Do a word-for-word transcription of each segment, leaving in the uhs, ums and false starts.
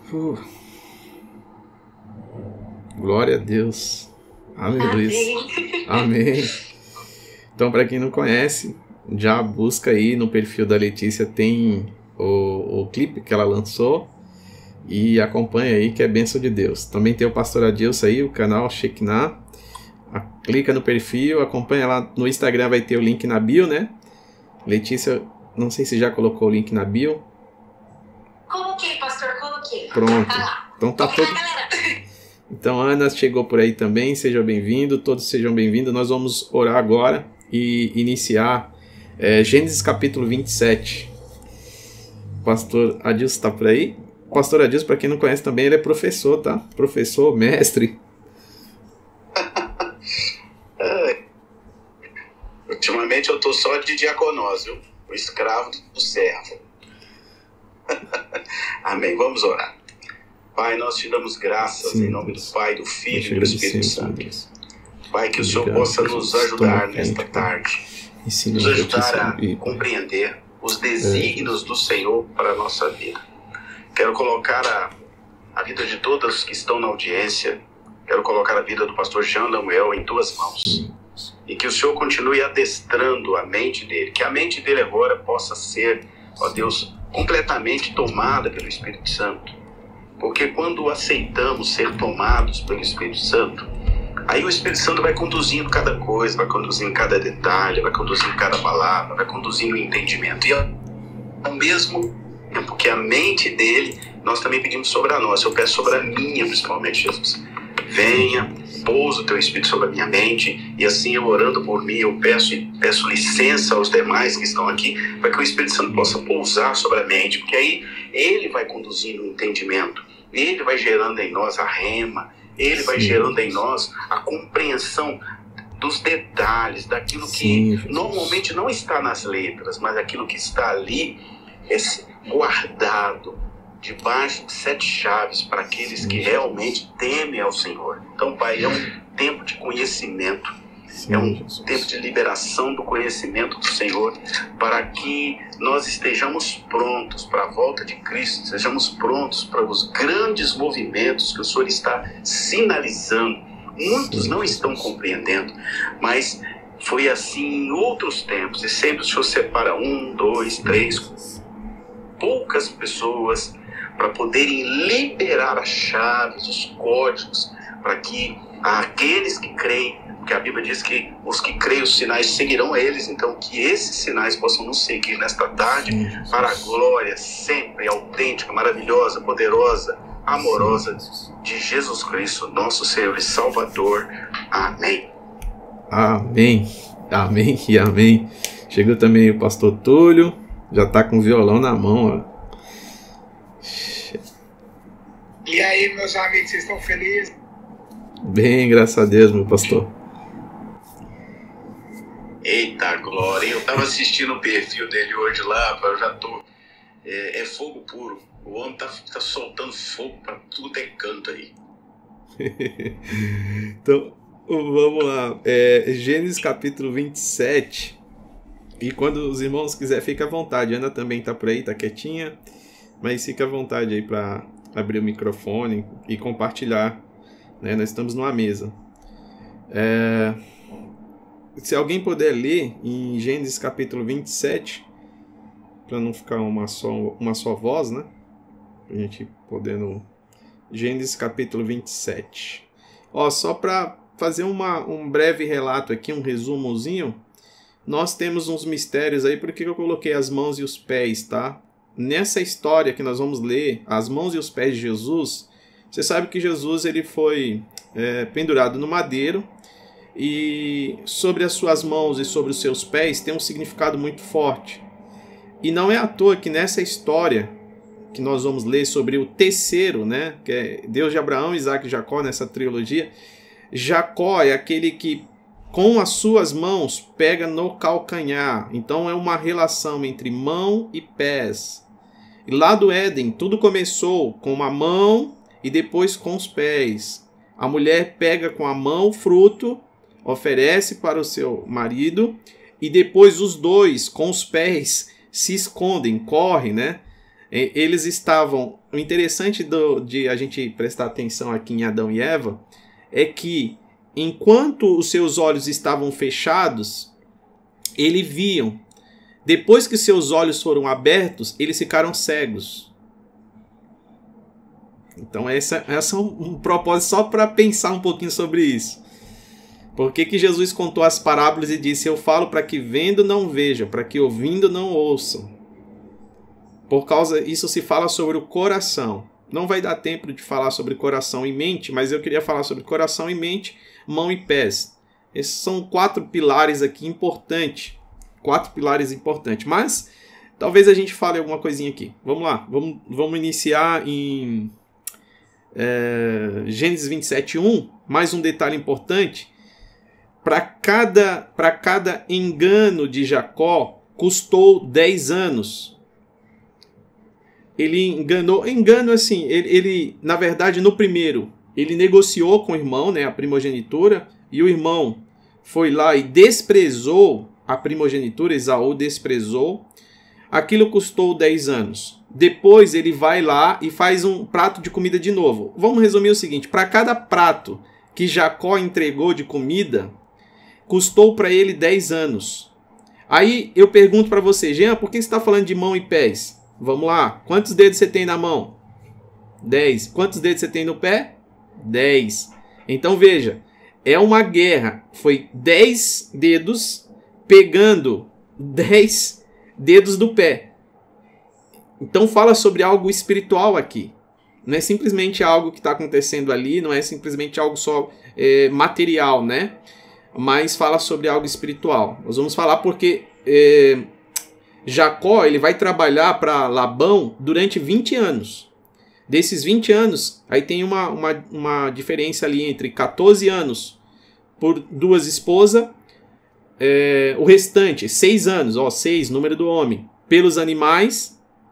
Uh. Glória a Deus. Aleluia. Amém. Então, para quem não conhece, já busca aí no perfil da Letícia, tem o, o clipe que ela lançou e acompanha aí, que é bênção de Deus. Também tem o pastor Adilson aí, o canal Shekinah. Clica no perfil, acompanha lá no Instagram, vai ter o link na bio, né? Letícia, não sei se já colocou o link na bio. Coloquei, pastor, coloquei. Pronto. Tá lá. Então tá todo... Então, Ana chegou por aí também, seja bem-vindo, todos sejam bem-vindos. Nós vamos orar agora e iniciar é, Gênesis capítulo vinte e sete. Pastor Adilson está por aí? Pastor Adilson, para quem não conhece também, ele é professor, tá? Professor, mestre. Ultimamente eu tô só de diaconósio, o escravo do servo. Amém, vamos orar. Pai, nós te damos graças. Sim, em nome do Pai, do Filho e do Espírito Santo. Pai, que o Senhor possa nos ajudar nesta tarde, nos ajudar a compreender os desígnios do Senhor para a nossa vida. Quero colocar a, a vida de todos que estão na audiência, quero colocar a vida do pastor Jean Lamuel em tuas mãos. E que o Senhor continue adestrando a mente dele, que a mente dele agora possa ser, ó Deus, completamente tomada pelo Espírito Santo. Porque quando aceitamos ser tomados pelo Espírito Santo, aí o Espírito Santo vai conduzindo cada coisa, vai conduzindo cada detalhe, vai conduzindo cada palavra, vai conduzindo o entendimento. E ao mesmo tempo que a mente dele, nós também pedimos sobre a nossa. Eu peço sobre a minha, principalmente, Jesus. Venha, pousa o teu Espírito sobre a minha mente, e assim eu orando por mim, eu peço, peço licença aos demais que estão aqui, para que o Espírito Santo possa pousar sobre a mente, porque aí ele vai conduzindo o entendimento, ele vai gerando em nós a rema, ele vai Sim. gerando em nós a compreensão dos detalhes, daquilo que Sim. normalmente não está nas letras, mas aquilo que está ali, esse guardado, debaixo de sete chaves para aqueles que realmente temem ao Senhor. Então, Pai, é um tempo de conhecimento, Sim, é um Jesus. tempo de liberação do conhecimento do Senhor, para que nós estejamos prontos para a volta de Cristo, estejamos prontos para os grandes movimentos que o Senhor está sinalizando. Muitos Sim, não estão compreendendo, mas foi assim em outros tempos, e sempre o Senhor separa um, dois, três, poucas pessoas para poderem liberar as chaves, os códigos, para que aqueles que creem, porque a Bíblia diz que os que creem, os sinais seguirão eles, então que esses sinais possam nos seguir nesta tarde, para a glória sempre autêntica, maravilhosa, poderosa, amorosa de Jesus Cristo, nosso Senhor e Salvador. Amém. Amém. Amém e amém. Chegou também o pastor Túlio, já está com o violão na mão, ó. E aí, meus amigos, vocês estão felizes? Bem, graças a Deus, meu pastor. Eita glória, eu estava assistindo o perfil dele hoje lá, eu já tô, é, é fogo puro, o homem tá, tá soltando fogo para tudo é canto aí. Então, vamos lá, é, Gênesis capítulo vinte e sete, e quando os irmãos quiserem, fica à vontade, Ana também tá por aí, tá quietinha, mas fica à vontade aí para abrir o microfone e compartilhar, né? Nós estamos numa mesa. É... Se alguém puder ler em Gênesis capítulo vinte e sete, para não ficar uma só, uma só voz, né? Pra gente podendo... Gênesis capítulo vinte e sete. Ó, só para fazer uma, um breve relato aqui, um resumozinho, nós temos uns mistérios aí, por que eu coloquei as mãos e os pés, tá? Nessa história que nós vamos ler, as mãos e os pés de Jesus, você sabe que Jesus ele foi é, pendurado no madeiro, e sobre as suas mãos e sobre os seus pés tem um significado muito forte. E não é à toa que nessa história que nós vamos ler sobre o terceiro, né, que é Deus de Abraão, Isaac e Jacó, nessa trilogia, Jacó é aquele que com as suas mãos pega no calcanhar. Então é uma relação entre mão e pés. E lá do Éden, tudo começou com uma mão e depois com os pés. A mulher pega com a mão o fruto, oferece para o seu marido, e depois os dois, com os pés, se escondem, correm, né? Eles estavam o interessante do, de a gente prestar atenção aqui em Adão e Eva é que, enquanto os seus olhos estavam fechados, eles viam. Depois que seus olhos foram abertos, eles ficaram cegos. Então, essa, essa é um, um propósito só para pensar um pouquinho sobre isso. Por que que Jesus contou as parábolas e disse: eu falo para que vendo não vejam, para que ouvindo não ouçam? Por causa isso se fala sobre o coração. Não vai dar tempo de falar sobre coração e mente, mas eu queria falar sobre coração e mente, mão e pés. Esses são quatro pilares aqui importantes. Quatro pilares importantes. Mas talvez a gente fale alguma coisinha aqui. Vamos lá. Vamos, vamos iniciar em é, Gênesis vinte e sete, um. Mais um detalhe importante. Para cada, para cada engano de Jacó, custou dez anos. Ele enganou. Engano assim. Ele, ele, na verdade, no primeiro, ele negociou com o irmão, né, a primogenitura. E o irmão foi lá e desprezou a primogenitura, Esaú desprezou. Aquilo custou dez anos. Depois ele vai lá e faz um prato de comida de novo. Vamos resumir o seguinte: para cada prato que Jacó entregou de comida, custou para ele dez anos. Aí eu pergunto para você: Jean, por que você está falando de mão e pés? Vamos lá. Quantos dedos você tem na mão? dez. Quantos dedos você tem no pé? dez. Então veja, é uma guerra. Foi dez dedos pegando dez dedos do pé. Então fala sobre algo espiritual aqui. Não é simplesmente algo que está acontecendo ali, não é simplesmente algo só é, material, né? Mas fala sobre algo espiritual. Nós vamos falar porque é, Jacó ele vai trabalhar para Labão durante vinte anos. Desses vinte anos, aí tem uma, uma, uma diferença ali entre quatorze anos por duas esposas. É, o restante, seis anos, ó, seis, número do homem, pelos animais.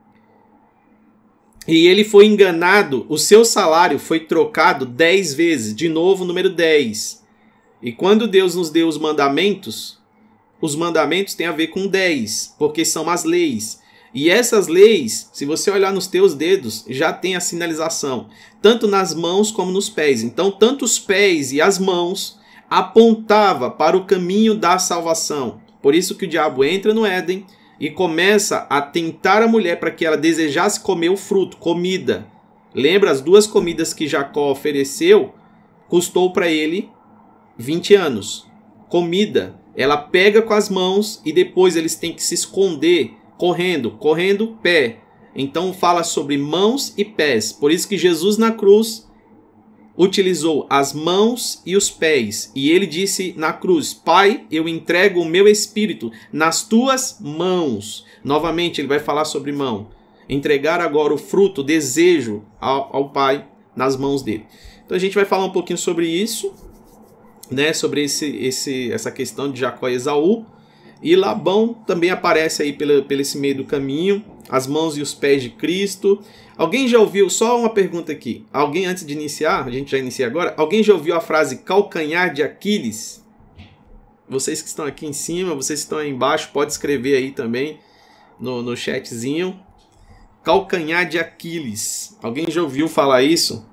E ele foi enganado, o seu salário foi trocado dez vezes, de novo número dez. E quando Deus nos deu os mandamentos, os mandamentos têm a ver com dez, porque são as leis. E essas leis, se você olhar nos teus dedos, já tem a sinalização, tanto nas mãos como nos pés. Então, tanto os pés e as mãos apontava para o caminho da salvação. Por isso que o diabo entra no Éden e começa a tentar a mulher para que ela desejasse comer o fruto, comida. Lembra, as duas comidas que Jacó ofereceu, custou para ele vinte anos. Comida, ela pega com as mãos e depois eles têm que se esconder, correndo, correndo, pé. Então fala sobre mãos e pés. Por isso que Jesus na cruz utilizou as mãos e os pés. E ele disse na cruz: Pai, eu entrego o meu espírito nas tuas mãos. Novamente ele vai falar sobre mão. Entregar agora o fruto, o desejo ao, ao Pai nas mãos dele. Então a gente vai falar um pouquinho sobre isso, né? Sobre esse, esse, essa questão de Jacó e Esaú. E Labão também aparece aí pelo, pelo esse meio do caminho. As mãos e os pés de Cristo. Alguém já ouviu, só uma pergunta aqui, alguém antes de iniciar, a gente já inicia agora, alguém já ouviu a frase calcanhar de Aquiles? Vocês que estão aqui em cima, vocês que estão aí embaixo, pode escrever aí também no, no chatzinho. Calcanhar de Aquiles, alguém já ouviu falar isso?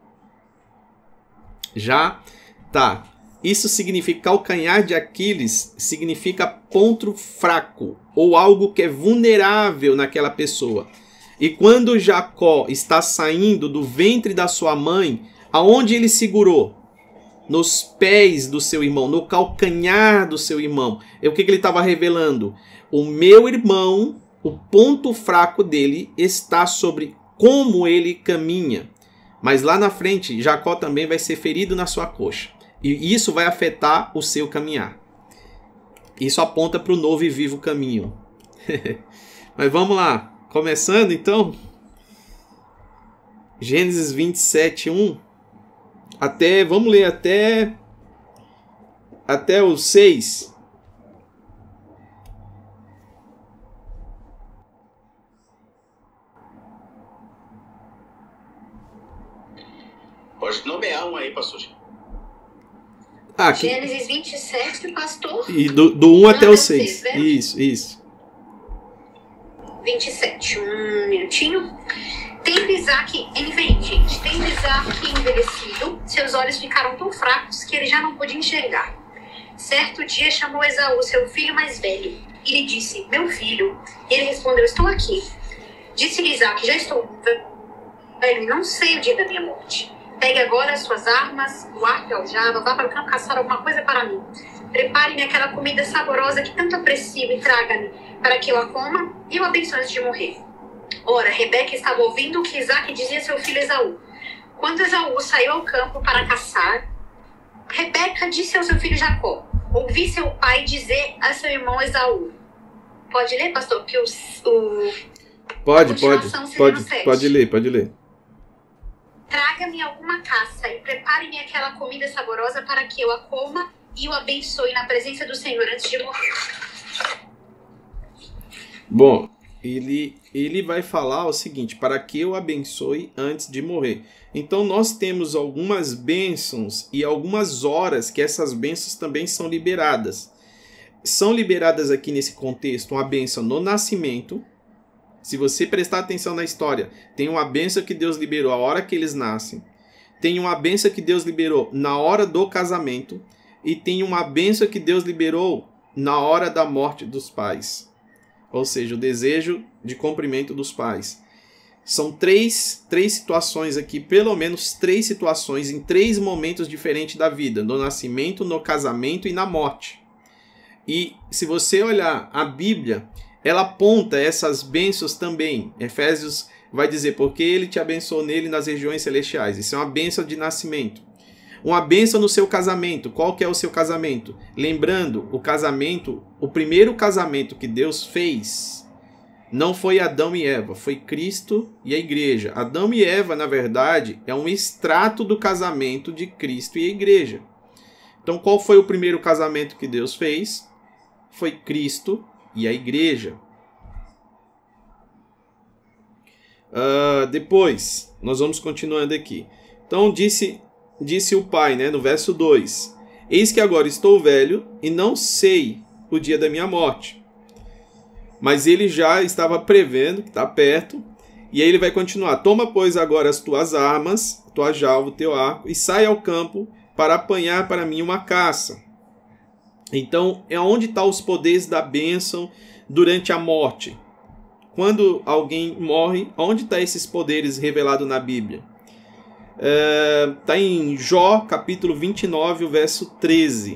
Já? Tá. Isso significa, calcanhar de Aquiles significa ponto fraco, ou algo que é vulnerável naquela pessoa. E quando Jacó está saindo do ventre da sua mãe, aonde ele segurou? Nos pés do seu irmão, no calcanhar do seu irmão. E o que, que ele estava revelando? O meu irmão, o ponto fraco dele está sobre como ele caminha. Mas lá na frente, Jacó também vai ser ferido na sua coxa. E isso vai afetar o seu caminhar. Isso aponta para o novo e vivo caminho. Mas vamos lá. Começando então. Gênesis vinte e sete, um. Até, vamos ler até... Até o seis. Pode nomear um aí, pastor. Ah, Gênesis vinte e sete, pastor. E do, do um até o seis. Né? Isso, isso. vinte e sete, um minutinho. Tendo Isaac, vem, gente, tendo Isaac envelhecido, seus olhos ficaram tão fracos que ele já não podia enxergar. Certo dia chamou Esaú, seu filho mais velho, e lhe disse, meu filho. Ele respondeu, estou aqui. Disse-lhe Isaac, já estou velho e não sei o dia da minha morte. Pegue agora as suas armas, o arco e a aljava, vá para o campo caçar alguma coisa para mim. Prepare-me aquela comida saborosa que tanto aprecio e traga-me, para que eu a coma e o abençoe antes de morrer. Ora, Rebeca estava ouvindo o que Isaac dizia a seu filho Esaú. Quando Esaú saiu ao campo para caçar, Rebeca disse ao seu filho Jacó, ouvi seu pai dizer a seu irmão Esaú. Pode ler, pastor? Que o, o... Pode, pode, pode, pode ler, pode ler. Traga-me alguma caça e prepare-me aquela comida saborosa para que eu a coma e o abençoe na presença do Senhor antes de morrer. Bom, ele, ele vai falar o seguinte, para que eu abençoe antes de morrer. Então nós temos algumas bênçãos e algumas horas que essas bênçãos também são liberadas. São liberadas aqui nesse contexto uma bênção no nascimento. Se você prestar atenção na história, tem uma bênção que Deus liberou a hora que eles nascem. Tem uma bênção que Deus liberou na hora do casamento. E tem uma bênção que Deus liberou na hora da morte dos pais. Ou seja, o desejo de cumprimento dos pais. São três, três situações aqui, pelo menos três situações em três momentos diferentes da vida. No nascimento, no casamento e na morte. E se você olhar a Bíblia, ela aponta essas bênçãos também. Efésios vai dizer, porque ele te abençoou nele nas regiões celestiais. Isso é uma bênção de nascimento. Uma bênção no seu casamento. Qual que é o seu casamento? Lembrando, o casamento, o primeiro casamento que Deus fez, não foi Adão e Eva, foi Cristo e a igreja. Adão e Eva, na verdade, é um extrato do casamento de Cristo e a igreja. Então, qual foi o primeiro casamento que Deus fez? Foi Cristo e a igreja. Uh, depois, nós vamos continuando aqui. Então, disse... Disse o pai, né, no verso dois, eis que agora estou velho e não sei o dia da minha morte. Mas ele já estava prevendo que está perto. E aí ele vai continuar. Toma, pois, agora as tuas armas, tua jalva, o teu arco, e sai ao campo para apanhar para mim uma caça. Então, é onde estão os poderes da bênção durante a morte. Quando alguém morre, onde estão esses poderes revelados na Bíblia? Está é, em Jó, capítulo vinte e nove, o verso treze.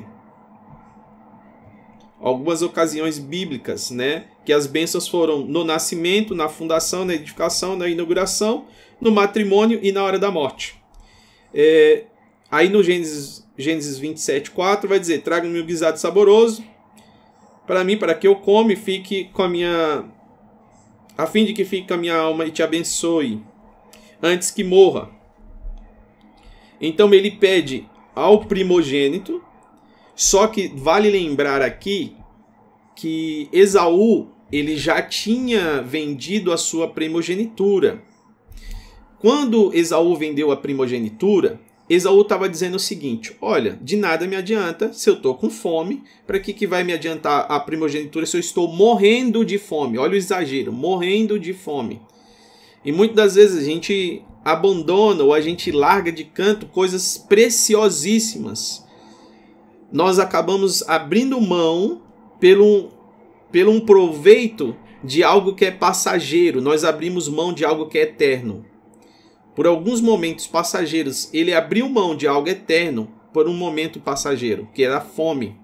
Algumas ocasiões bíblicas, né, que as bênçãos foram no nascimento, na fundação, na edificação, na inauguração, no matrimônio e na hora da morte. É, aí no Gênesis, Gênesis vinte e sete, quatro vai dizer, traga-me um guisado saboroso para mim, para que eu come e fique com a minha... a fim de que fique com a minha alma e te abençoe antes que morra. Então ele pede ao primogênito, só que vale lembrar aqui que Esaú ele já tinha vendido a sua primogenitura. Quando Esaú vendeu a primogenitura, Esaú estava dizendo o seguinte, olha, de nada me adianta se eu estou com fome, para que, que vai me adiantar a primogenitura se eu estou morrendo de fome? Olha o exagero, morrendo de fome. E muitas das vezes a gente abandona ou a gente larga de canto coisas preciosíssimas. Nós acabamos abrindo mão pelo, pelo um proveito de algo que é passageiro. Nós abrimos mão de algo que é eterno. Por alguns momentos passageiros, ele abriu mão de algo eterno por um momento passageiro, que era a fome.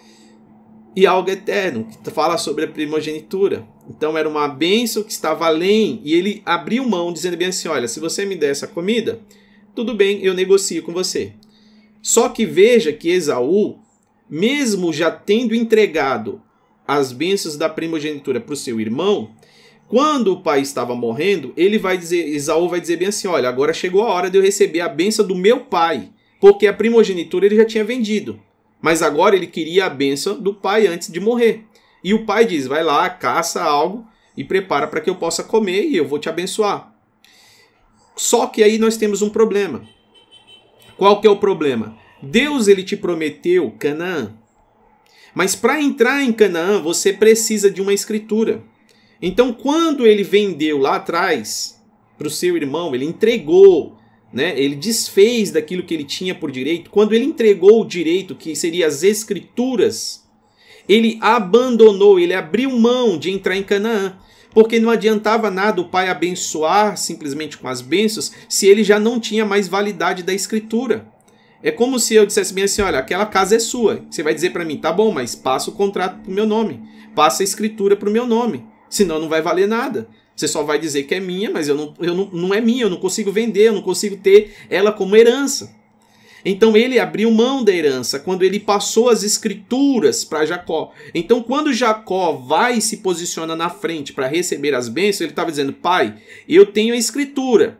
E algo eterno, que fala sobre a primogenitura. Então era uma bênção que estava além, e ele abriu mão, dizendo bem assim, olha, se você me der essa comida, tudo bem, eu negocio com você. Só que veja que Esaú, mesmo já tendo entregado as bênçãos da primogenitura para o seu irmão, quando o pai estava morrendo, ele vai dizer, Esaú vai dizer bem assim, olha, agora chegou a hora de eu receber a bênção do meu pai, porque a primogenitura ele já tinha vendido. Mas agora ele queria a bênção do pai antes de morrer. E o pai diz, vai lá, caça algo e prepara para que eu possa comer e eu vou te abençoar. Só que aí nós temos um problema. Qual que é o problema? Deus ele te prometeu Canaã. Mas para entrar em Canaã você precisa de uma escritura. Então quando ele vendeu lá atrás, para o seu irmão, ele entregou, né? Ele desfez daquilo que ele tinha por direito. Quando ele entregou o direito, que seria as escrituras, ele abandonou, ele abriu mão de entrar em Canaã. Porque não adiantava nada o pai abençoar simplesmente com as bênçãos se ele já não tinha mais validade da escritura. É como se eu dissesse bem assim, olha, aquela casa é sua. Você vai dizer para mim, tá bom, mas passa o contrato pro meu nome. Passa a escritura pro meu nome. Senão não vai valer nada. Você só vai dizer que é minha, mas eu não, eu não, não é minha, eu não consigo vender, eu não consigo ter ela como herança. Então ele abriu mão da herança quando ele passou as escrituras para Jacó. Então quando Jacó vai e se posiciona na frente para receber as bênçãos, ele estava dizendo, pai, eu tenho a escritura.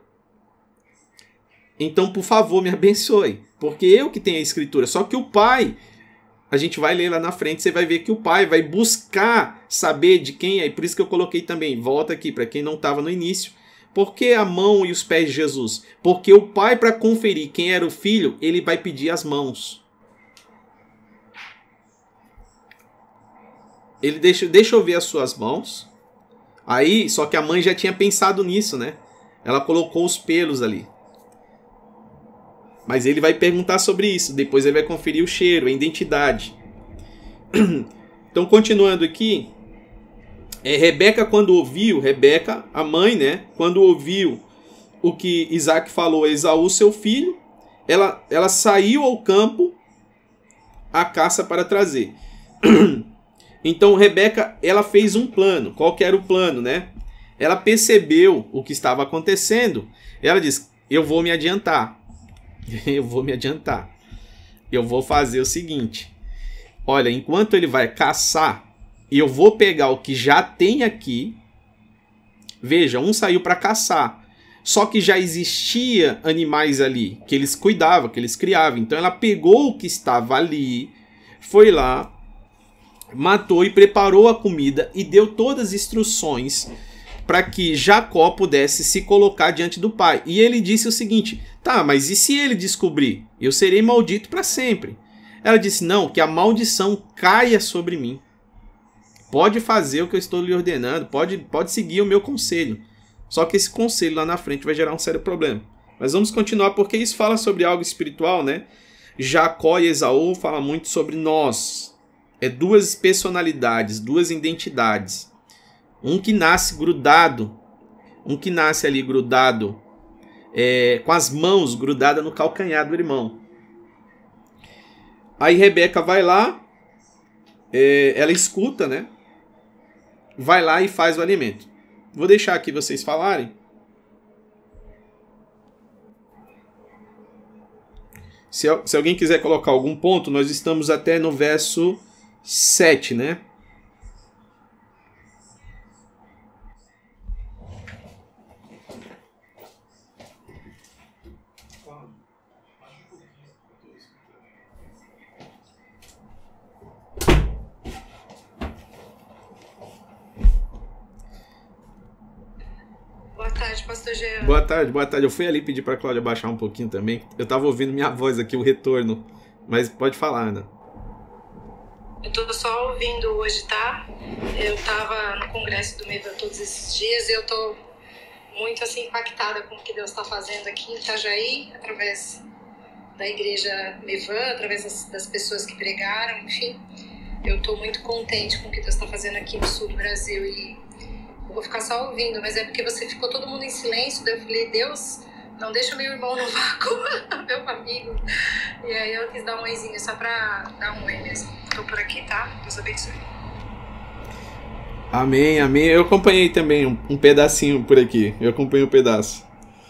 Então por favor me abençoe, porque eu que tenho a escritura. Só que o pai, a gente vai ler lá na frente, você vai ver que o pai vai buscar saber de quem é. E por isso que eu coloquei também, volta aqui para quem não estava no início. Por que a mão e os pés de Jesus? Porque o pai, para conferir quem era o filho, ele vai pedir as mãos. Ele deixa, deixa eu ver as suas mãos. Aí, só que a mãe já tinha pensado nisso, né? Ela colocou os pelos ali. Mas ele vai perguntar sobre isso. Depois ele vai conferir o cheiro, a identidade. Então, continuando aqui. É, Rebeca, quando ouviu, Rebeca, a mãe, né? Quando ouviu o que Isaac falou a Esaú, seu filho, ela, ela saiu ao campo a caça para trazer. Então, Rebeca, ela fez um plano. Qual que era o plano, né? Ela percebeu o que estava acontecendo. Ela disse, eu vou me adiantar. Eu vou me adiantar. Eu vou fazer o seguinte. Olha, enquanto ele vai caçar, eu vou pegar o que já tem aqui. Veja, um saiu para caçar. Só que já existia animais ali, que eles cuidavam, que eles criavam. Então ela pegou o que estava ali, foi lá, matou e preparou a comida e deu todas as instruções para que Jacó pudesse se colocar diante do pai. E ele disse o seguinte, tá, mas e se ele descobrir? Eu serei maldito para sempre. Ela disse, não, que a maldição caia sobre mim. Pode fazer o que eu estou lhe ordenando, pode, pode seguir o meu conselho. Só que esse conselho lá na frente vai gerar um sério problema. Mas vamos continuar, porque isso fala sobre algo espiritual, né? Jacó e Esaú falam muito sobre nós. É duas personalidades, duas identidades. Um que nasce grudado, um que nasce ali grudado, é, com as mãos grudadas no calcanhar do irmão. Aí Rebeca vai lá, é, ela escuta, né? Vai lá e faz o alimento. Vou deixar aqui vocês falarem. Se, se alguém quiser colocar algum ponto, nós estamos até no verso sete, né? Boa tarde, pastor Jean. Boa tarde, boa tarde. Eu fui ali pedir para a Cláudia baixar um pouquinho também. Eu estava ouvindo minha voz aqui, o retorno. Mas pode falar, Ana. Eu tô só ouvindo hoje, tá? Eu tava no congresso do Mevan todos esses dias e eu tô muito assim impactada com o que Deus está fazendo aqui em Itajaí, através da igreja Mevan, através das, das pessoas que pregaram, enfim. Eu tô muito contente com o que Deus está fazendo aqui no sul do Brasil e eu vou ficar só ouvindo, mas é porque você ficou todo mundo em silêncio, daí eu falei, Deus, não deixa meu irmão no vácuo, meu amigo. E aí eu quis dar um oizinho só pra dar um oi mesmo. Tô por aqui, tá? Deus abençoe. Amém, amém. Eu acompanhei também um, um pedacinho por aqui. Eu acompanhei um pedaço.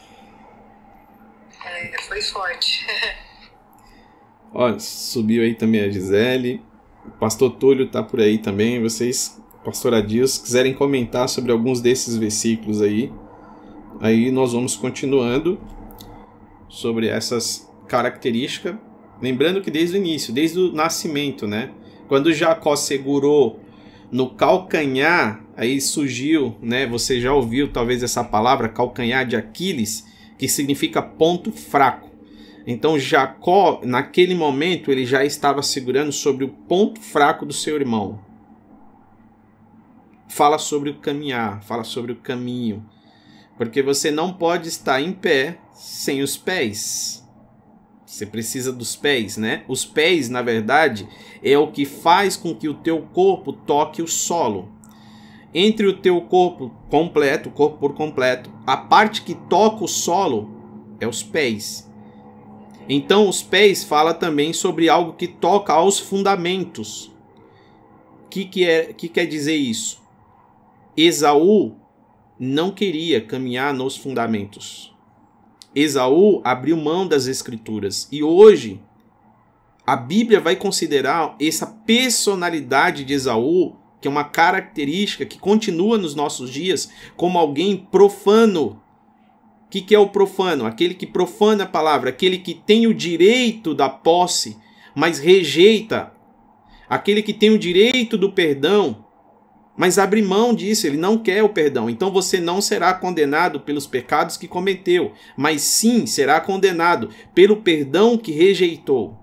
É, foi forte. Ó, subiu aí também a Gisele. O pastor Túlio tá por aí também. Vocês, pastor Adilson, quiserem comentar sobre alguns desses versículos aí, aí nós vamos continuando sobre essas características. Lembrando que desde o início, desde o nascimento, né? Quando Jacó segurou no calcanhar, aí surgiu, né? Você já ouviu talvez essa palavra, calcanhar de Aquiles, que significa ponto fraco. Então Jacó, naquele momento, ele já estava segurando sobre o ponto fraco do seu irmão. Fala sobre o caminhar, fala sobre o caminho. Porque você não pode estar em pé sem os pés. Você precisa dos pés, né? Os pés, na verdade, é o que faz com que o teu corpo toque o solo. Entre o teu corpo completo, corpo por completo, a parte que toca o solo é os pés. Então, os pés fala também sobre algo que toca aos fundamentos. O que, que, é, que quer dizer isso? Esaú não queria caminhar nos fundamentos. Esaú abriu mão das escrituras. E hoje, a Bíblia vai considerar essa personalidade de Esaú, que é uma característica que continua nos nossos dias, como alguém profano. O que, que é o profano? Aquele que profana a palavra, aquele que tem o direito da posse, mas rejeita. Aquele que tem o direito do perdão, mas abre mão disso, ele não quer o perdão. Então você não será condenado pelos pecados que cometeu, mas sim será condenado pelo perdão que rejeitou.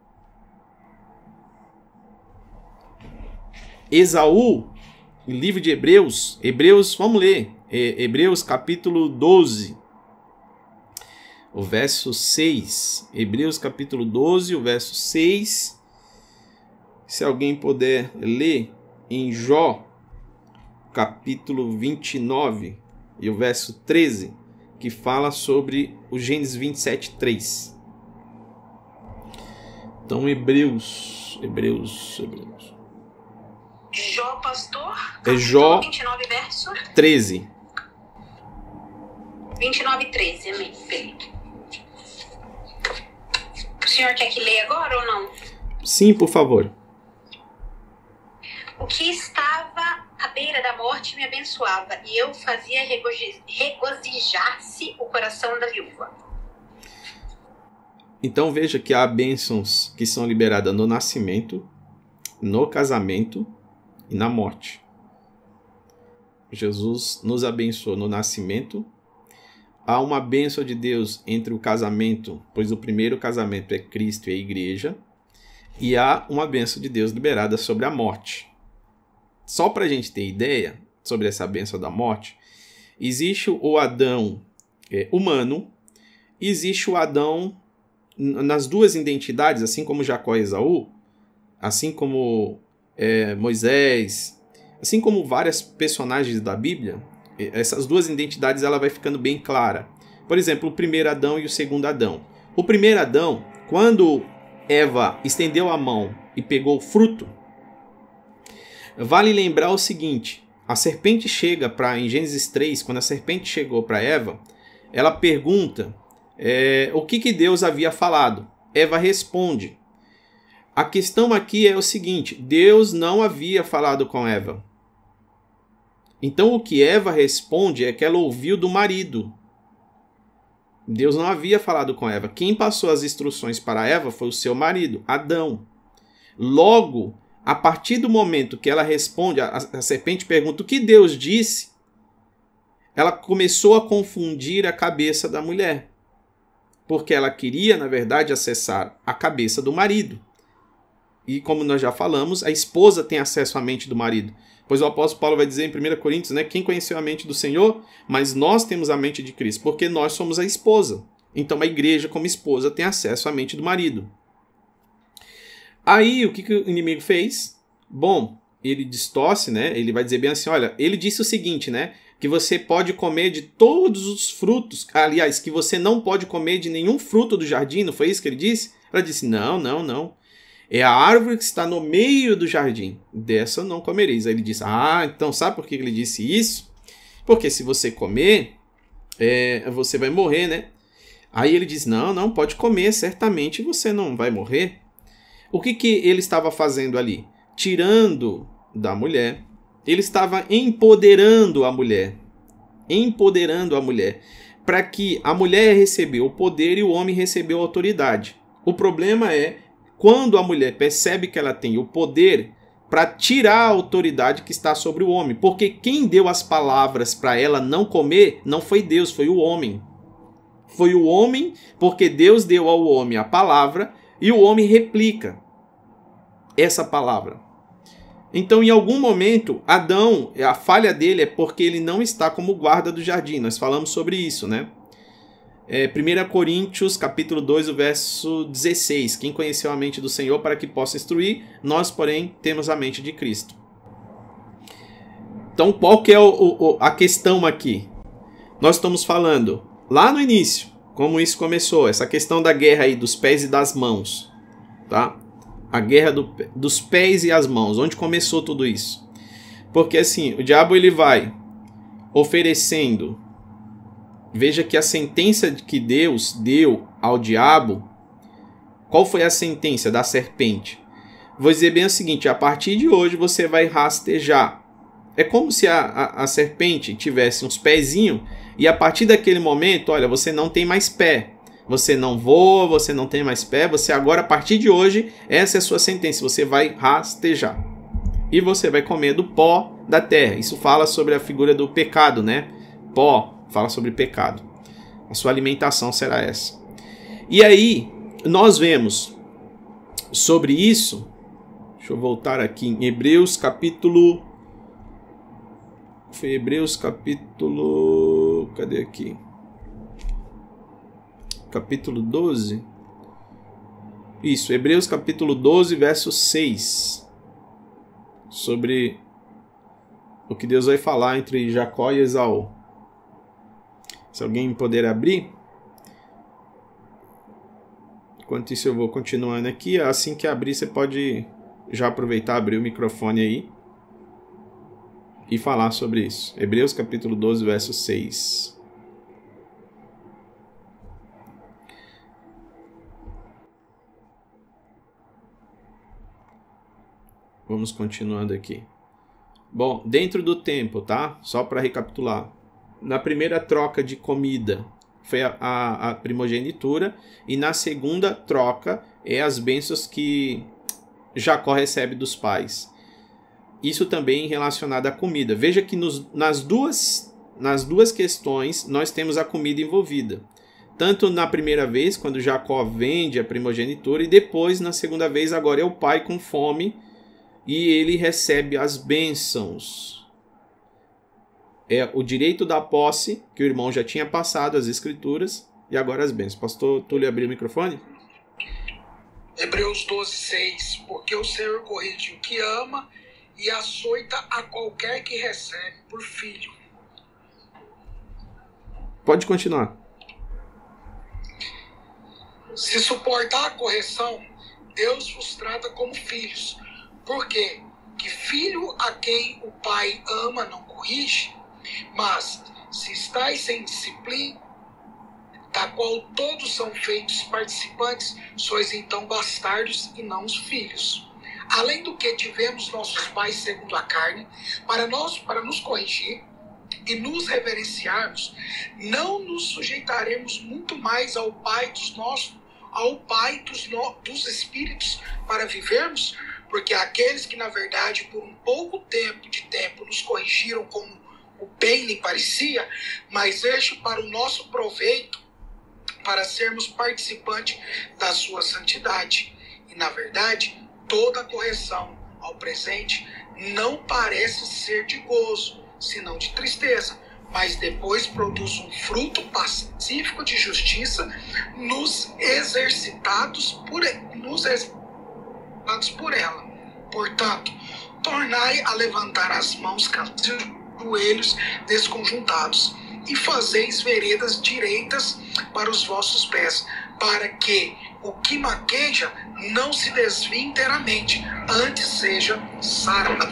Esaú, no livro de Hebreus, Hebreus, vamos ler, Hebreus capítulo doze, o verso seis. Hebreus capítulo doze, o verso seis. Se alguém puder ler em Jó, capítulo vinte e nove, e o verso treze, que fala sobre o Gênesis vinte e sete, três. Então, Hebreus, Hebreus, Hebreus. Jó, pastor? É Jó vinte e nove, verso treze. vinte e nove, treze, amém, Felipe. O senhor quer que leia agora ou não? Sim, por favor. O que estava à beira da morte me abençoava, e eu fazia regozijar-se o coração da viúva. Então veja que há bênçãos que são liberadas no nascimento, no casamento e na morte. Jesus nos abençoou no nascimento. Há uma bênção de Deus entre o casamento, pois o primeiro casamento é Cristo e a igreja. E há uma bênção de Deus liberada sobre a morte. Só para a gente ter ideia sobre essa bênção da morte, existe o Adão é, humano, existe o Adão nas duas identidades, assim como Jacó e Esaú, assim como é, Moisés, assim como várias personagens da Bíblia. Essas duas identidades ela vai ficando bem clara. Por exemplo, o primeiro Adão e o segundo Adão. O primeiro Adão, quando Eva estendeu a mão e pegou o fruto, vale lembrar o seguinte: a serpente chega para, em Gênesis três, quando a serpente chegou para Eva, ela pergunta é, o que, que Deus havia falado. Eva responde. A questão aqui é o seguinte: Deus não havia falado com Eva. Então o que Eva responde é que ela ouviu do marido. Deus não havia falado com Eva. Quem passou as instruções para Eva foi o seu marido, Adão. Logo, a partir do momento que ela responde, a, a serpente pergunta o que Deus disse, ela começou a confundir a cabeça da mulher. Porque ela queria, na verdade, acessar a cabeça do marido. E como nós já falamos, a esposa tem acesso à mente do marido. Pois o apóstolo Paulo vai dizer em primeira Coríntios, né, quem conheceu a mente do Senhor? Mas nós temos a mente de Cristo, porque nós somos a esposa. Então a igreja, como esposa, tem acesso à mente do marido. Aí, o que, que o inimigo fez? Bom, ele distorce, né? Ele vai dizer bem assim, olha, ele disse o seguinte, né? Que você pode comer de todos os frutos, aliás, que você não pode comer de nenhum fruto do jardim, não foi isso que ele disse? Ela disse, não, não, não. É a árvore que está no meio do jardim. Dessa não comereis. Aí ele disse, ah, então sabe por que ele disse isso? Porque se você comer, é, você vai morrer, né? Aí ele diz, não, não, pode comer, certamente você não vai morrer. O que, que ele estava fazendo ali? Tirando da mulher, ele estava empoderando a mulher. Empoderando a mulher. Para que a mulher recebeu o poder e o homem recebeu a autoridade. O problema é quando a mulher percebe que ela tem o poder para tirar a autoridade que está sobre o homem. Porque quem deu as palavras para ela não comer não foi Deus, foi o homem. Foi o homem, porque Deus deu ao homem a palavra e o homem replica essa palavra. Então, em algum momento, Adão, a falha dele é porque ele não está como guarda do jardim. Nós falamos sobre isso, né? É, primeira Coríntios, capítulo dois, o verso dezesseis. Quem conheceu a mente do Senhor para que possa instruir, nós, porém, temos a mente de Cristo. Então, qual que é o, o, a questão aqui? Nós estamos falando lá no início, como isso começou, essa questão da guerra aí dos pés e das mãos, tá? A guerra do, dos pés e as mãos, onde começou tudo isso? Porque assim, o diabo ele vai oferecendo, veja que a sentença que Deus deu ao diabo, qual foi a sentença da serpente? Vou dizer bem o seguinte, a partir de hoje você vai rastejar. É como se a, a, a serpente tivesse uns pezinhos e a partir daquele momento, olha, você não tem mais pé. Você não voa, você não tem mais pé, você agora, a partir de hoje, essa é a sua sentença, você vai rastejar. E você vai comer do pó da terra. Isso fala sobre a figura do pecado, né? Pó, fala sobre pecado. A sua alimentação será essa. E aí, nós vemos sobre isso, deixa eu voltar aqui em Hebreus capítulo... Foi Hebreus capítulo... Cadê aqui? Capítulo doze. Isso, Hebreus capítulo doze, verso seis. Sobre o que Deus vai falar entre Jacó e Esaú. Se alguém puder abrir. Enquanto isso eu vou continuando aqui. Assim que abrir, você pode já aproveitar, abrir o microfone aí. E falar sobre isso. Hebreus capítulo doze, verso seis. Vamos continuando aqui. Bom, dentro do tempo, tá? Só para recapitular. Na primeira troca de comida foi a, a, a primogenitura. E na segunda troca é as bênçãos que Jacó recebe dos pais. Isso também relacionado à comida. Veja que nos, nas, duas, nas duas questões nós temos a comida envolvida. Tanto na primeira vez, quando Jacó vende a primogenitura. E depois, na segunda vez, agora é o pai com fome. E ele recebe as bênçãos. É o direito da posse, que o irmão já tinha passado, as escrituras, e agora as bênçãos. Pastor Túlio, abrir o microfone? Hebreus doze, seis. Porque o Senhor corrige o que ama e açoita a qualquer que recebe por filho. Pode continuar. Se suportar a correção, Deus vos trata como filhos. Por quê? Que filho a quem o pai ama não corrige, mas se estáis sem disciplina, da qual todos são feitos participantes, sois então bastardos e não os filhos. Além do que tivemos nossos pais segundo a carne, para, nós, para nos corrigir e nos reverenciarmos, não nos sujeitaremos muito mais ao Pai dos nossos, ao Pai dos, no, dos Espíritos para vivermos? Porque aqueles que, na verdade, por um pouco tempo de tempo nos corrigiram como o bem lhe parecia, mas este para o nosso proveito, para sermos participantes da sua santidade. E, na verdade, toda correção ao presente não parece ser de gozo, senão de tristeza, mas depois produz um fruto pacífico de justiça nos exercitados por, nos exercitados por ela. Portanto, tornai a levantar as mãos, cantos e joelhos desconjuntados, e fazeis veredas direitas para os vossos pés, para que o que maqueja não se desvie inteiramente, antes seja sarado.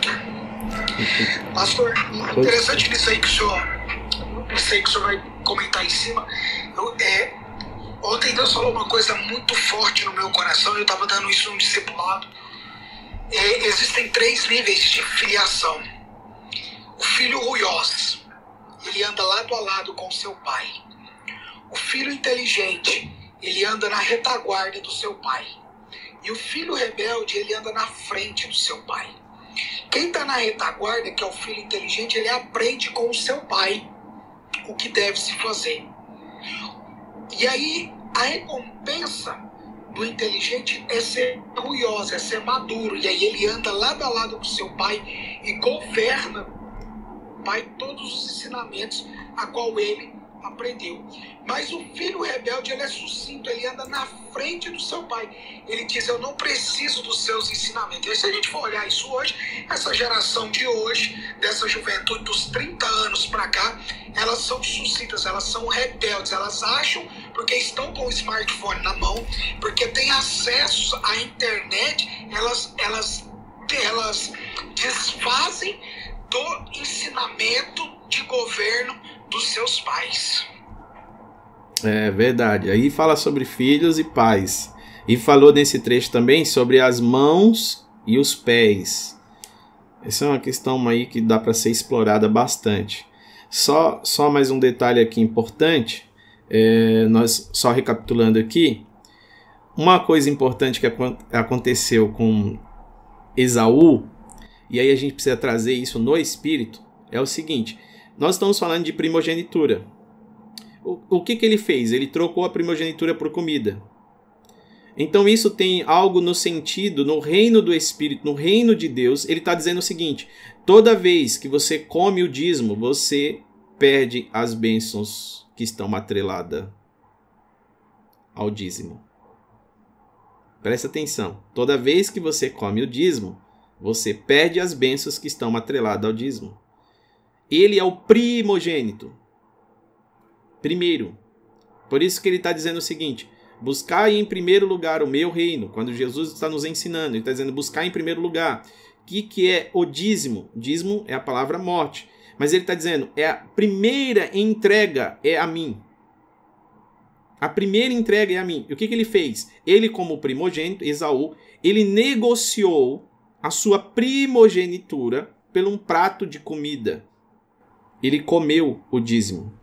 Pastor, interessante nisso aí que o senhor, isso aí que o senhor vai comentar em cima. Eu, é, ontem Deus falou uma coisa muito forte no meu coração, eu estava dando isso no discipulado. É, existem três níveis de filiação. O filho ruiós, ele anda lado a lado com seu pai. O filho inteligente, ele anda na retaguarda do seu pai. E o filho rebelde, ele anda na frente do seu pai. Quem está na retaguarda, que é o filho inteligente, ele aprende com o seu pai o que deve se fazer. E aí, a recompensa do inteligente é ser orgulhoso, é ser maduro. E aí ele anda lado a lado com seu pai e governa o pai todos os ensinamentos a qual ele aprendeu. Mas o filho rebelde, ele é sucinto, ele anda na frente do seu pai. Ele diz, eu não preciso dos seus ensinamentos. E se a gente for olhar isso hoje, essa geração de hoje, dessa juventude dos trinta anos para cá, elas são sucintas, elas são rebeldes, elas acham, porque estão com o smartphone na mão, porque têm acesso à internet, elas, elas, elas desfazem do ensinamento de governo dos seus pais. É verdade. Aí fala sobre filhos e pais. E falou nesse trecho também sobre as mãos e os pés. Essa é uma questão aí que dá para ser explorada bastante. Só, só mais um detalhe aqui importante. É, nós só recapitulando aqui. Uma coisa importante que aconteceu com Esaú, e aí a gente precisa trazer isso no espírito, é o seguinte. Nós estamos falando de primogenitura. O, o que, que ele fez? Ele trocou a primogenitura por comida. Então isso tem algo no sentido, no reino do Espírito, no reino de Deus. Ele está dizendo o seguinte, toda vez que você come o dízimo, você perde as bênçãos que estão atreladas ao dízimo. Presta atenção. Toda vez que você come o dízimo, você perde as bênçãos que estão atreladas ao dízimo. Ele é o primogênito. Primeiro. Por isso que ele está dizendo o seguinte, buscai em primeiro lugar o meu reino. Quando Jesus está nos ensinando, ele está dizendo buscar em primeiro lugar. O que, que é o dízimo? Dízimo é a palavra morte. Mas ele está dizendo, é a primeira entrega é a mim. A primeira entrega é a mim. E o que, que ele fez? Ele, como primogênito, Esaú, ele negociou a sua primogenitura por um prato de comida. Ele comeu o dízimo.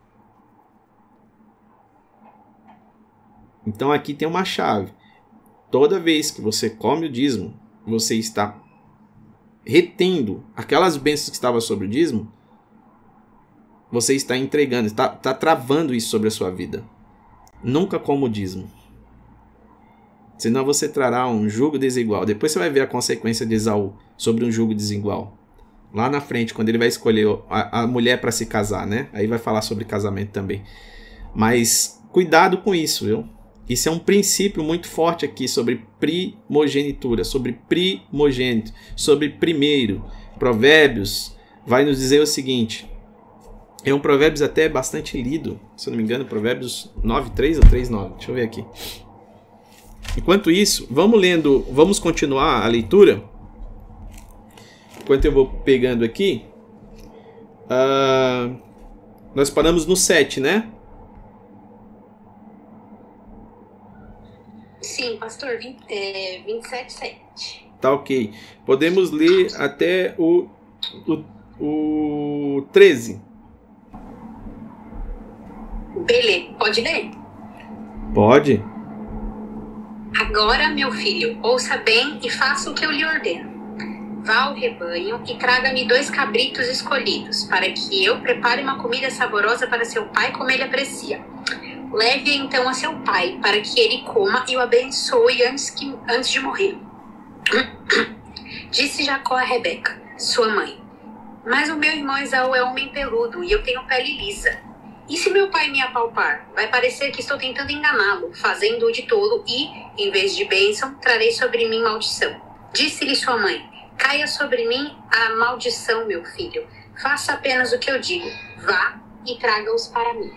Então aqui tem uma chave. Toda vez que você come o dízimo, você está retendo aquelas bênçãos que estavam sobre o dízimo, você está entregando, está, está travando isso sobre a sua vida. Nunca coma o dízimo. Senão você trará um jugo desigual. Depois você vai ver a consequência de Esaú sobre um jugo desigual. Lá na frente, quando ele vai escolher a, a mulher para se casar, né? Aí vai falar sobre casamento também. Mas cuidado com isso, viu? Isso é um princípio muito forte aqui sobre primogenitura, sobre primogênito, sobre primeiro. Provérbios vai nos dizer o seguinte. É um Provérbios até bastante lido, se eu não me engano, Provérbios nove, três ou três, nove. Deixa eu ver aqui. Enquanto isso, vamos lendo, vamos continuar a leitura. Enquanto eu vou pegando aqui, uh, nós paramos no sete, né? Sim, pastor, vinte, é, vinte e sete, sete. Tá ok. Podemos ler até o, o, o treze. Beleza, pode ler? Pode. Agora, meu filho, ouça bem e faça o que eu lhe ordeno. Vá ao rebanho e traga-me dois cabritos escolhidos, para que eu prepare uma comida saborosa para seu pai como ele aprecia. Leve-a então a seu pai, para que ele coma e o abençoe antes, que, antes de morrer. Disse Jacó a Rebeca, sua mãe, mas o meu irmão Esaú é homem peludo e eu tenho pele lisa. E se meu pai me apalpar, vai parecer que estou tentando enganá-lo, fazendo-o de tolo e, em vez de bênção, trarei sobre mim maldição. Disse-lhe sua mãe, caia sobre mim a maldição, meu filho. Faça apenas o que eu digo. Vá e traga-os para mim.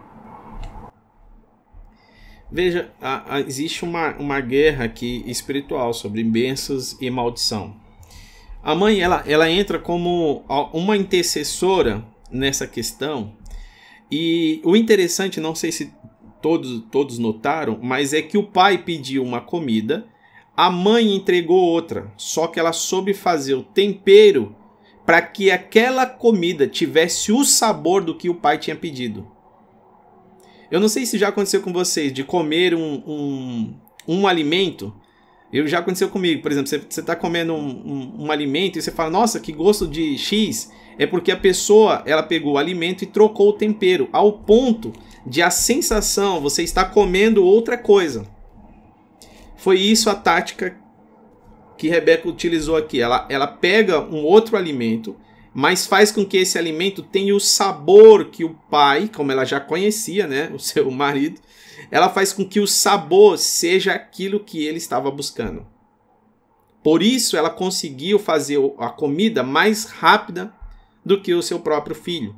Veja, a, a, existe uma, uma guerra aqui espiritual sobre bênçãos e maldição. A mãe ela, ela entra como uma intercessora nessa questão. E o interessante, não sei se todos, todos notaram, mas é que o pai pediu uma comida, a mãe entregou outra, só que ela soube fazer o tempero para que aquela comida tivesse o sabor do que o pai tinha pedido. Eu não sei se já aconteceu com vocês de comer um, um, um alimento. Eu já aconteceu comigo, por exemplo, você está comendo um, um, um alimento e você fala, nossa, que gosto de X. É porque a pessoa, ela pegou o alimento e trocou o tempero, ao ponto de a sensação, você está comendo outra coisa. Foi isso a tática que Rebeca utilizou aqui. Ela, ela pega um outro alimento, mas faz com que esse alimento tenha o sabor que o pai, como ela já conhecia, né, o seu marido, ela faz com que o sabor seja aquilo que ele estava buscando. Por isso ela conseguiu fazer a comida mais rápida do que o seu próprio filho.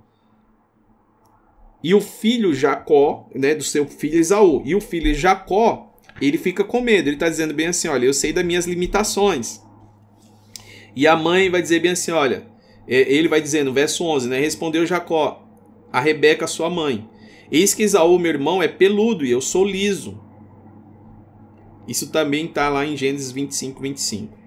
E o filho Jacó, né, do seu filho Esaú, e o filho Jacó, ele fica com medo. Ele está dizendo bem assim, olha, eu sei das minhas limitações. E a mãe vai dizer bem assim, olha, ele vai dizer no verso onze, né, respondeu Jacó a Rebeca, sua mãe, eis que Esaú, meu irmão, é peludo e eu sou liso. Isso também está lá em Gênesis vinte e cinco, vinte e cinco.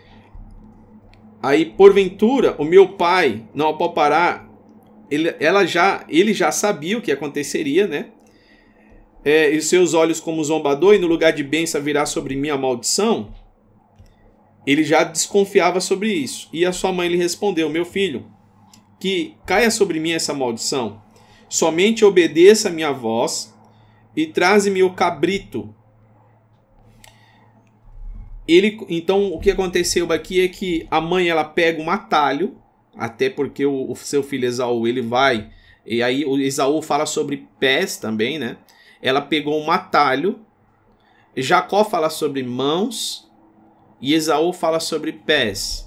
Aí, porventura, o meu pai não apalpará. Ele, ela já, ele já sabia o que aconteceria, né? É, e seus olhos como zombador, e no lugar de bênção virá sobre mim a maldição. Ele já desconfiava sobre isso. E a sua mãe lhe respondeu, meu filho, que caia sobre mim essa maldição. Somente obedeça a minha voz e traze-me o cabrito. Ele, então, o que aconteceu aqui é que a mãe ela pega um atalho, até porque o, o seu filho Esaú ele vai, e aí o Esaú fala sobre pés também, né? Ela pegou um atalho, Jacó fala sobre mãos e Esaú fala sobre pés.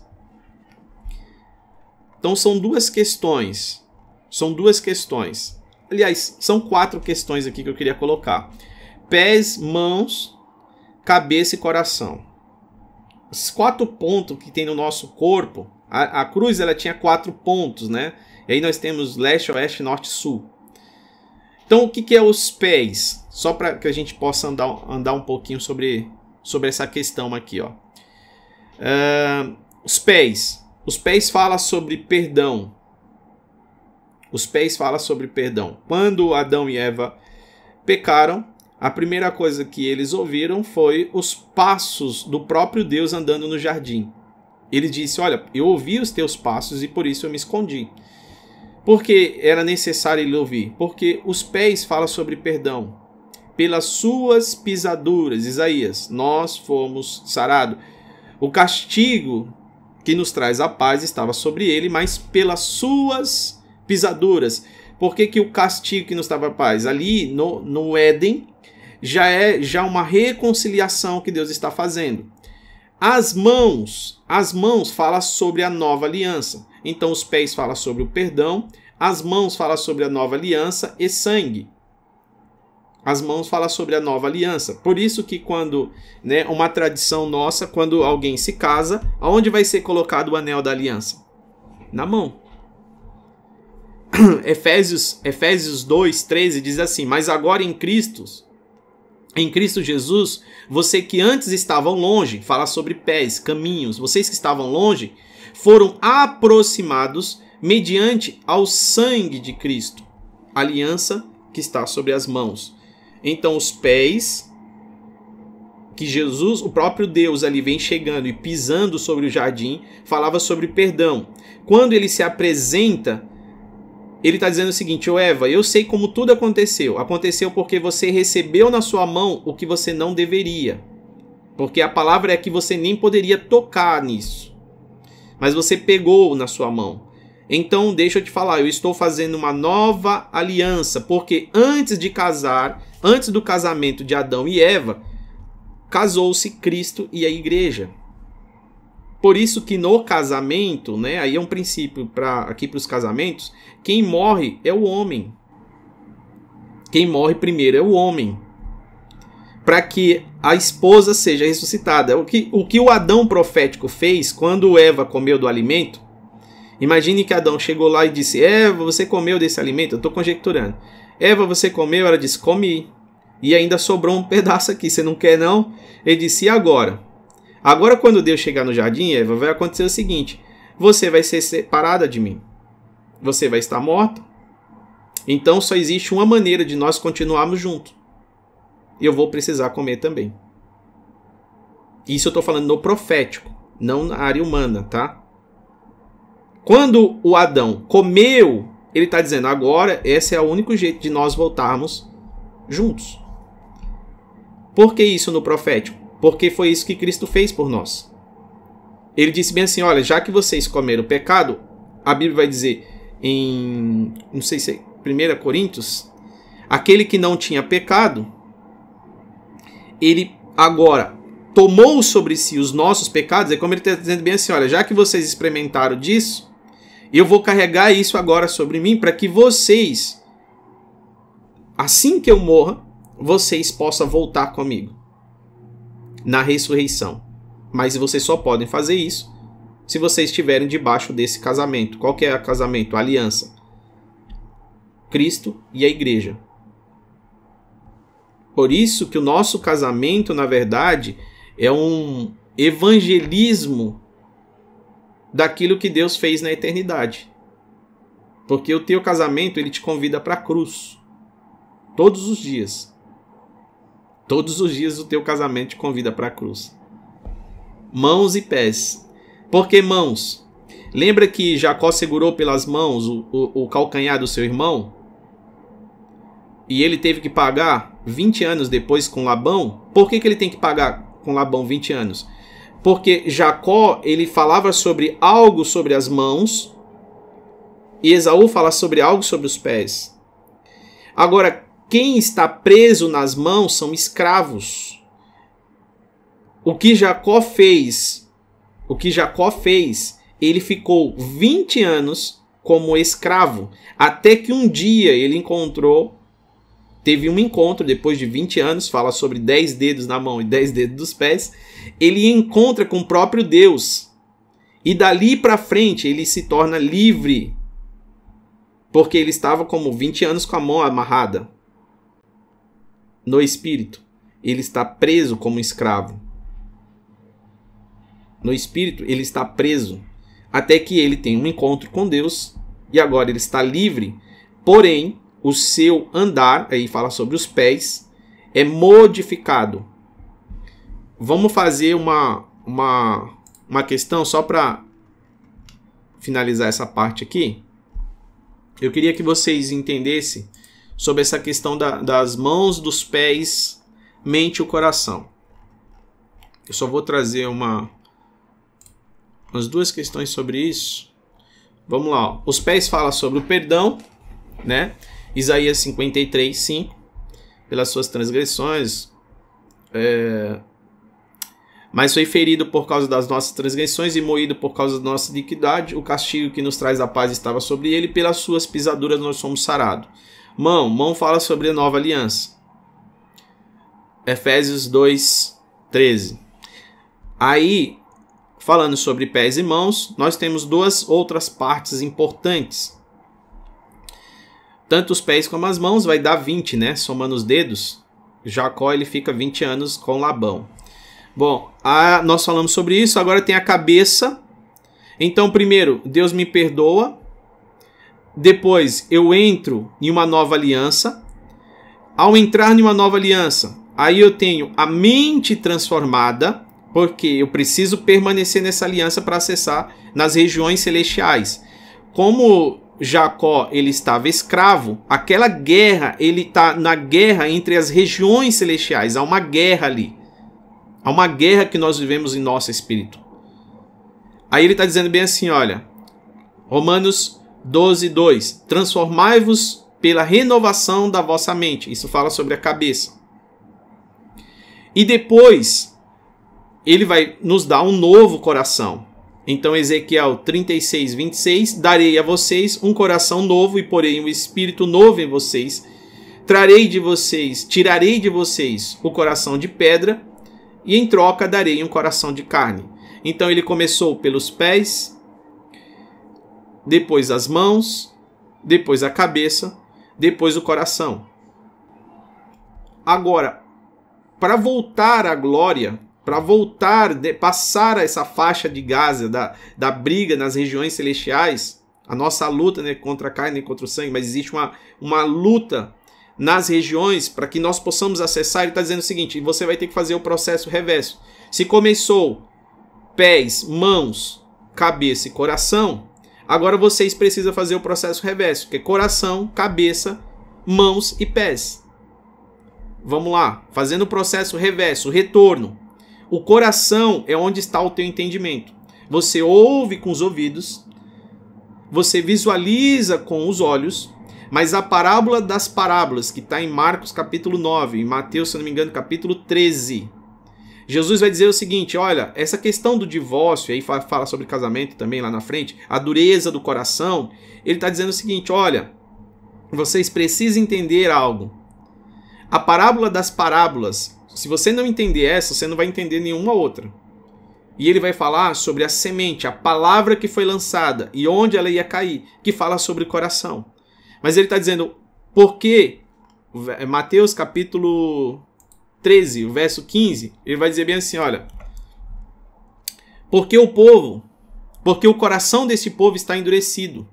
Então são duas questões, são duas questões. Aliás, são quatro questões aqui que eu queria colocar: pés, mãos, cabeça e coração. Esses quatro pontos que tem no nosso corpo, a, a cruz ela tinha quatro pontos, né? E aí nós temos leste, oeste, norte e sul. Então o que, que é os pés? Só para que a gente possa andar, andar um pouquinho sobre, sobre essa questão aqui, ó. Uh, os pés. Os pés falam sobre perdão. Os pés falam sobre perdão. Quando Adão e Eva pecaram, a primeira coisa que eles ouviram foi os passos do próprio Deus andando no jardim. Ele disse, olha, eu ouvi os teus passos e por isso eu me escondi. Por que era necessário ele ouvir? Porque os pés falam sobre perdão. Pelas suas pisaduras, Isaías, nós fomos sarados. O castigo que nos traz a paz estava sobre ele, mas pelas suas pisaduras. Por que, que o castigo que nos traz a paz? Ali no, no Éden, já é já uma reconciliação que Deus está fazendo. As mãos, as mãos falam sobre a nova aliança. Então os pés falam sobre o perdão, as mãos falam sobre a nova aliança e sangue. As mãos falam sobre a nova aliança. Por isso que quando, né, uma tradição nossa, quando alguém se casa, aonde vai ser colocado o anel da aliança? Na mão. Efésios, Efésios dois, treze diz assim, mas agora em Cristo, em Cristo Jesus, você que antes estavam longe, fala sobre pés, caminhos, vocês que estavam longe, foram aproximados mediante ao sangue de Cristo, aliança que está sobre as mãos. Então os pés, que Jesus, o próprio Deus ali vem chegando e pisando sobre o jardim, falava sobre perdão. Quando ele se apresenta, ele está dizendo o seguinte, ô Eva, eu sei como tudo aconteceu. Aconteceu porque você recebeu na sua mão o que você não deveria. Porque a palavra é que você nem poderia tocar nisso. Mas você pegou na sua mão. Então, deixa eu te falar, eu estou fazendo uma nova aliança. Porque antes de casar, antes do casamento de Adão e Eva, casou-se Cristo e a igreja. Por isso que no casamento, né, aí é um princípio pra, aqui para os casamentos, quem morre é o homem. Quem morre primeiro é o homem. Para que a esposa seja ressuscitada. O que, o que o Adão profético fez quando Eva comeu do alimento? Imagine que Adão chegou lá e disse, Eva, você comeu desse alimento? Eu estou conjecturando. Eva, você comeu? Ela disse, comi. E ainda sobrou um pedaço aqui, você não quer não? Ele disse, e agora? Agora quando Deus chegar no jardim, Eva, vai acontecer o seguinte, você vai ser separada de mim. Você vai estar morta. Então só existe uma maneira de nós continuarmos juntos. Eu vou precisar comer também. Isso eu estou falando no profético, não na área humana, tá? Quando o Adão comeu, ele está dizendo, agora esse é o único jeito de nós voltarmos juntos. Por que isso no profético? porque foi isso que Cristo fez por nós. Ele disse bem assim, olha, já que vocês comeram o pecado, a Bíblia vai dizer em, não sei se é primeira Coríntios, aquele que não tinha pecado, ele agora tomou sobre si os nossos pecados, é como ele está dizendo bem assim, olha, já que vocês experimentaram disso, eu vou carregar isso agora sobre mim para que vocês, assim que eu morra, vocês possam voltar comigo na ressurreição. Mas vocês só podem fazer isso se vocês estiverem debaixo desse casamento. Qual que é o casamento? A aliança. Cristo e a igreja. Por isso que o nosso casamento, na verdade, é um evangelismo daquilo que Deus fez na eternidade. Porque o teu casamento, ele te convida para a cruz. Todos os dias. Todos os dias o teu casamento te convida para a cruz. Mãos e pés. Por que mãos? Lembra que Jacó segurou pelas mãos o, o, o calcanhar do seu irmão? E ele teve que pagar vinte anos depois com Labão? Por que, que ele tem que pagar com Labão vinte anos? Porque Jacó, ele falava sobre algo sobre as mãos e Esaú fala sobre algo sobre os pés. Agora, quem está preso nas mãos são escravos. O que Jacó fez, o que Jacó fez, ele ficou vinte anos como escravo, até que um dia ele encontrou, teve um encontro depois de vinte anos, fala sobre dez dedos na mão e dez dedos dos pés, ele encontra com o próprio Deus. E dali para frente ele se torna livre, porque ele estava como vinte anos com a mão amarrada no espírito. Ele está preso como escravo. No espírito, ele está preso, até que ele tem um encontro com Deus, e agora ele está livre, porém, o seu andar, aí fala sobre os pés, é modificado. Vamos fazer uma, uma, uma questão só para finalizar essa parte aqui. Eu queria que vocês entendessem sobre essa questão da, das mãos, dos pés, mente e o coração. Eu só vou trazer uma... umas duas questões sobre isso. Vamos lá. Ó. Os pés falam sobre o perdão, né? Isaías cinquenta e três, cinco. Pelas suas transgressões. É... Mas foi ferido por causa das nossas transgressões e moído por causa da nossa iniquidade. O castigo que nos traz a paz estava sobre ele. Pelas suas pisaduras nós somos sarados. Mão. Mão fala sobre a nova aliança. Efésios dois, treze. Aí... falando sobre pés e mãos, nós temos duas outras partes importantes. Tanto os pés como as mãos vai dar vinte, né? Somando os dedos. Jacó ele fica vinte anos com Labão. Bom, a, nós falamos sobre isso, agora tem a cabeça. Então, primeiro, Deus me perdoa. Depois, eu entro em uma nova aliança. Ao entrar em uma nova aliança, aí eu tenho a mente transformada, porque eu preciso permanecer nessa aliança para acessar nas regiões celestiais. Como Jacó ele estava escravo, aquela guerra, ele está na guerra entre as regiões celestiais. Há uma guerra ali. Há uma guerra que nós vivemos em nosso espírito. Aí ele está dizendo bem assim, olha, Romanos doze, dois. Transformai-vos pela renovação da vossa mente. Isso fala sobre a cabeça. E depois... ele vai nos dar um novo coração. Então, Ezequiel trinta e seis, vinte e seis, darei a vocês um coração novo e porei um espírito novo em vocês. Trarei de vocês, tirarei de vocês o coração de pedra e em troca darei um coração de carne. Então, ele começou pelos pés, depois as mãos, depois a cabeça, depois o coração. Agora, para voltar à glória... para voltar, de, passar essa faixa de Gaza, da, da briga nas regiões celestiais, a nossa luta, né, contra a carne e contra o sangue, mas existe uma, uma luta nas regiões para que nós possamos acessar. Ele está dizendo o seguinte, você vai ter que fazer o processo reverso. Se começou pés, mãos, cabeça e coração, agora vocês precisam fazer o processo reverso, que é coração, cabeça, mãos e pés. Vamos lá, fazendo o processo reverso, retorno. O coração é onde está o teu entendimento. Você ouve com os ouvidos, você visualiza com os olhos, mas a parábola das parábolas, que está em Marcos capítulo nove, em Mateus, se não me engano, capítulo treze, Jesus vai dizer o seguinte, olha, essa questão do divórcio, aí fala sobre casamento também lá na frente, a dureza do coração, ele está dizendo o seguinte, olha, vocês precisam entender algo. A parábola das parábolas, se você não entender essa, você não vai entender nenhuma outra. E ele vai falar sobre a semente, a palavra que foi lançada e onde ela ia cair, que fala sobre o coração. Mas ele está dizendo, por quê? Mateus capítulo treze, o verso quinze, ele vai dizer bem assim, olha, porque o povo, porque o coração desse povo está endurecido,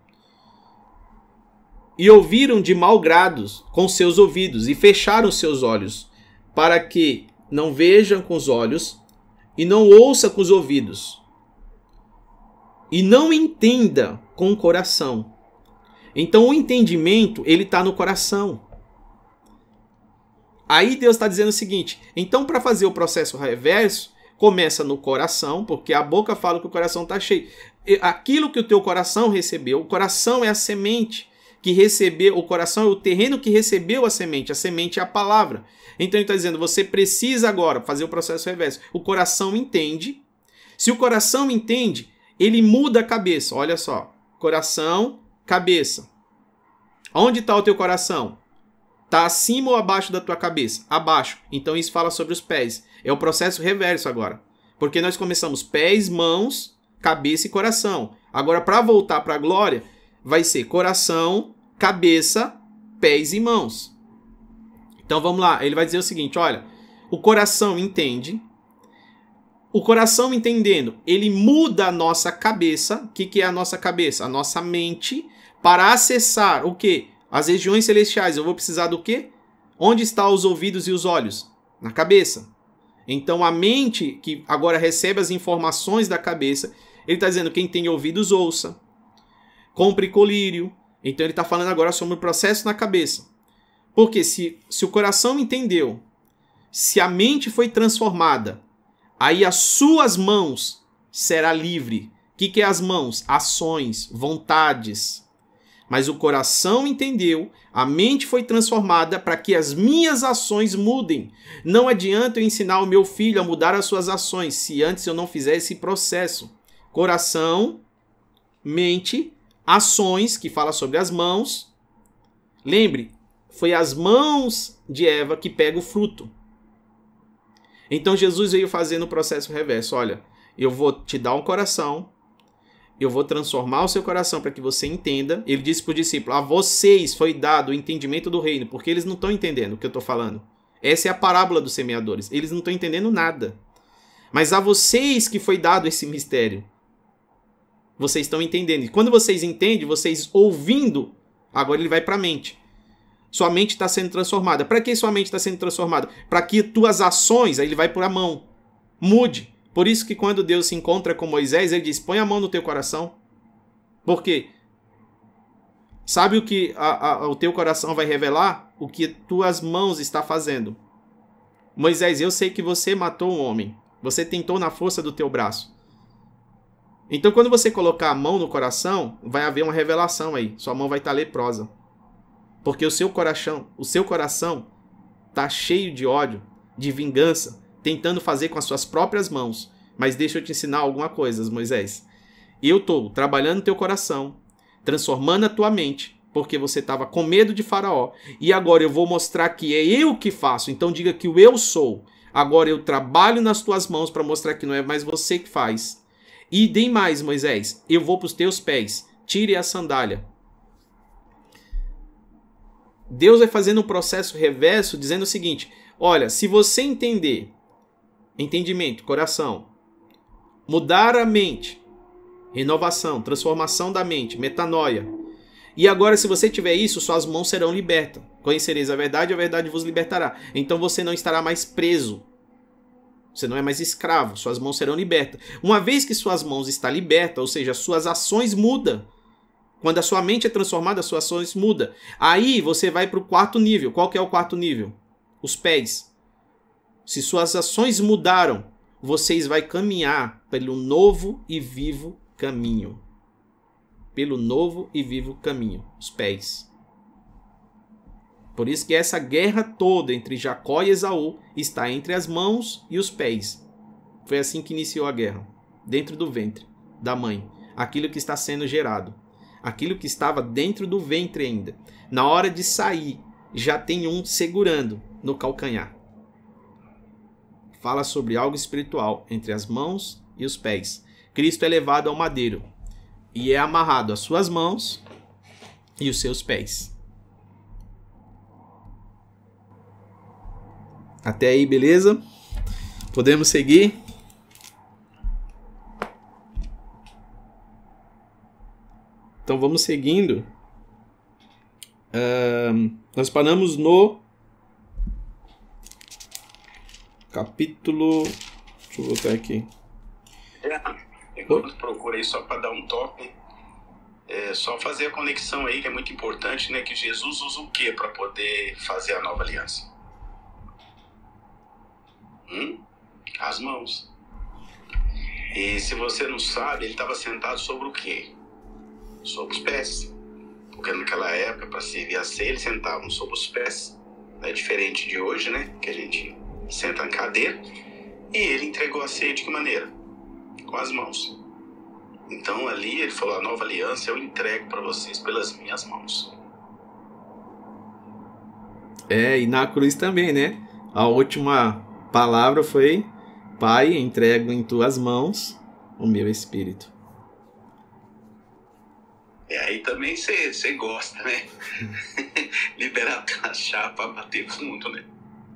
e ouviram de mau grado com seus ouvidos, e fecharam seus olhos, para que não vejam com os olhos, e não ouça com os ouvidos, e não entenda com o coração. Então o entendimento, ele está no coração. Aí Deus está dizendo o seguinte, então para fazer o processo reverso, começa no coração, porque a boca fala que o coração está cheio. Aquilo que o teu coração recebeu, o coração é a semente que recebeu, o coração é o terreno que recebeu a semente, a semente é a palavra. Então ele está dizendo, você precisa agora fazer o processo reverso. O coração entende, se o coração entende, ele muda a cabeça, olha só, coração, cabeça. Onde está o teu coração? Está acima ou abaixo da tua cabeça? Abaixo. Então isso fala sobre os pés. É o processo reverso agora. Porque nós começamos pés, mãos, cabeça e coração. Agora para voltar para a glória, vai ser coração, cabeça, pés e mãos. Então vamos lá. Ele vai dizer o seguinte, olha, o coração entende. O coração entendendo, ele muda a nossa cabeça. O que, que é a nossa cabeça? A nossa mente para acessar o quê? As regiões celestiais. Eu vou precisar do quê? Onde estão os ouvidos e os olhos? Na cabeça. Então a mente, que agora recebe as informações da cabeça, ele está dizendo, quem tem ouvidos ouça. Compre colírio. Então ele está falando agora sobre o processo na cabeça. Porque se, se o coração entendeu, se a mente foi transformada, aí as suas mãos será livre. O que, que é as mãos? Ações, vontades. Mas o coração entendeu, a mente foi transformada para que as minhas ações mudem. Não adianta eu ensinar o meu filho a mudar as suas ações, se antes eu não fizer esse processo. Coração, mente, ações, que fala sobre as mãos. Lembre, foi as mãos de Eva que pegam o fruto. Então Jesus veio fazendo o processo reverso. Olha, eu vou te dar um coração, eu vou transformar o seu coração para que você entenda. Ele disse para o discípulo, a vocês foi dado o entendimento do reino, porque eles não estão entendendo o que eu estou falando. Essa é a parábola dos semeadores. Eles não estão entendendo nada. Mas a vocês que foi dado esse mistério. Vocês estão entendendo. E quando vocês entendem, vocês ouvindo, agora ele vai para a mente. Sua mente está sendo transformada. Para que sua mente está sendo transformada? Para que tuas ações, aí ele vai por a mão. Mude. Por isso que quando Deus se encontra com Moisés, ele diz, põe a mão no teu coração. Por quê? Sabe o que a, a, o teu coração vai revelar? O que tuas mãos estão fazendo. Moisés, eu sei que você matou um homem. Você tentou na força do teu braço. Então quando você colocar a mão no coração, vai haver uma revelação aí. Sua mão vai estar leprosa. Porque o seu coração, o seu coração está cheio de ódio, de vingança, tentando fazer com as suas próprias mãos. Mas deixa eu te ensinar alguma coisa, Moisés. Eu estou trabalhando no teu coração, transformando a tua mente, porque você estava com medo de Faraó. E agora eu vou mostrar que é eu que faço. Então diga que o eu sou. Agora eu trabalho nas tuas mãos para mostrar que não é mais você que faz. E dem mais, Moisés. Eu vou para os teus pés. Tire a sandália. Deus vai fazendo um processo reverso dizendo o seguinte. Olha, se você entender, entendimento, coração, mudar a mente, renovação, transformação da mente, metanoia. E agora, se você tiver isso, suas mãos serão libertas. Conhecereis a verdade, a verdade vos libertará. Então você não estará mais preso. Você não é mais escravo, suas mãos serão libertas. Uma vez que suas mãos estão libertas, ou seja, suas ações mudam. Quando a sua mente é transformada, suas ações mudam. Aí você vai para o quarto nível. Qual que é o quarto nível? Os pés. Se suas ações mudaram, vocês vão caminhar pelo novo e vivo caminho. Pelo novo e vivo caminho, os pés. Por isso que essa guerra toda entre Jacó e Esaú está entre as mãos e os pés. Foi assim que iniciou a guerra, dentro do ventre da mãe. Aquilo que está sendo gerado. Aquilo que estava dentro do ventre ainda. Na hora de sair, já tem um segurando no calcanhar. Fala sobre algo espiritual entre as mãos e os pés. Cristo é levado ao madeiro e é amarrado às suas mãos e os seus pés. Até aí, beleza? Podemos seguir? Então vamos seguindo. Uh, nós paramos no capítulo. Deixa eu voltar aqui. É, enquanto procura aí, só para dar um toque, é só fazer a conexão aí, que é muito importante, né? Que Jesus usa o que para poder fazer a nova aliança? Hum? As mãos. E se você não sabe, ele estava sentado sobre o quê? Sobre os pés. Porque naquela época, para servir a ceia, eles sentavam sobre os pés. É diferente de hoje, né? Que a gente senta na cadeira. E ele entregou a ceia de que maneira? Com as mãos. Então ali ele falou, a nova aliança eu entrego para vocês pelas minhas mãos. É, e na cruz também, né? A última palavra foi, Pai, entrego em tuas mãos o meu espírito. E aí também você gosta, né? Liberar a chapa, bater fundo, né?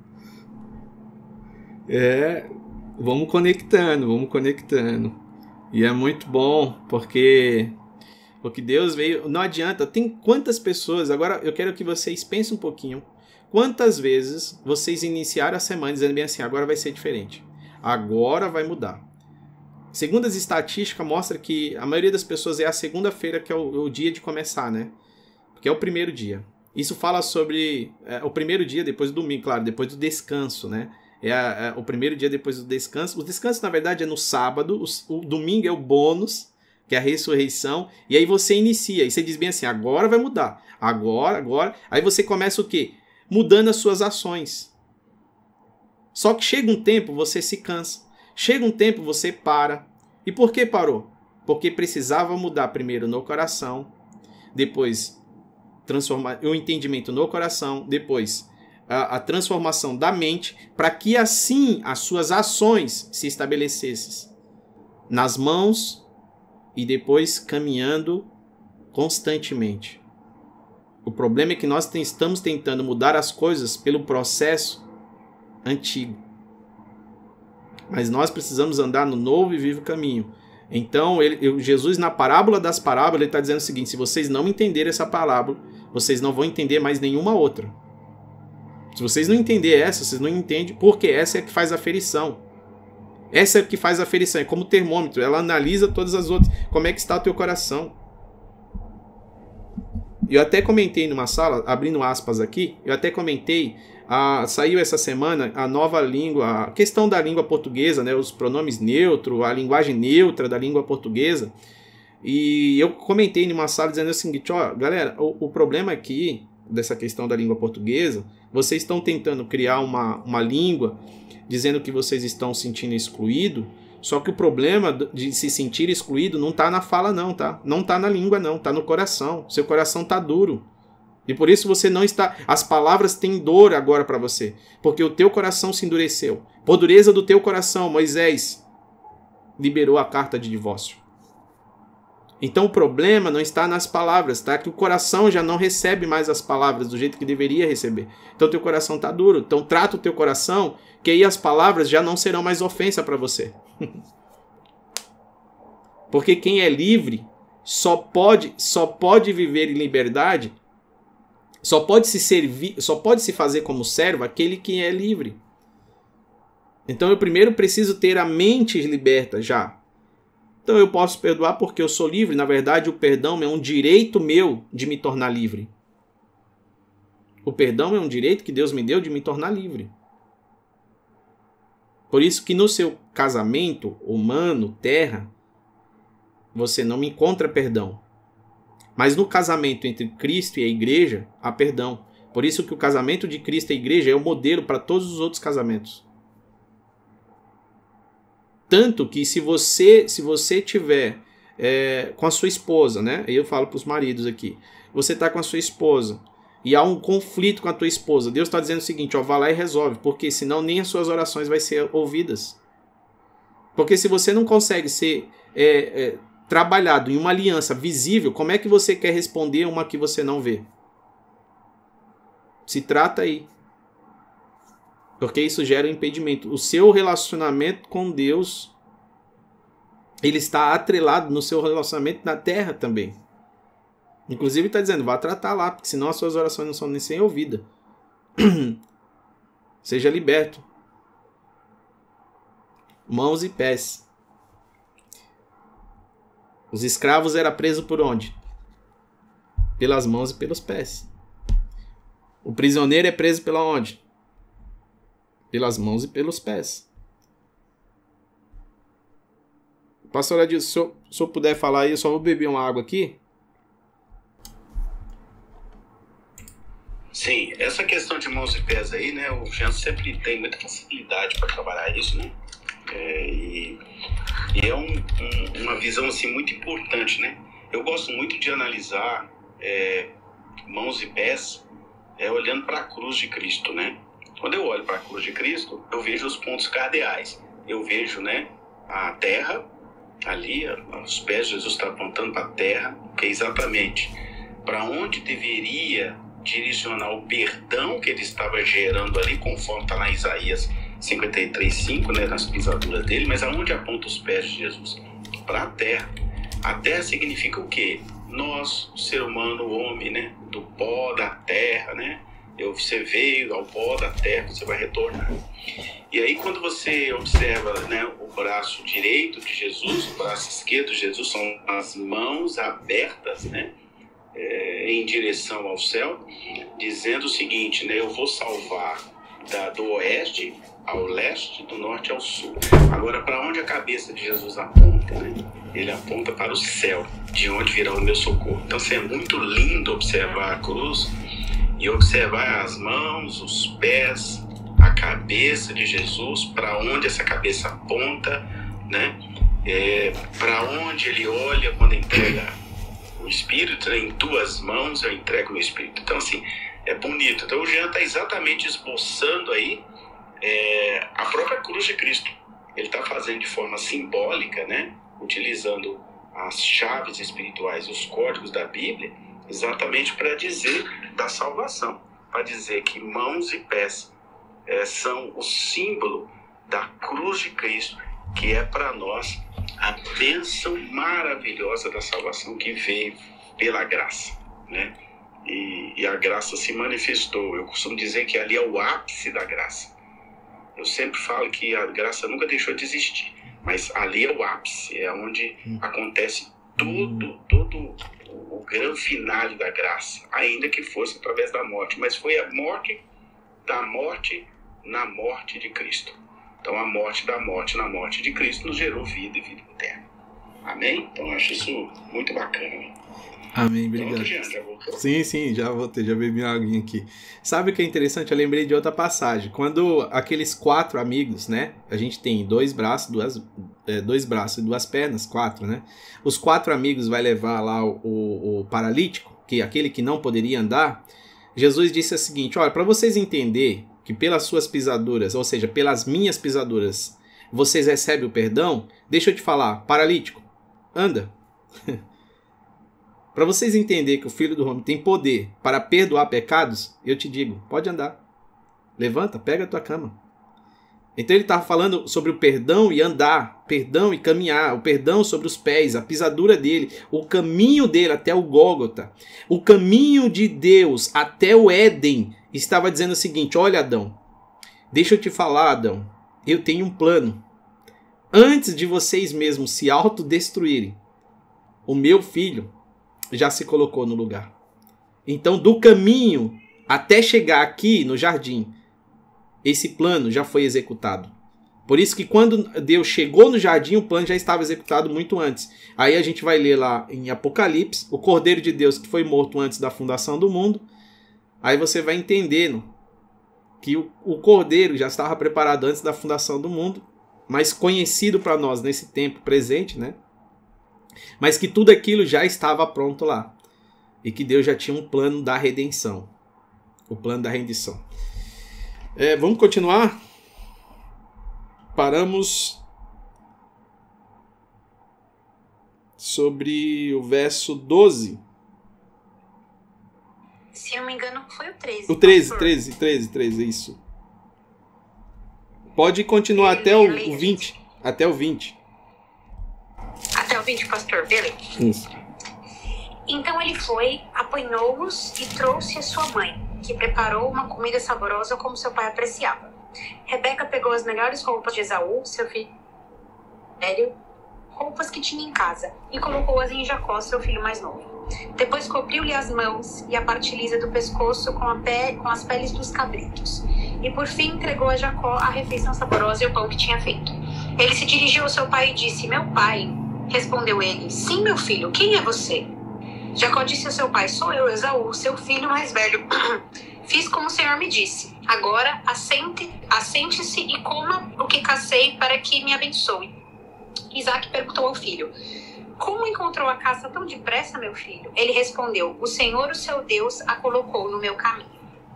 É, vamos conectando, vamos conectando. E é muito bom, porque porque Deus veio, não adianta, tem quantas pessoas, agora eu quero que vocês pensem um pouquinho, quantas vezes vocês iniciaram a semana dizendo bem assim, agora vai ser diferente, agora vai mudar. Segundo as estatísticas, mostra que a maioria das pessoas é a segunda-feira que é o, o dia de começar, né? Porque é o primeiro dia. Isso fala sobre é, o primeiro dia depois do domingo, claro, depois do descanso, né? É, a, é o primeiro dia depois do descanso. O descanso, na verdade, é no sábado. O, o domingo é o bônus, que é a ressurreição. E aí você inicia. E você diz bem assim, agora vai mudar. Agora, agora. Aí você começa o quê? Mudando as suas ações. Só que chega um tempo, você se cansa. Chega um tempo, você para. E por que parou? Porque precisava mudar primeiro no coração. Depois, transformar o entendimento no coração. Depois, a, a transformação da mente, para que assim as suas ações se estabelecessem nas mãos e depois caminhando constantemente. O problema é que nós tem, estamos tentando mudar as coisas pelo processo antigo. Mas nós precisamos andar no novo e vivo caminho. Então, ele, Jesus, na parábola das parábolas, ele está dizendo o seguinte, se vocês não entenderem essa parábola, vocês não vão entender mais nenhuma outra. Se vocês não entenderem essa, vocês não entendem, porque essa é a que faz a aferição. Essa é a que faz a aferição, é como termômetro, ela analisa todas as outras. Como é que está o teu coração? Eu até comentei numa sala, abrindo aspas aqui, eu até comentei, ah, saiu essa semana a nova língua, a questão da língua portuguesa, né, os pronomes neutros, a linguagem neutra da língua portuguesa. E eu comentei numa sala dizendo o seguinte, ó, galera, o, o problema aqui dessa questão da língua portuguesa, vocês estão tentando criar uma, uma língua dizendo que vocês estão se sentindo excluídos, só que o problema de se sentir excluído não está na fala não, tá? Não está na língua não, está no coração. Seu coração está duro. E por isso você não está... As palavras têm dor agora para você, porque o teu coração se endureceu. Por dureza do teu coração, Moisés liberou a carta de divórcio. Então o problema não está nas palavras, tá? Que o coração já não recebe mais as palavras do jeito que deveria receber. Então o teu coração está duro. Então trata o teu coração, que aí as palavras já não serão mais ofensa para você. Porque quem é livre só pode, só pode viver em liberdade, só pode se servir, só pode se fazer como servo aquele que é livre. Então eu primeiro preciso ter a mente liberta já. Então eu posso perdoar porque eu sou livre. Na verdade, o perdão é um direito meu de me tornar livre. O perdão é um direito que Deus me deu de me tornar livre. Por isso que no seu casamento humano, terra, você não encontra perdão. Mas no casamento entre Cristo e a igreja, há perdão. Por isso que o casamento de Cristo e a igreja é o modelo para todos os outros casamentos. Tanto que se você, se você tiver é, com a sua esposa, né? Eu falo para os maridos aqui. Você está com a sua esposa e há um conflito com a tua esposa. Deus está dizendo o seguinte, ó, vai lá e resolve. Porque senão nem as suas orações vão ser ouvidas. Porque se você não consegue ser é, é, trabalhado em uma aliança visível, como é que você quer responder uma que você não vê? Se trata aí. Porque isso gera um impedimento. O seu relacionamento com Deus, ele está atrelado no seu relacionamento na terra também. Inclusive está dizendo, vá tratar lá, porque senão as suas orações não são nem sem ouvida. Seja liberto. Mãos e pés. Os escravos eram presos por onde? Pelas mãos e pelos pés. O prisioneiro é preso pela onde? Pelas mãos e pelos pés. Pastor Adilson, se eu, se eu puder falar aí, eu só vou beber uma água aqui. Sim, essa questão de mãos e pés aí, né? O Jean sempre tem muita facilidade para trabalhar isso, né? É, e, e é um, um, uma visão assim muito importante, né? Eu gosto muito de analisar é, mãos e pés é, olhando para a cruz de Cristo, né? Quando eu olho para a cruz de Cristo, eu vejo os pontos cardeais. Eu vejo, né, a terra ali, os pés de Jesus estão apontando para a terra, que é exatamente para onde deveria direcionar o perdão que ele estava gerando ali, conforme está na Isaías cinquenta e três, cinco, né, nas pisaduras dele, mas aonde aponta os pés de Jesus? Para a terra. A terra significa o quê? Nós, o ser humano, o homem, né, do pó da terra, né? Eu, você veio ao pó da terra, você vai retornar. E aí quando você observa, né, o braço direito de Jesus, o braço esquerdo de Jesus, são as mãos abertas, né, é, em direção ao céu, dizendo o seguinte, né, eu vou salvar da, do oeste ao leste, do norte ao sul. Agora, para onde a cabeça de Jesus aponta, né? Ele aponta para o céu, de onde virá o meu socorro. Então, assim, é muito lindo observar a cruz e observar as mãos, os pés, a cabeça de Jesus, para onde essa cabeça aponta, né? É, para onde ele olha quando entrega o Espírito, né? Em tuas mãos eu entrego o Espírito. Então, assim, é bonito. Então, o Jean está exatamente esboçando aí é, a própria cruz de Cristo. Ele está fazendo de forma simbólica, né? Utilizando as chaves espirituais, os códigos da Bíblia, exatamente para dizer da salvação, para dizer que mãos e pés é, são o símbolo da cruz de Cristo, que é para nós a bênção maravilhosa da salvação que veio pela graça, né? E, e a graça se manifestou. Eu costumo dizer que ali é o ápice da graça. Eu sempre falo que a graça nunca deixou de existir, mas ali é o ápice, é onde acontece tudo, todo o grande finale da graça, ainda que fosse através da morte, mas foi a morte da morte na morte de Cristo. Então a morte da morte na morte de Cristo nos gerou vida e vida eterna. Amém? Então eu acho isso muito bacana. Amém, obrigado. Jean, já voltou? Sim, sim, já voltei, já bebi uma aguinha aqui. Sabe o que é interessante? Eu lembrei de outra passagem. Quando aqueles quatro amigos, né? A gente tem dois braços, duas, é, dois braços e duas pernas, quatro, né? Os quatro amigos vai levar lá o, o, o paralítico, que é aquele que não poderia andar. Jesus disse o seguinte, olha, para vocês entenderem que pelas suas pisaduras, ou seja, pelas minhas pisaduras, vocês recebem o perdão, deixa eu te falar, paralítico, anda. Para vocês entenderem que o Filho do Homem tem poder para perdoar pecados, eu te digo, pode andar. Levanta, pega a tua cama. Então ele estava falando sobre o perdão e andar, perdão e caminhar, o perdão sobre os pés, a pisadura dele, o caminho dele até o Gólgota, o caminho de Deus até o Éden. Estava dizendo o seguinte, olha Adão, deixa eu te falar Adão, eu tenho um plano. Antes de vocês mesmos se autodestruírem, o meu filho já se colocou no lugar. Então, do caminho até chegar aqui no jardim, esse plano já foi executado. Por isso que quando Deus chegou no jardim, o plano já estava executado muito antes. Aí a gente vai ler lá em Apocalipse, o Cordeiro de Deus que foi morto antes da fundação do mundo. Aí você vai entendendo que o, o Cordeiro já estava preparado antes da fundação do mundo, mas conhecido para nós nesse tempo presente, né? Mas que tudo aquilo já estava pronto lá. E que Deus já tinha um plano da redenção. O plano da rendição. É, vamos continuar? Paramos sobre o verso doze. Se não me engano, foi o treze. O treze, treze, treze, treze, isso. Pode continuar até o, o vinte. Até o vinte. Até o vinte, pastor, beleza. Isso. Então ele foi, apanhou-os e trouxe a sua mãe, que preparou uma comida saborosa como seu pai apreciava. Rebeca pegou as melhores roupas de Esaú, seu filho velho, roupas que tinha em casa, e colocou-as em Jacó, seu filho mais novo. Depois cobriu-lhe as mãos e a parte lisa do pescoço com, a pé, com as peles dos cabritos. E por fim entregou a Jacó a refeição saborosa e o pão que tinha feito. Ele se dirigiu ao seu pai e disse: meu pai. Respondeu ele: sim, meu filho, quem é você? Jacó disse ao seu pai: sou eu, Esaú, seu filho mais velho. Fiz como o Senhor me disse. Agora assente, assente-se e coma o que cacei para que me abençoe. Isaac perguntou ao filho: como encontrou a caça tão depressa, meu filho? Ele respondeu: o Senhor, o seu Deus, a colocou no meu caminho.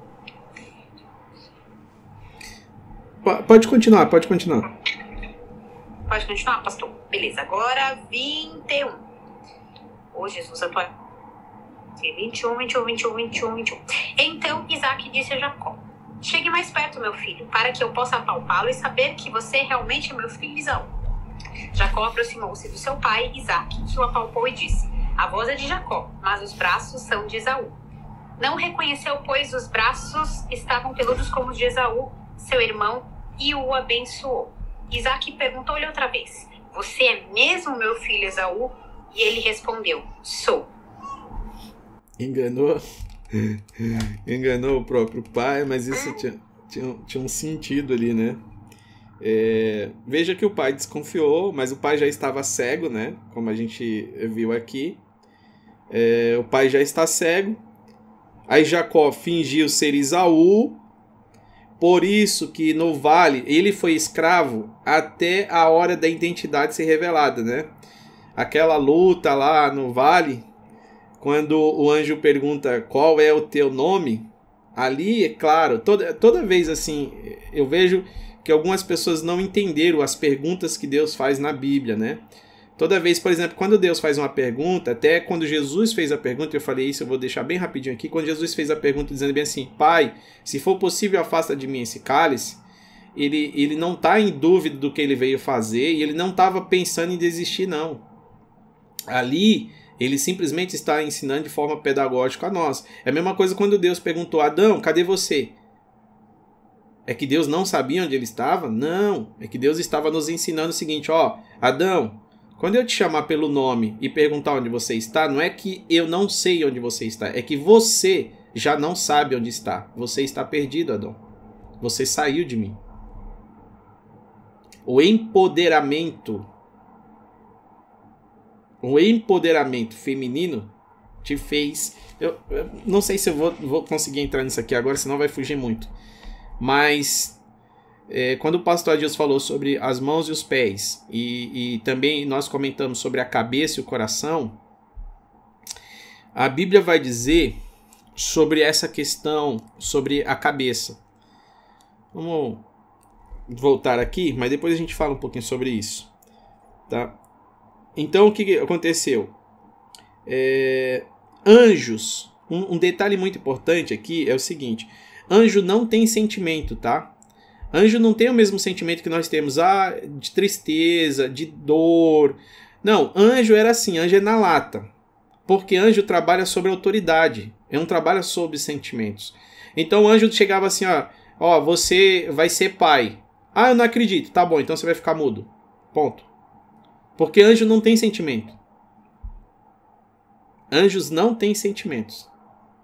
Pode continuar, pode continuar. Pode continuar, pastor? Beleza, agora vinte e um. Ô, Jesus, eu tô... vinte e um, vinte e um, vinte e um, vinte e um, vinte e um. Então Isaac disse a Jacó: chegue mais perto, meu filho, para que eu possa apalpá-lo e saber que você realmente é meu filho Esaú. Jacó aproximou-se do seu pai, Isaac, que o apalpou e disse: a voz é de Jacó, mas os braços são de Esaú. Não reconheceu, pois os braços estavam peludos como os de Esaú, seu irmão, e o abençoou. Isaac perguntou-lhe outra vez: você é mesmo meu filho Esaú? E ele respondeu: sou. Enganou, enganou o próprio pai, mas isso tinha, tinha, tinha um sentido ali, né? É, veja que o pai desconfiou, mas o pai já estava cego, né? Como a gente viu aqui. É, o pai já está cego. Aí Jacó fingiu ser Esaú. Por isso que no vale ele foi escravo até a hora da identidade ser revelada, né? Aquela luta lá no vale, quando o anjo pergunta qual é o teu nome, ali, é claro, toda, toda vez assim, eu vejo que algumas pessoas não entenderam as perguntas que Deus faz na Bíblia, né? Toda vez, por exemplo, quando Deus faz uma pergunta, até quando Jesus fez a pergunta, eu falei isso, eu vou deixar bem rapidinho aqui, quando Jesus fez a pergunta dizendo bem assim: Pai, se for possível, afasta de mim esse cálice, ele, ele não está em dúvida do que ele veio fazer e ele não estava pensando em desistir, não. Ali, ele simplesmente está ensinando de forma pedagógica a nós. É a mesma coisa quando Deus perguntou: Adão, cadê você? É que Deus não sabia onde ele estava? Não, é que Deus estava nos ensinando o seguinte: ó, Adão, quando eu te chamar pelo nome e perguntar onde você está, não é que eu não sei onde você está, é que você já não sabe onde está. Você está perdido, Adão. Você saiu de mim. O empoderamento, o empoderamento feminino te fez... Eu, eu não sei se eu vou, vou conseguir entrar nisso aqui agora, senão vai fugir muito. Mas... É, quando o pastor Adilson falou sobre as mãos e os pés, e, e também nós comentamos sobre a cabeça e o coração, a Bíblia vai dizer sobre essa questão, sobre a cabeça. Vamos voltar aqui, mas depois a gente fala um pouquinho sobre isso. Tá? Então, o que aconteceu? É, anjos, um, um detalhe muito importante aqui é o seguinte: anjo não tem sentimento, tá? Anjo não tem o mesmo sentimento que nós temos, ah, de tristeza, de dor. Não, anjo era assim, anjo é na lata. Porque anjo trabalha sobre autoridade, ele não trabalha sobre sentimentos. Então o anjo chegava assim, ó, ó, você vai ser pai. Ah, eu não acredito. Tá bom, então você vai ficar mudo. Ponto. Porque anjo não tem sentimento. Anjos não têm sentimentos.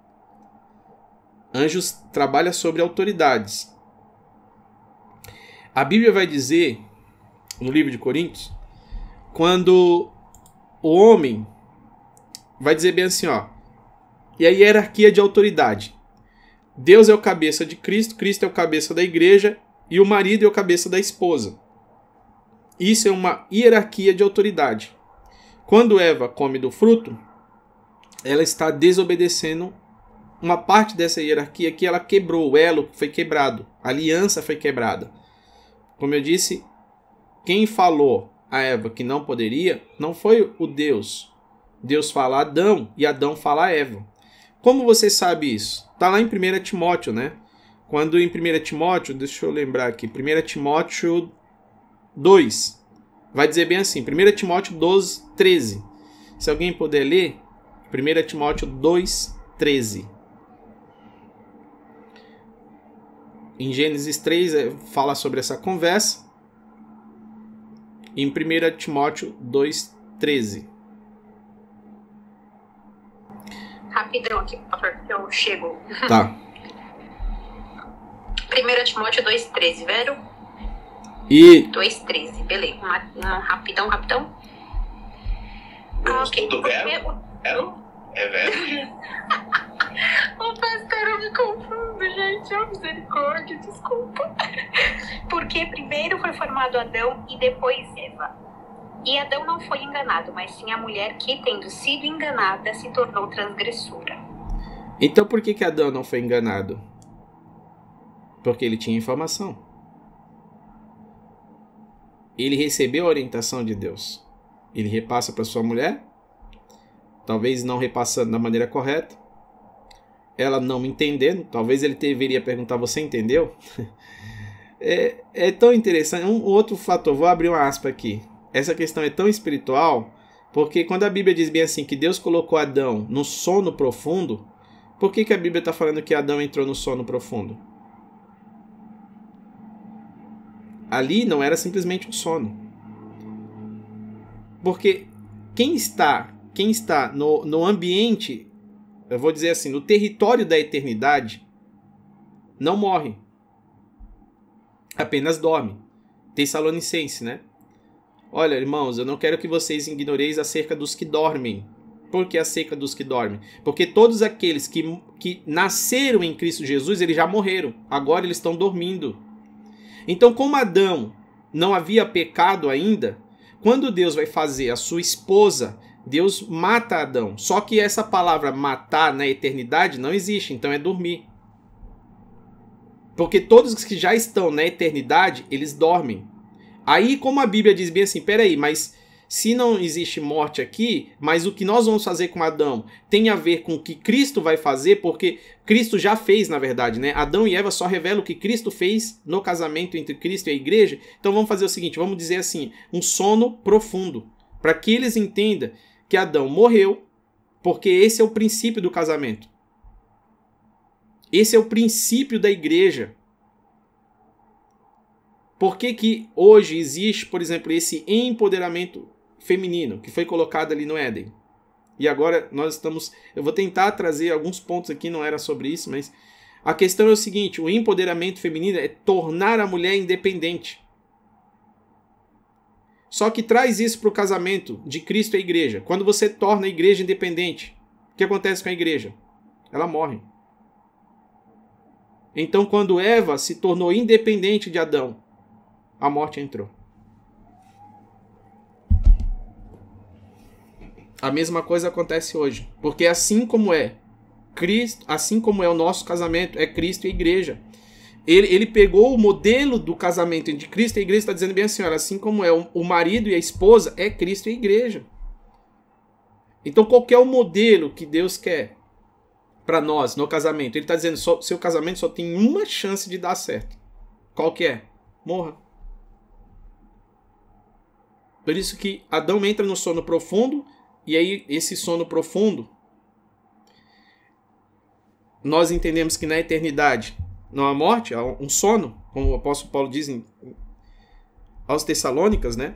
Anjos trabalham sobre autoridades. A Bíblia vai dizer, no livro de Coríntios, quando o homem vai dizer bem assim, ó, e a hierarquia de autoridade. Deus é o cabeça de Cristo, Cristo é o cabeça da igreja e o marido é o cabeça da esposa. Isso é uma hierarquia de autoridade. Quando Eva come do fruto, ela está desobedecendo uma parte dessa hierarquia que ela quebrou, o elo foi quebrado, a aliança foi quebrada. Como eu disse, quem falou a Eva que não poderia, não foi o Deus. Deus fala a Adão e Adão fala a Eva. Como você sabe isso? Está lá em primeiro Timóteo, né? Quando em primeiro Timóteo, deixa eu lembrar aqui, primeiro Timóteo dois, vai dizer bem assim, primeiro Timóteo doze, treze. Se alguém puder ler, primeiro Timóteo dois, treze. Em Gênesis três fala sobre essa conversa. Em primeiro Timóteo dois, treze. Rapidão aqui, pastor, que eu chego. Tá. primeiro Timóteo dois, treze, velho? E... dois, treze, beleza. Uma, uma, rapidão, rapidão. Ah, ok. Do verbo? É, é verbo? Ô, pastor, eu me confundo, gente. Oh, misericórdia, desculpa. Porque primeiro foi formado Adão e depois Eva. E Adão não foi enganado, mas sim a mulher que, tendo sido enganada, se tornou transgressora. Então por que que Adão não foi enganado? Porque ele tinha informação. Ele recebeu a orientação de Deus. Ele repassa para sua mulher. Talvez não repassando da maneira correta. Ela não entendendo. Talvez ele deveria perguntar, você entendeu? é, é tão interessante. Um outro fator, vou abrir uma aspa aqui. Essa questão é tão espiritual, porque quando a Bíblia diz bem assim, que Deus colocou Adão no sono profundo, por que que a Bíblia está falando que Adão entrou no sono profundo? Ali não era simplesmente um sono. Porque quem está, quem está no, no ambiente, eu vou dizer assim, no território da eternidade, não morre. Apenas dorme. Tessalonicense, né? Olha, irmãos, eu não quero que vocês ignoreis acerca dos que dormem. Por que acerca dos que dormem? Porque todos aqueles que, que nasceram em Cristo Jesus, eles já morreram. Agora eles estão dormindo. Então, como Adão não havia pecado ainda, quando Deus vai fazer a sua esposa, Deus mata Adão. Só que essa palavra matar na eternidade não existe, então é dormir. Porque todos que já estão na eternidade, eles dormem. Aí, como a Bíblia diz bem assim, peraí, mas se não existe morte aqui, mas o que nós vamos fazer com Adão tem a ver com o que Cristo vai fazer, porque Cristo já fez, na verdade, né? Adão e Eva só revelam o que Cristo fez no casamento entre Cristo e a igreja. Então vamos fazer o seguinte, vamos dizer assim, um sono profundo, para que eles entendam que Adão morreu, porque esse é o princípio do casamento. Esse é o princípio da igreja. Por que que hoje existe, por exemplo, esse empoderamento feminino que foi colocado ali no Éden? E agora nós estamos... Eu vou tentar trazer alguns pontos aqui, não era sobre isso, mas... A questão é o seguinte, o empoderamento feminino é tornar a mulher independente. Só que traz isso para o casamento de Cristo e a igreja. Quando você torna a igreja independente, o que acontece com a igreja? Ela morre. Então, quando Eva se tornou independente de Adão, a morte entrou. A mesma coisa acontece hoje. Porque assim como é Cristo, assim como é o nosso casamento, é Cristo e a igreja. Ele, ele pegou o modelo do casamento entre Cristo e a igreja, está dizendo bem assim, olha, assim como é o, o marido e a esposa, é Cristo e a igreja. Então, qual que é o modelo que Deus quer para nós no casamento? Ele está dizendo, só, seu casamento só tem uma chance de dar certo. Qual que é? Morra. Por isso que Adão entra no sono profundo, e aí esse sono profundo, nós entendemos que na eternidade não há morte, há um sono, como o apóstolo Paulo diz em, aos Tessalônicas, né?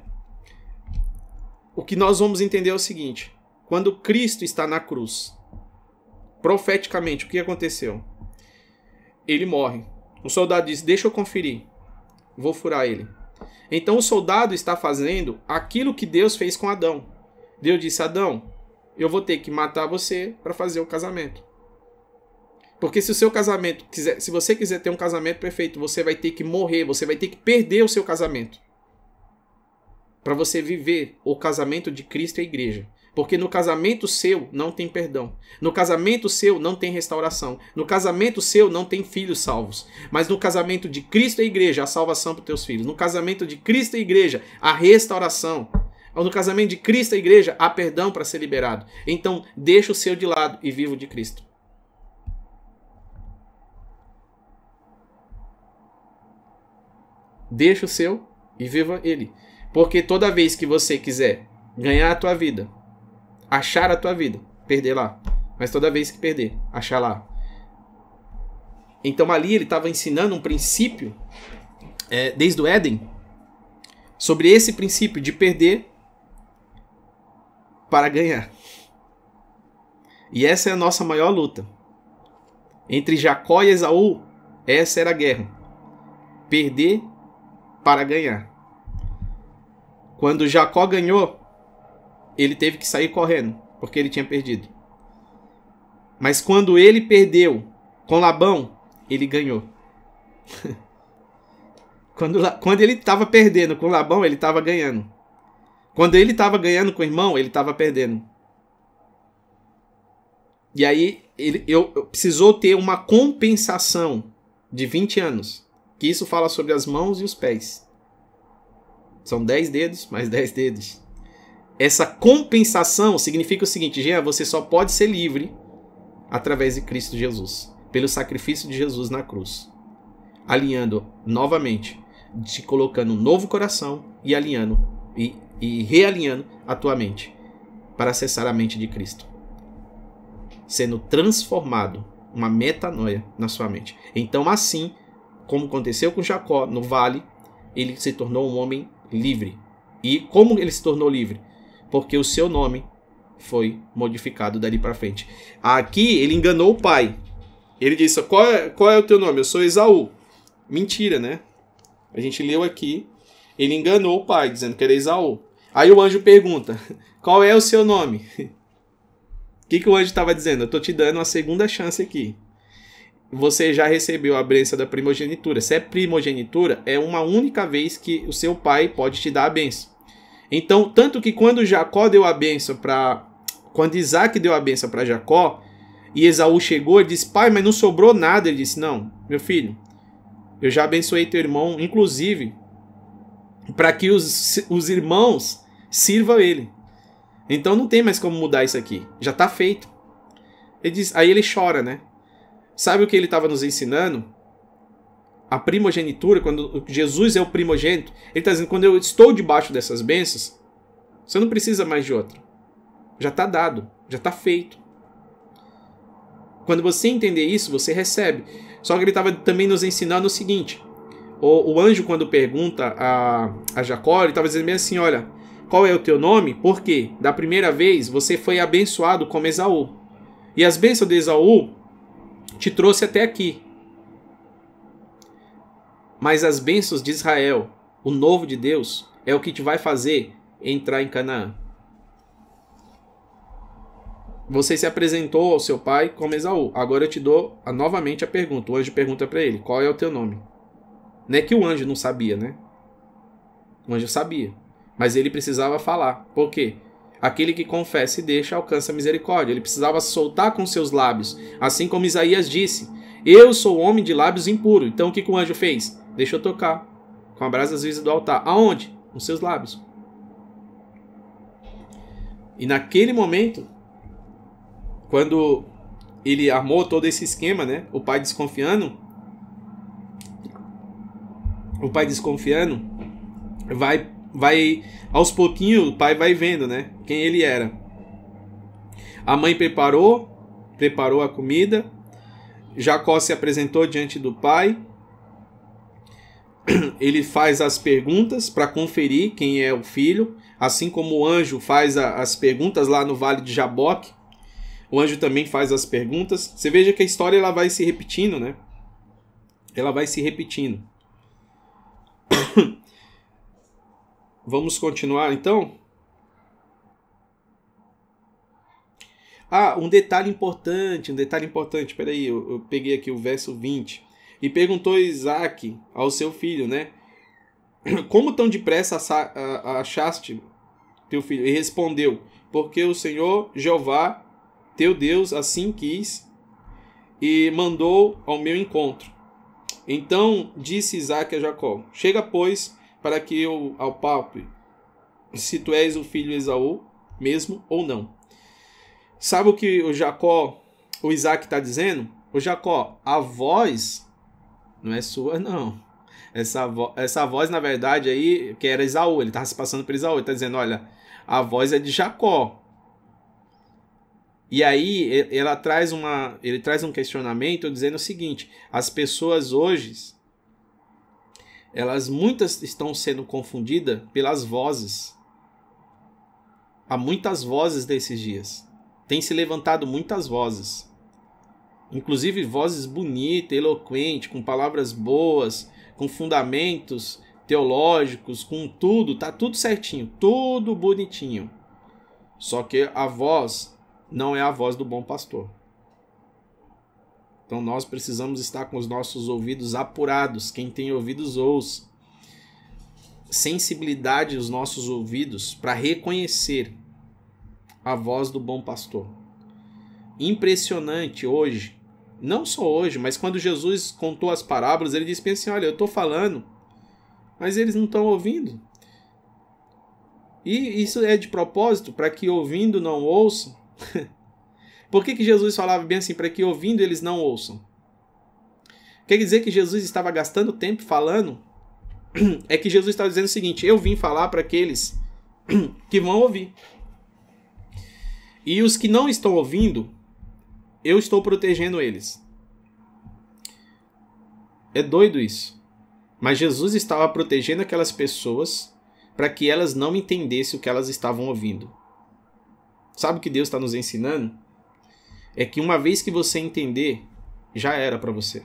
O que nós vamos entender é o seguinte, quando Cristo está na cruz, profeticamente, o que aconteceu? Ele morre. O soldado diz, deixa eu conferir. vou furar ele. Então o soldado está fazendo aquilo que Deus fez com Adão. Deus disse: Adão, eu vou ter que matar você para fazer o casamento. Porque se o seu casamento quiser, se você quiser ter um casamento perfeito, você vai ter que morrer, você vai ter que perder o seu casamento. Para você viver o casamento de Cristo e a igreja. Porque no casamento seu não tem perdão. No casamento seu não tem restauração. No casamento seu não tem filhos salvos. Mas no casamento de Cristo e a igreja, a salvação para os teus filhos. No casamento de Cristo e a igreja, a restauração. Ou no casamento de Cristo e a igreja, há perdão para ser liberado. Então, deixa o seu de lado e viva o de Cristo. Deixa o seu e viva ele. Porque toda vez que você quiser ganhar a tua vida, achar a tua vida, perder lá. Mas toda vez que perder, achar lá. Então ali ele estava ensinando um princípio, é, desde o Éden, sobre esse princípio de perder para ganhar. E essa é a nossa maior luta. Entre Jacó e Esaú, essa era a guerra. Perder para ganhar. Quando Jacó ganhou, ele teve que sair correndo, porque ele tinha perdido. Mas quando ele perdeu com Labão, ele ganhou. quando, quando ele estava perdendo com Labão, ele estava ganhando. Quando ele estava ganhando com o irmão, ele estava perdendo. E aí, ele, eu, eu precisou ter uma compensação de vinte anos. Que isso fala sobre as mãos e os pés. São dez dedos mais dez dedos. Essa compensação significa o seguinte: Jean, você só pode ser livre através de Cristo Jesus. Pelo sacrifício de Jesus na cruz. Alinhando novamente, te colocando um novo coração e alinhando e, e realinhando a tua mente para acessar a mente de Cristo. Sendo transformado, uma metanoia na sua mente. Então assim, como aconteceu com Jacó no vale, ele se tornou um homem livre. E como ele se tornou livre? Porque o seu nome foi modificado dali para frente. Aqui ele enganou o pai. Ele disse: qual é, qual é o teu nome? Eu sou Esaú. Mentira, né? A gente leu aqui. Ele enganou o pai, dizendo que era Esaú. Aí o anjo pergunta: qual é o seu nome? O que, que o anjo estava dizendo? Eu estou te dando uma segunda chance aqui. Você já recebeu a bênção da primogenitura. Se é primogenitura, é uma única vez que o seu pai pode te dar a bênção. Então, tanto que quando Jacó deu a bênção para... Quando Isaac deu a bênção para Jacó, e Esaú chegou, ele disse: pai, mas não sobrou nada. Ele disse: não, meu filho, eu já abençoei teu irmão, inclusive, para que os, os irmãos sirvam ele. Então não tem mais como mudar isso aqui. Já está feito. Ele diz, aí ele chora, né? Sabe o que ele estava nos ensinando? A primogenitura, quando Jesus é o primogênito, ele está dizendo: quando eu estou debaixo dessas bênçãos, você não precisa mais de outra. Já está dado, já está feito. Quando você entender isso, você recebe. Só que ele estava também nos ensinando o seguinte: o, o anjo, quando pergunta a, a Jacó, ele estava dizendo bem assim: olha, qual é o teu nome? Porque da primeira vez você foi abençoado como Esaú. E as bênçãos de Esaú te trouxe até aqui. Mas as bênçãos de Israel, o novo de Deus, é o que te vai fazer entrar em Canaã. Você se apresentou ao seu pai como Esaú. Agora eu te dou a, novamente a pergunta. O anjo pergunta para ele: qual é o teu nome? Não é que o anjo não sabia, né? O anjo sabia. Mas ele precisava falar. Por quê? Aquele que confessa e deixa alcança a misericórdia. Ele precisava soltar com seus lábios. Assim como Isaías disse: eu sou homem de lábios impuros. Então o que, que o anjo fez? Deixa eu tocar com a brasa visa do altar. Aonde? Nos seus lábios. E naquele momento, quando ele armou todo esse esquema, né? O pai desconfiando, o pai desconfiando, vai, vai aos pouquinhos, o pai vai vendo, né? Quem ele era. A mãe preparou, preparou a comida. Jacó se apresentou diante do pai. Ele faz as perguntas para conferir quem é o filho, assim como o anjo faz a, as perguntas lá no Vale de Jaboque. O anjo também faz as perguntas. Você veja que a história ela vai se repetindo, né? Ela vai se repetindo. Vamos continuar então? Ah, um detalhe importante, um detalhe importante. Peraí, eu, eu peguei aqui o verso vinte. E perguntou Isaac ao seu filho, né? Como tão depressa achaste teu filho? E respondeu, porque o Senhor Jeová, teu Deus, assim quis e mandou ao meu encontro. Então disse Isaac a Jacó, chega, pois, para que eu apalpe se tu és o filho de Esaú, mesmo ou não. Sabe o que o Jacó, o Isaac está dizendo? O Jacó, a voz não é sua, não. Essa, vo- essa voz, na verdade, aí, que era Esaú, ele estava se passando por Esaú, ele está dizendo, olha, a voz é de Jacó. E aí ele, ela traz uma, ele traz um questionamento dizendo o seguinte, as pessoas hoje, elas muitas estão sendo confundidas pelas vozes. Há muitas vozes desses dias. Tem se levantado muitas vozes. Inclusive vozes bonitas, eloquentes, com palavras boas, com fundamentos teológicos, com tudo, tá tudo certinho, tudo bonitinho. Só que a voz não é a voz do bom pastor. Então nós precisamos estar com os nossos ouvidos apurados. Quem tem ouvidos, ouça. Sensibilidade dos nossos ouvidos para reconhecer a voz do bom pastor. Impressionante hoje, não só hoje, mas quando Jesus contou as parábolas, ele disse assim, olha, eu estou falando, mas eles não estão ouvindo. E isso é de propósito, para que ouvindo não ouçam. Por que que Jesus falava bem assim, para que ouvindo eles não ouçam? Quer dizer que Jesus estava gastando tempo falando? É que Jesus estava dizendo o seguinte, eu vim falar para aqueles que vão ouvir. E os que não estão ouvindo, eu estou protegendo eles. É doido isso. Mas Jesus estava protegendo aquelas pessoas para que elas não entendessem o que elas estavam ouvindo. Sabe o que Deus está nos ensinando? É que uma vez que você entender, já era para você.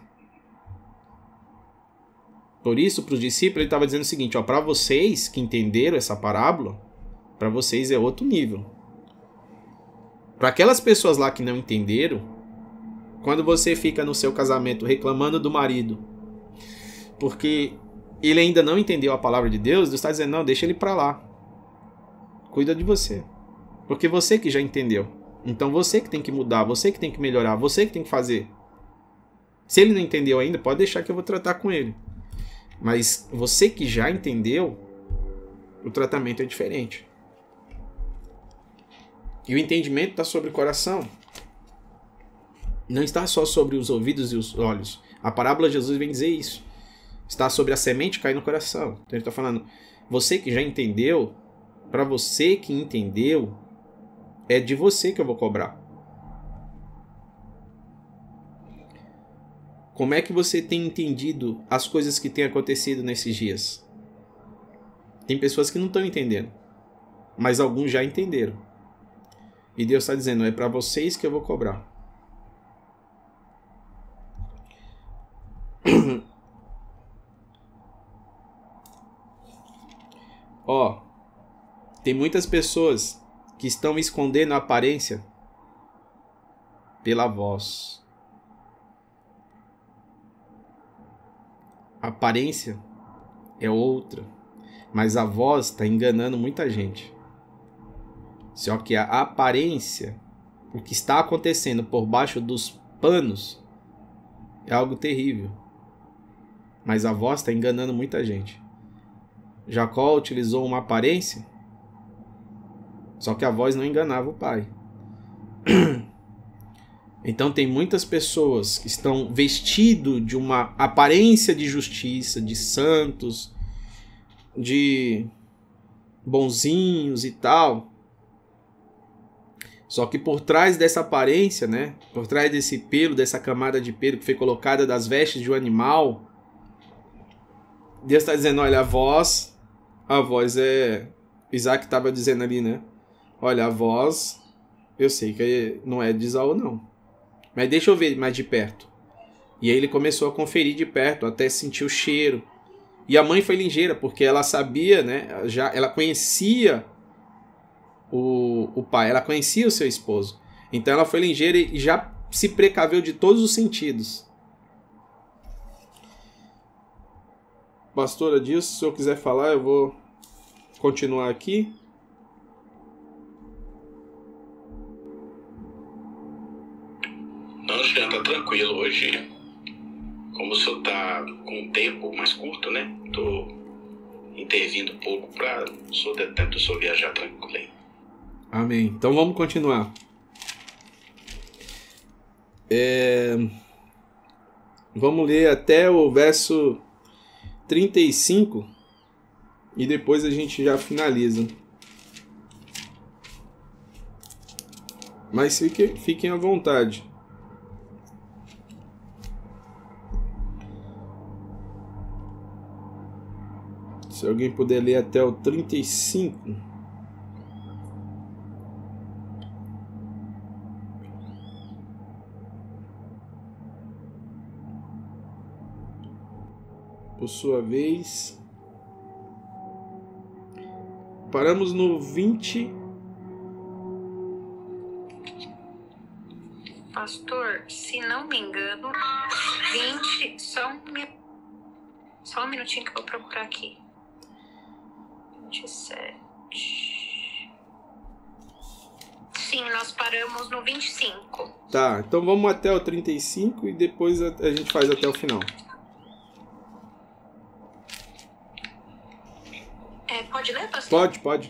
Por isso, para os discípulos, ele estava dizendo o seguinte, para vocês que entenderam essa parábola, para vocês é outro nível. Para aquelas pessoas lá que não entenderam, quando você fica no seu casamento reclamando do marido, porque ele ainda não entendeu a palavra de Deus, Deus está dizendo, não, deixa ele para lá. Cuida de você. Porque você que já entendeu. Então você que tem que mudar, você que tem que melhorar, você que tem que fazer. Se ele não entendeu ainda, pode deixar que eu vou tratar com ele. Mas você que já entendeu, o tratamento é diferente. E o entendimento está sobre o coração. Não está só sobre os ouvidos e os olhos. A parábola de Jesus vem dizer isso. Está sobre a semente cair no coração. Então ele está falando, você que já entendeu, para você que entendeu, é de você que eu vou cobrar. Como é que você tem entendido as coisas que têm acontecido nesses dias? Tem pessoas que não estão entendendo, mas alguns já entenderam. E Deus está dizendo, é para vocês que eu vou cobrar. Ó, tem muitas pessoas que estão escondendo a aparência pela voz. A aparência é outra, mas a voz está enganando muita gente. Só que a aparência, o que está acontecendo por baixo dos panos, é algo terrível. Mas a voz está enganando muita gente. Jacó utilizou uma aparência, só que a voz não enganava o pai. Então tem muitas pessoas que estão vestidos de uma aparência de justiça, de santos, de bonzinhos e tal. Só que por trás dessa aparência, né, por trás desse pelo, dessa camada de pelo que foi colocada das vestes de um animal, Deus está dizendo, olha, a voz, a voz é... Isaac estava dizendo ali, né? Olha, a voz, eu sei que não é de Esaú, não. Mas deixa eu ver mais de perto. E aí ele começou a conferir de perto, até sentir o cheiro. E a mãe foi ligeira, porque ela sabia, né? Já, ela conhecia o, o pai, ela conhecia o seu esposo. Então ela foi ligeira e já se precaveu de todos os sentidos. Pastora Dilson, se o senhor quiser falar, eu vou continuar aqui. Não, Jean, tá tranquilo hoje. Como o senhor tá com um tempo mais curto, né? Tô intervindo um pouco para o senhor ter tempo de o senhor viajar tranquilo. Amém. Então vamos continuar. É... Vamos ler até o verso trinta e cinco e depois a gente já finaliza. Mas fiquem, fiquem à vontade. Se alguém puder ler até o trinta e cinco. Por sua vez. Paramos no vinte. Pastor, se não me engano, vinte. Só um, só um minutinho que eu vou procurar aqui. vinte e sete. Sim, nós paramos no vinte e cinco. Tá, então vamos até o trinta e cinco e depois a, a gente faz até o final. É, pode ler, pastor? Pode, pode.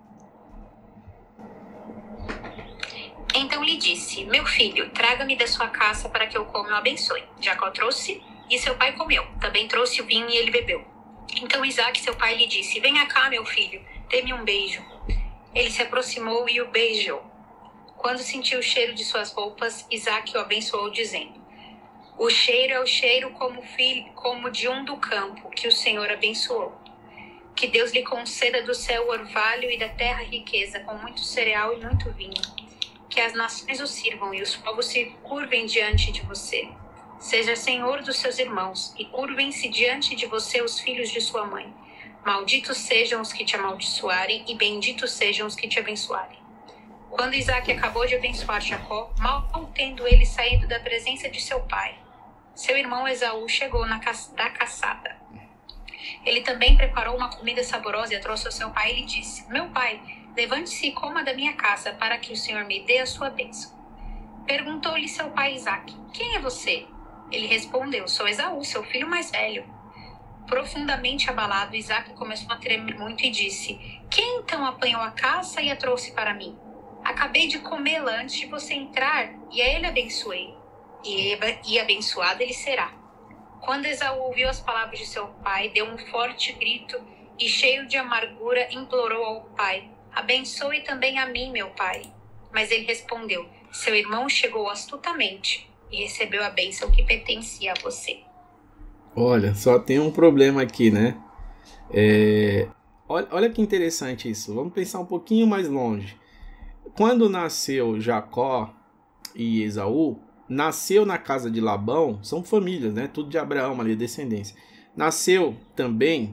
Então lhe disse: meu filho, traga-me da sua caça para que eu coma e o abençoe. Jacó trouxe e seu pai comeu. Também trouxe o vinho e ele bebeu. Então Isaque, seu pai, lhe disse: venha cá, meu filho, dê-me um beijo. Ele se aproximou e o beijou. Quando sentiu o cheiro de suas roupas, Isaque o abençoou, dizendo: o cheiro é o cheiro como, filho, como de um do campo, que o Senhor abençoou. Que Deus lhe conceda do céu o orvalho e da terra riqueza, com muito cereal e muito vinho. Que as nações o sirvam e os povos se curvem diante de você. Seja senhor dos seus irmãos, e curvem-se diante de você os filhos de sua mãe. Malditos sejam os que te amaldiçoarem, e benditos sejam os que te abençoarem. Quando Isaque acabou de abençoar Jacó, mal tendo ele saído da presença de seu pai, seu irmão Esaú chegou na ca... da caçada. Ele também preparou uma comida saborosa e a trouxe ao seu pai e lhe disse: meu pai, levante-se e coma da minha caça, para que o Senhor me dê a sua bênção. Perguntou-lhe seu pai Isaque: quem é você? Ele respondeu: sou Esaú, seu filho mais velho. Profundamente abalado, Isaque começou a tremer muito e disse: quem então apanhou a caça e a trouxe para mim? Acabei de comê-la antes de você entrar, e a ele abençoei, e, e abençoado ele será. Quando Esaú ouviu as palavras de seu pai, deu um forte grito e, cheio de amargura, implorou ao pai: abençoe também a mim, meu pai. Mas ele respondeu: seu irmão chegou astutamente e recebeu a bênção que pertencia a você. Olha, só tem um problema aqui, né? É... Olha, olha que interessante isso. Vamos pensar um pouquinho mais longe. Quando nasceu Jacó e Esaú, nasceu na casa de Labão, são famílias, né? Tudo de Abraão, ali, descendência. Nasceu também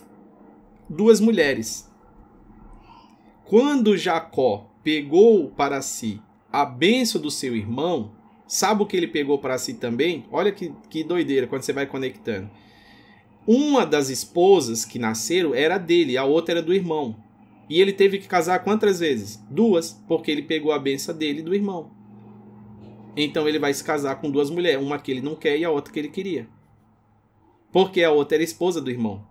duas mulheres. Quando Jacó pegou para si a bênção do seu irmão, sabe o que ele pegou para si também? Olha que, que doideira quando você vai conectando. Uma das esposas que nasceram era dele, a outra era do irmão. E ele teve que casar quantas vezes? Duas, porque ele pegou a bênção dele e do irmão. Então ele vai se casar com duas mulheres, uma que ele não quer e a outra que ele queria. Porque a outra era esposa do irmão.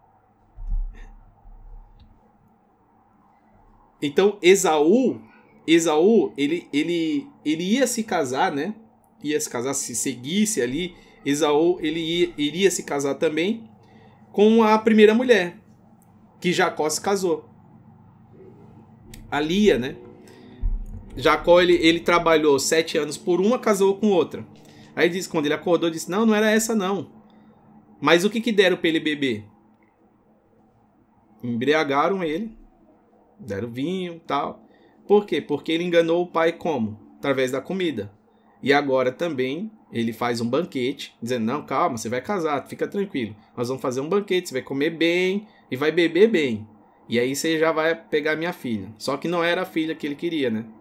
Então Esaú, Esaú, ele, ele, ele ia se casar, né? Ia se casar, se seguisse ali, Esaú, ele ia, iria se casar também com a primeira mulher, que Jacó se casou. A Lia, né? Jacó, ele, ele trabalhou sete anos por uma, casou com outra. Aí diz, quando ele acordou, disse, não, não era essa não. Mas o que que deram para ele beber? Embriagaram ele, deram vinho e tal. Por quê? Porque ele enganou o pai como? Através da comida. E agora também ele faz um banquete, dizendo, não, calma, você vai casar, fica tranquilo. Nós vamos fazer um banquete, você vai comer bem e vai beber bem. E aí você já vai pegar minha filha. Só que não era a filha que ele queria, né?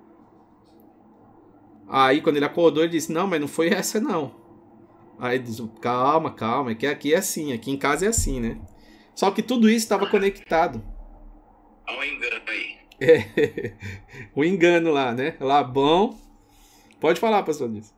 Aí quando ele acordou, ele disse, não, mas não foi essa não. Aí ele disse, calma, calma, é que aqui é assim, aqui em casa é assim, né? Só que tudo isso estava conectado. Olha o engano aí. É, o engano lá, né? Labão. Pode falar, pastor Dias.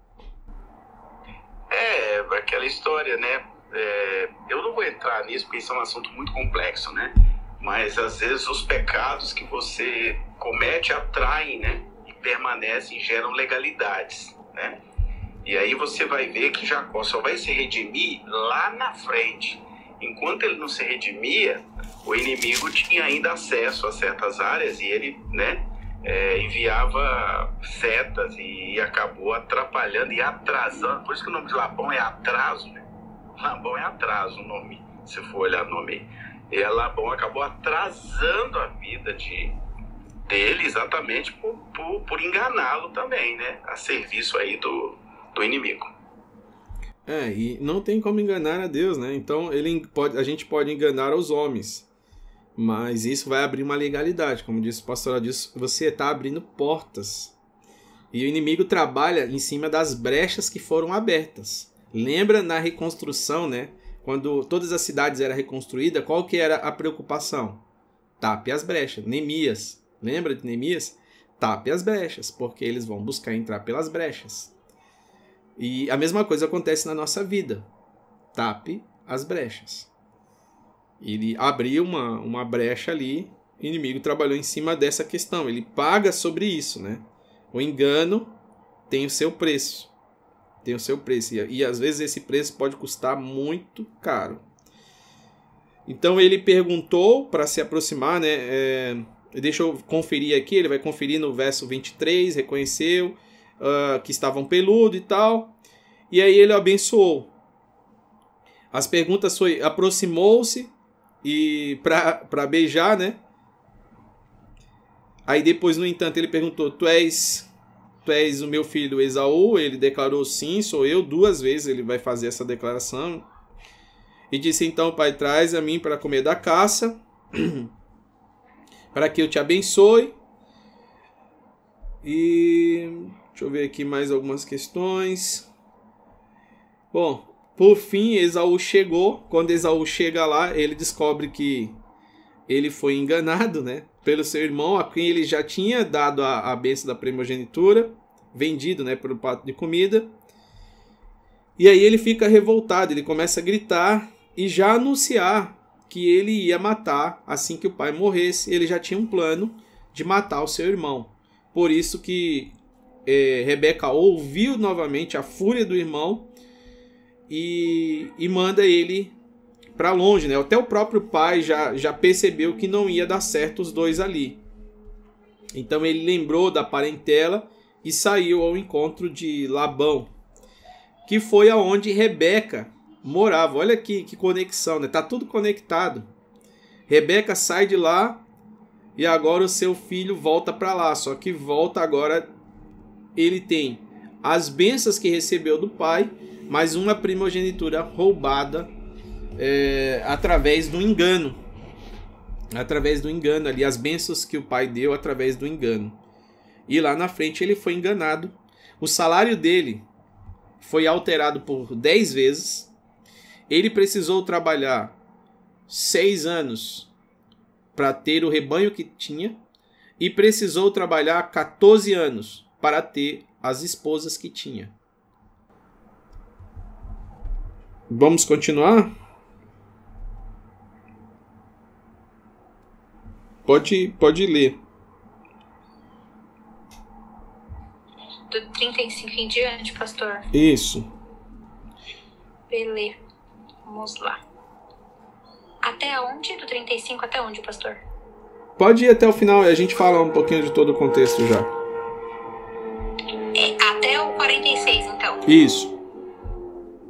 É, aquela história, né? É, eu não vou entrar nisso porque isso é um assunto muito complexo, né? Mas às vezes os pecados que você comete atraem, né? E permanecem, geram legalidades, né? E aí você vai ver que Jacó só vai se redimir lá na frente. Enquanto ele não se redimia, o inimigo tinha ainda acesso a certas áreas e ele, né, é, enviava setas e acabou atrapalhando e atrasando. Por isso que o nome de Labão é atraso, né? Labão é atraso o nome, se for olhar o nome. E Labão acabou atrasando a vida de, dele exatamente por, por, por enganá-lo também, né? A serviço aí do, do inimigo. É, e não tem como enganar a Deus, né? Então ele pode, a gente pode enganar os homens, mas isso vai abrir uma legalidade. Como disse o pastor Adilson, você está abrindo portas. E o inimigo trabalha em cima das brechas que foram abertas. Lembra na reconstrução, né? Quando todas as cidades eram reconstruídas, qual que era a preocupação? Tape as brechas. Neemias, lembra de Neemias? Tape as brechas, porque eles vão buscar entrar pelas brechas. E a mesma coisa acontece na nossa vida. Tape as brechas. Ele abriu uma, uma brecha ali, o inimigo trabalhou em cima dessa questão. Ele paga sobre isso, né? O engano tem o seu preço. Tem o seu preço. E, e às vezes esse preço pode custar muito caro. Então ele perguntou para se aproximar, né? É, deixa eu conferir aqui, ele vai conferir no verso vinte e três, reconheceu Uh, que estavam peludo e tal, e aí ele abençoou. As perguntas foi, aproximou-se e para beijar, né? Aí depois, no entanto, ele perguntou, tu és, tu és o meu filho Esaú? Ele declarou, sim, sou eu, duas vezes ele vai fazer essa declaração. E disse, então, pai, traz a mim para comer da caça, para que eu te abençoe. E deixa eu ver aqui mais algumas questões. Bom, por fim, Esaú chegou. Quando Esaú chega lá, ele descobre que ele foi enganado, né, pelo seu irmão, a quem ele já tinha dado a, a bênção da primogenitura, vendido, né, pelo prato de comida. E aí ele fica revoltado, ele começa a gritar e já anunciar que ele ia matar assim que o pai morresse. Ele já tinha um plano de matar o seu irmão. Por isso que é, Rebeca ouviu novamente a fúria do irmão e, e manda ele para longe, né? Até o próprio pai já, já percebeu que não ia dar certo os dois ali. Então ele lembrou da parentela e saiu ao encontro de Labão, que foi aonde Rebeca morava. Olha aqui que conexão, né? Tá tudo conectado. Rebeca sai de lá e agora o seu filho volta para lá. Só que volta agora, ele tem as bênçãos que recebeu do pai, mas uma primogenitura roubada é, através do engano. Através do engano ali, as bênçãos que o pai deu através do engano. E lá na frente ele foi enganado. O salário dele foi alterado por dez vezes. Ele precisou trabalhar seis anos para ter o rebanho que tinha. E precisou trabalhar quatorze anos para ter as esposas que tinha. Vamos continuar? Pode, pode ler. Do trinta e cinco em diante, pastor. Isso. Beleza. Vamos lá. Até onde? Do trinta e cinco até onde, pastor? Pode ir até o final e a gente fala um pouquinho de todo o contexto já. É, até o quarenta e seis, então. Isso.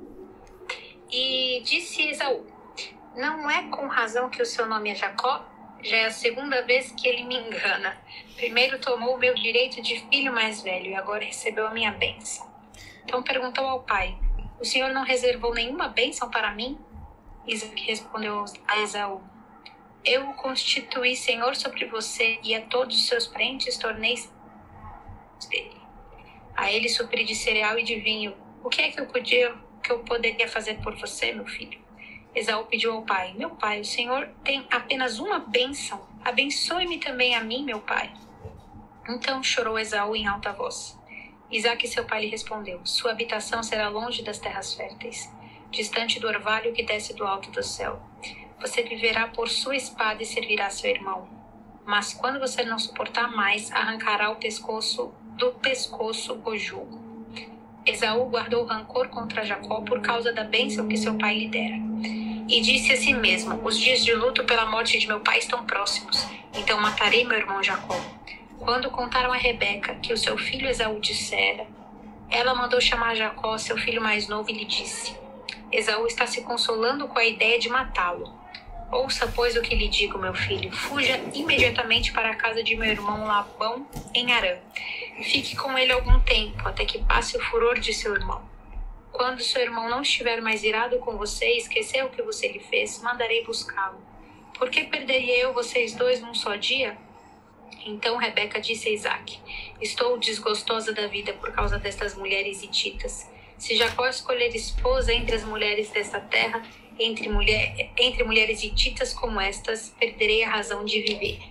E disse Esaú: não é com razão que o seu nome é Jacó? Já é a segunda vez que ele me engana. Primeiro tomou o meu direito de filho mais velho e agora recebeu a minha bênção. Então perguntou ao pai: o senhor não reservou nenhuma bênção para mim? Isaque respondeu a Esaú: eu o constituí senhor sobre você e a todos os seus parentes tornei dele. A ele supri de cereal e de vinho. O que é que eu podia, que eu poderia fazer por você, meu filho? Esaú pediu ao pai: meu pai, o senhor tem apenas uma bênção. Abençoe-me também a mim, meu pai. Então chorou Esaú em alta voz. Isaque, seu pai, lhe respondeu: sua habitação será longe das terras férteis, distante do orvalho que desce do alto do céu. Você viverá por sua espada e servirá seu irmão. Mas quando você não suportar mais, arrancará o pescoço do pescoço o jugo. Esaú guardou rancor contra Jacó por causa da bênção que seu pai lhe dera. E disse a si mesmo: os dias de luto pela morte de meu pai estão próximos, então matarei meu irmão Jacó. Quando contaram a Rebeca que o seu filho Esaú dissera, ela mandou chamar Jacó, seu filho mais novo, e lhe disse: Esaú está se consolando com a ideia de matá-lo. Ouça, pois, o que lhe digo, meu filho. Fuja imediatamente para a casa de meu irmão Labão, em Harã. Fique com ele algum tempo, até que passe o furor de seu irmão. Quando seu irmão não estiver mais irado com você e esquecer o que você lhe fez, mandarei buscá-lo. Por que perderia eu vocês dois num só dia? Então Rebeca disse a Isaque: estou desgostosa da vida por causa destas mulheres hititas. Se Jacó escolher esposa entre as mulheres desta terra, entre, mulher, entre mulheres hititas como estas, perderei a razão de viver.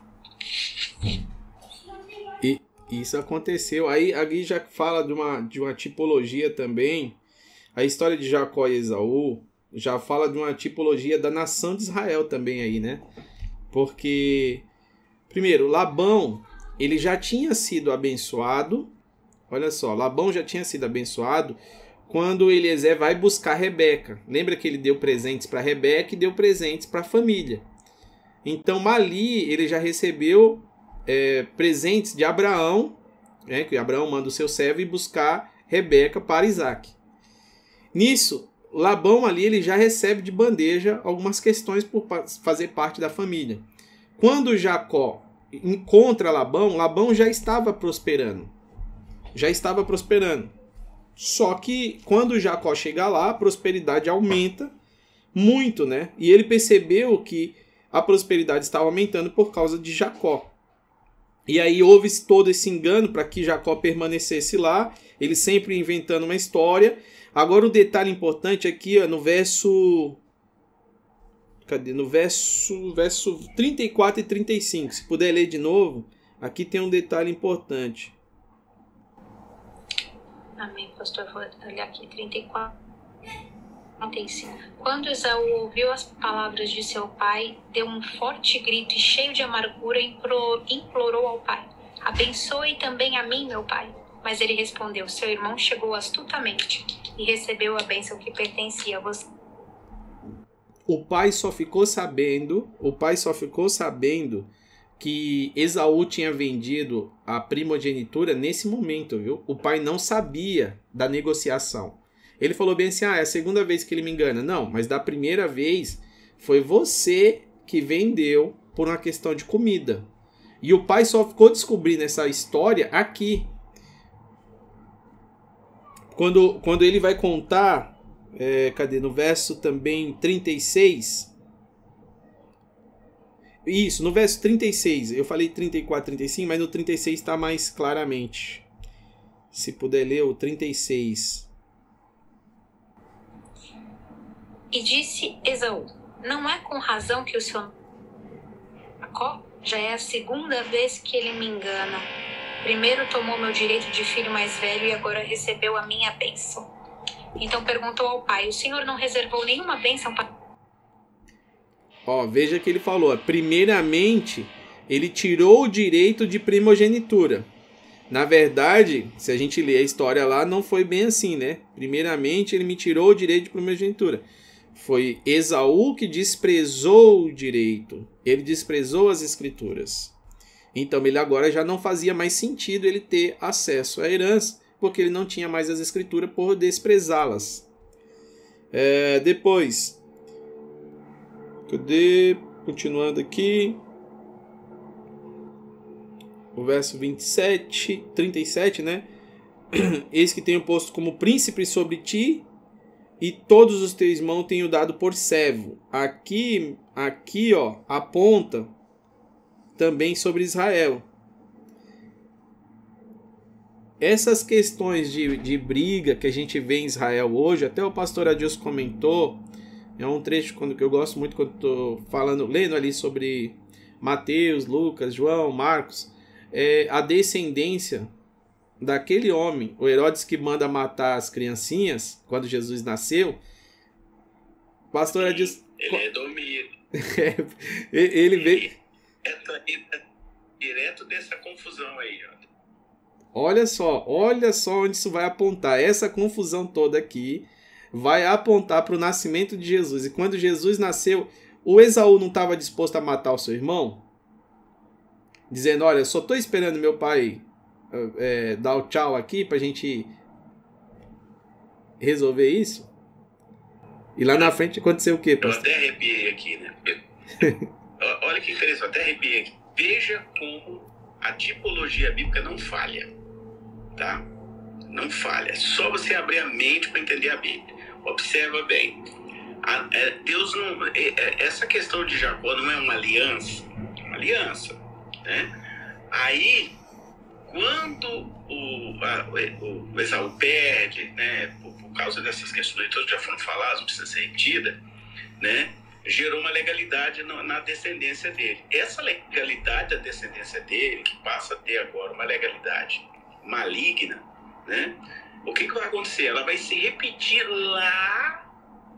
E isso aconteceu. Aí aqui já fala de uma, de uma tipologia também. A história de Jacó e Esaú já fala de uma tipologia da nação de Israel também aí, né? Porque, primeiro, Labão, ele já tinha sido abençoado. Olha só, Labão já tinha sido abençoado quando Eliezer vai buscar Rebeca. Lembra que ele deu presentes para Rebeca e deu presentes para a família. Então, Mali, ele já recebeu é, presentes de Abraão, né, que Abraão manda o seu servo ir buscar Rebeca para Isaque. Nisso, Labão ali ele já recebe de bandeja algumas questões por fazer parte da família. Quando Jacó encontra Labão, Labão já estava prosperando. Já estava prosperando. Só que quando Jacó chega lá, a prosperidade aumenta muito, né? E ele percebeu que a prosperidade estava aumentando por causa de Jacó. E aí houve todo esse engano para que Jacó permanecesse lá, ele sempre inventando uma história. Agora o detalhe importante aqui, ó, no verso... Cadê? No verso, verso trinta e quatro e trinta e cinco. Se puder ler de novo, aqui tem um detalhe importante. Amém, pastor. Vou olhar aqui, trinta e quatro, trinta e cinco. Quando Esaú ouviu as palavras de seu pai, deu um forte grito e, cheio de amargura, implorou ao pai: abençoe também a mim, meu pai. Mas ele respondeu: seu irmão chegou astutamente e recebeu a bênção que pertencia a você. O pai só ficou sabendo, o pai só ficou sabendo que Esaú tinha vendido a primogenitura nesse momento, viu? O pai não sabia da negociação. Ele falou bem assim: ah, é a segunda vez que ele me engana. Não, mas da primeira vez foi você que vendeu por uma questão de comida. E o pai só ficou descobrindo essa história aqui. Quando, quando ele vai contar, é, cadê? No verso também trinta e seis... Isso, no verso trinta e seis, eu falei trinta e quatro, trinta e cinco, mas no trinta e seis está mais claramente. Se puder ler o trinta e seis. E disse Esaú: não é com razão que o seu Jacó? Já é a segunda vez que ele me engana. Primeiro tomou meu direito de filho mais velho e agora recebeu a minha bênção. Então perguntou ao pai: o senhor não reservou nenhuma bênção para... Ó, veja que ele falou, primeiramente, ele tirou o direito de primogenitura. Na verdade, se a gente ler a história lá, não foi bem assim, né? Primeiramente, ele me tirou o direito de primogenitura. Foi Esaú que desprezou o direito. Ele desprezou as escrituras. Então, ele agora já não fazia mais sentido ele ter acesso à herança, porque ele não tinha mais as escrituras por desprezá-las. É, depois... Cadê? Continuando aqui. o verso vinte e sete, trinta e sete, né? Eis que tenho posto como príncipe sobre ti, e todos os teus irmãos tenho dado por servo. Aqui, aqui, ó, aponta também sobre Israel. Essas questões de, de briga que a gente vê em Israel hoje, até o pastor Adilson comentou, é um trecho quando, que eu gosto muito quando estou falando, lendo ali sobre Mateus, Lucas, João, Marcos, é, a descendência daquele homem, o Herodes que manda matar as criancinhas quando Jesus nasceu. Pastor Adilson, ele é domido. ele veio é direto dessa confusão aí, ó. Olha só, olha só onde isso vai apontar. Essa confusão toda aqui vai apontar para o nascimento de Jesus. E quando Jesus nasceu, o Esaú não estava disposto a matar o seu irmão? Dizendo, olha, eu só estou esperando meu pai é, dar o tchau aqui para a gente resolver isso? E lá na frente aconteceu o quê, pastor? Eu até arrepiei aqui, né? Olha que interessante, eu até arrepiei aqui. Veja como a tipologia bíblica não falha. Tá? Não falha. É só você abrir a mente para entender a Bíblia. Observa bem. A, é, Deus não. É, é, essa questão de Jacó não é uma aliança. Uma aliança. Né? Aí, quando o, a, o, o Esaú perde, né, por, por causa dessas questões que todas já foram faladas, não precisa ser repetida, né, gerou uma legalidade na, na descendência dele. Essa legalidade da descendência dele, que passa a ter agora uma legalidade maligna, né? O que, que vai acontecer? Ela vai se repetir lá,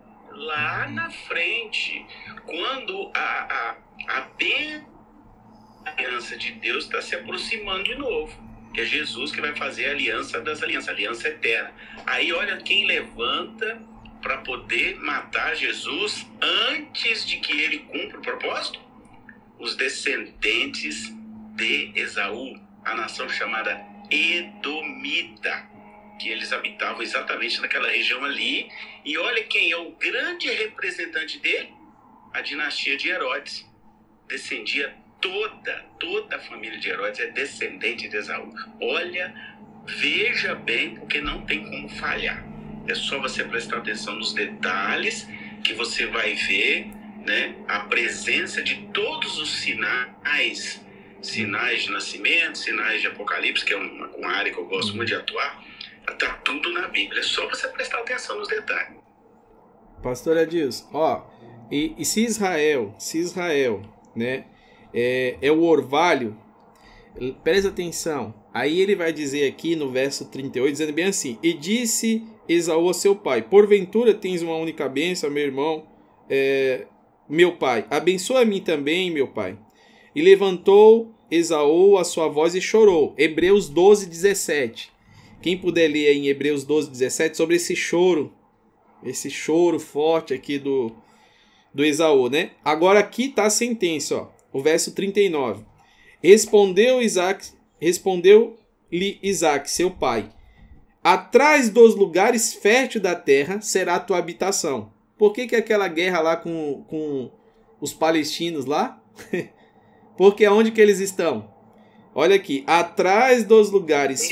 lá na frente, quando a, a, a bem aliança de Deus está se aproximando de novo, que é Jesus que vai fazer a aliança das alianças, a aliança eterna. Aí olha quem levanta para poder matar Jesus antes de que ele cumpra o propósito? Os descendentes de Esaú, a nação chamada Edomita, que eles habitavam exatamente naquela região ali. E olha quem é o grande representante dele, a dinastia de Herodes. Descendia toda, toda a família de Herodes é descendente de Esaú. Olha, veja bem, porque não tem como falhar. É só você prestar atenção nos detalhes que você vai ver, né, a presença de todos os sinais, sinais de nascimento, sinais de Apocalipse, que é uma, uma área que eu gosto muito de atuar. Está tudo na Bíblia, é só você prestar atenção nos detalhes. Pastor Adilson, ó, e, e se Israel, se Israel, né, é, é o orvalho, presta atenção, aí ele vai dizer aqui no verso trinta e oito, dizendo bem assim, e disse Esaú a seu pai, porventura tens uma única bênção, meu irmão, é, meu pai, abençoa a mim também, meu pai. E levantou Esaú a sua voz e chorou. Hebreus doze, dezessete. Quem puder ler aí em Hebreus doze, dezessete sobre esse choro, esse choro forte aqui do, do Esaú, né? Agora aqui está a sentença, ó, o verso trinta e nove. Respondeu Isaac, respondeu-lhe Isaac, seu pai, atrás dos lugares férteis da terra será a tua habitação. Por que que aquela guerra lá com, com os palestinos lá? Porque aonde que eles estão? Olha aqui, atrás dos lugares...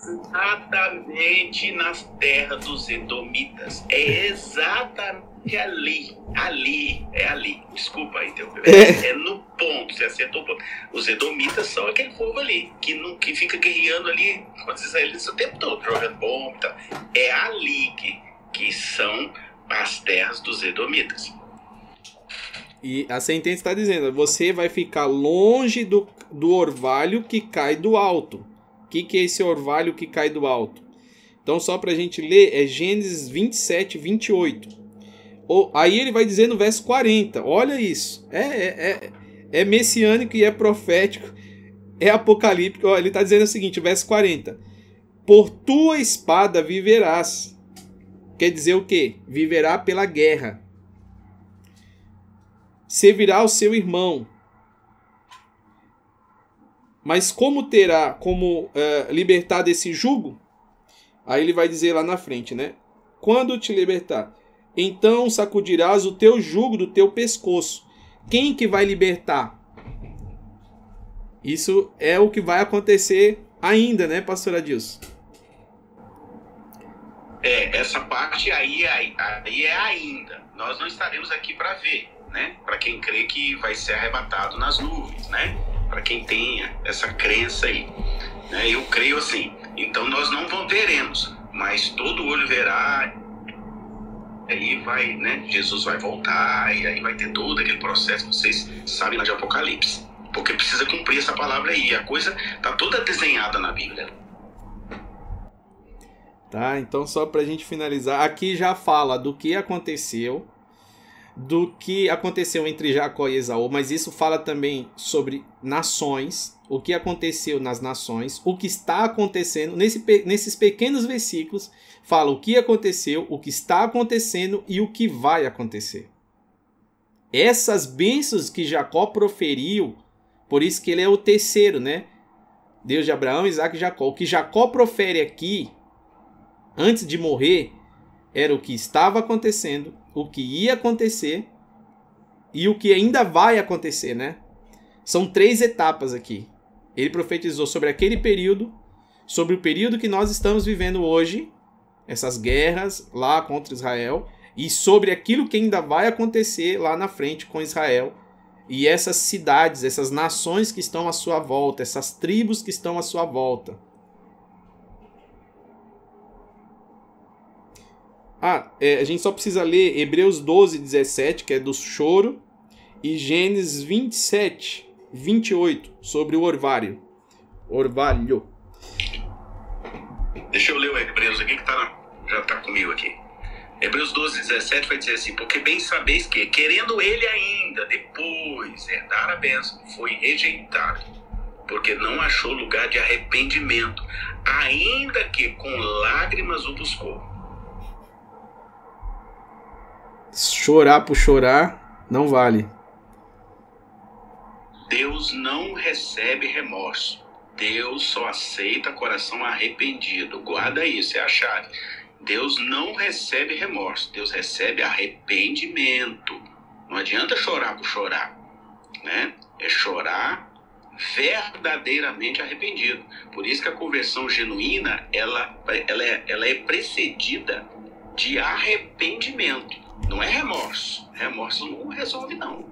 Exatamente nas terras dos Edomitas. É exatamente ali. Ali, é ali. Desculpa aí, teu é. é no ponto, você acertou o ponto. Os Edomitas são aquele povo ali, que, não, que fica guerreando ali com os israelitas o tempo todo, jogando bomba e tal. É ali que, que são as terras dos Edomitas. E a sentença está dizendo, você vai ficar longe do, do orvalho que cai do alto. O que, que é esse orvalho que cai do alto? Então, só para a gente ler, é Gênesis vinte e sete, vinte e oito. O, aí ele vai dizer no verso quarenta, olha isso, é, é, é, é messiânico e é profético, é apocalíptico. Ele está dizendo o seguinte, verso quarenta. Por tua espada viverás. Quer dizer o quê? Viverá pela guerra. Servirá ao seu irmão. Mas como terá, como uh, libertar desse jugo? Aí ele vai dizer lá na frente, né? Quando te libertar, então sacudirás o teu jugo do teu pescoço. Quem que vai libertar? Isso é o que vai acontecer ainda, né, pastor Adilson? É, essa parte aí, aí, aí é ainda. Nós não estaremos aqui para ver, né? Para quem crê que vai ser arrebatado nas nuvens, né? Para quem tenha essa crença aí, né? Eu creio assim. Então nós não veremos, mas todo olho verá. Aí vai, né? Jesus vai voltar e aí vai ter todo aquele processo que vocês sabem lá de Apocalipse. Porque precisa cumprir essa palavra aí. A coisa tá toda desenhada na Bíblia. Tá, então só pra gente finalizar, aqui já fala do que aconteceu, do que aconteceu entre Jacó e Esaú, mas isso fala também sobre nações, o que aconteceu nas nações, o que está acontecendo, nesse, nesses pequenos versículos, fala o que aconteceu, o que está acontecendo e o que vai acontecer. Essas bênçãos que Jacó proferiu, por isso que ele é o terceiro, né? Deus de Abraão, Isaac e Jacó. O que Jacó profere aqui, antes de morrer, era o que estava acontecendo, o que ia acontecer e o que ainda vai acontecer, né? São três etapas aqui. Ele profetizou sobre aquele período, sobre o período que nós estamos vivendo hoje, essas guerras lá contra Israel, e sobre aquilo que ainda vai acontecer lá na frente com Israel, e essas cidades, essas nações que estão à sua volta, essas tribos que estão à sua volta. Ah, é, a gente só precisa ler Hebreus doze, dezessete, que é do choro, e Gênesis vinte e sete, vinte e oito, sobre o orvalho. Orvalho. Deixa eu ler o Hebreus aqui que tá na, já está comigo aqui. Hebreus doze, dezessete vai dizer assim: porque bem sabeis que, querendo ele ainda depois herdar a bênção, foi rejeitado, porque não achou lugar de arrependimento, ainda que com lágrimas o buscou. Chorar por chorar não vale. Deus não recebe remorso. Deus só aceita coração arrependido. Guarda isso, é a chave. Deus não recebe remorso. Deus recebe arrependimento. Não adianta chorar por chorar, né? É chorar verdadeiramente arrependido. Por isso que a conversão genuína, ela, ela, é, ela é precedida de arrependimento. Não é remorso. Remorso não resolve, não.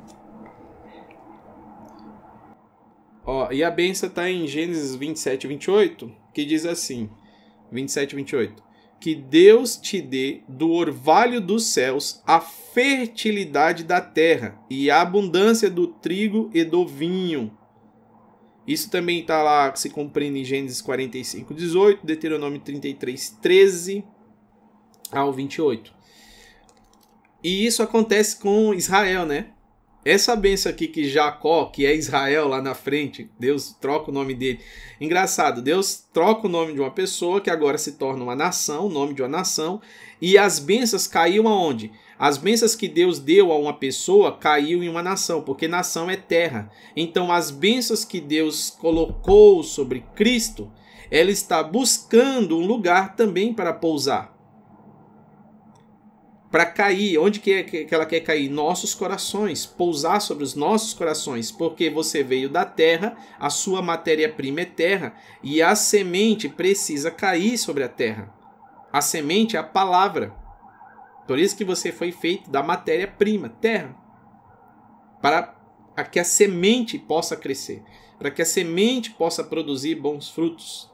Ó, e a bênção está em Gênesis vinte e sete, vinte e oito, que diz assim, vinte e sete, vinte e oito, que Deus te dê do orvalho dos céus a fertilidade da terra e a abundância do trigo e do vinho. Isso também está lá, se compreende em Gênesis quarenta e cinco, dezoito, Deuteronômio trinta e três, treze ao vinte e oito. E isso acontece com Israel, né? Essa bênção aqui que Jacó, que é Israel lá na frente, Deus troca o nome dele. Engraçado, Deus troca o nome de uma pessoa que agora se torna uma nação, o nome de uma nação, e as bênçãos caíam aonde? As bênçãos que Deus deu a uma pessoa caiu em uma nação, porque nação é terra. Então as bênçãos que Deus colocou sobre Cristo, ela está buscando um lugar também para pousar. Para cair, onde que, é que ela quer cair? Nossos corações, pousar sobre os nossos corações, porque você veio da terra, a sua matéria-prima é terra, e a semente precisa cair sobre a terra. A semente é a palavra. Por isso que você foi feito da matéria-prima, terra, para que a semente possa crescer, para que a semente possa produzir bons frutos.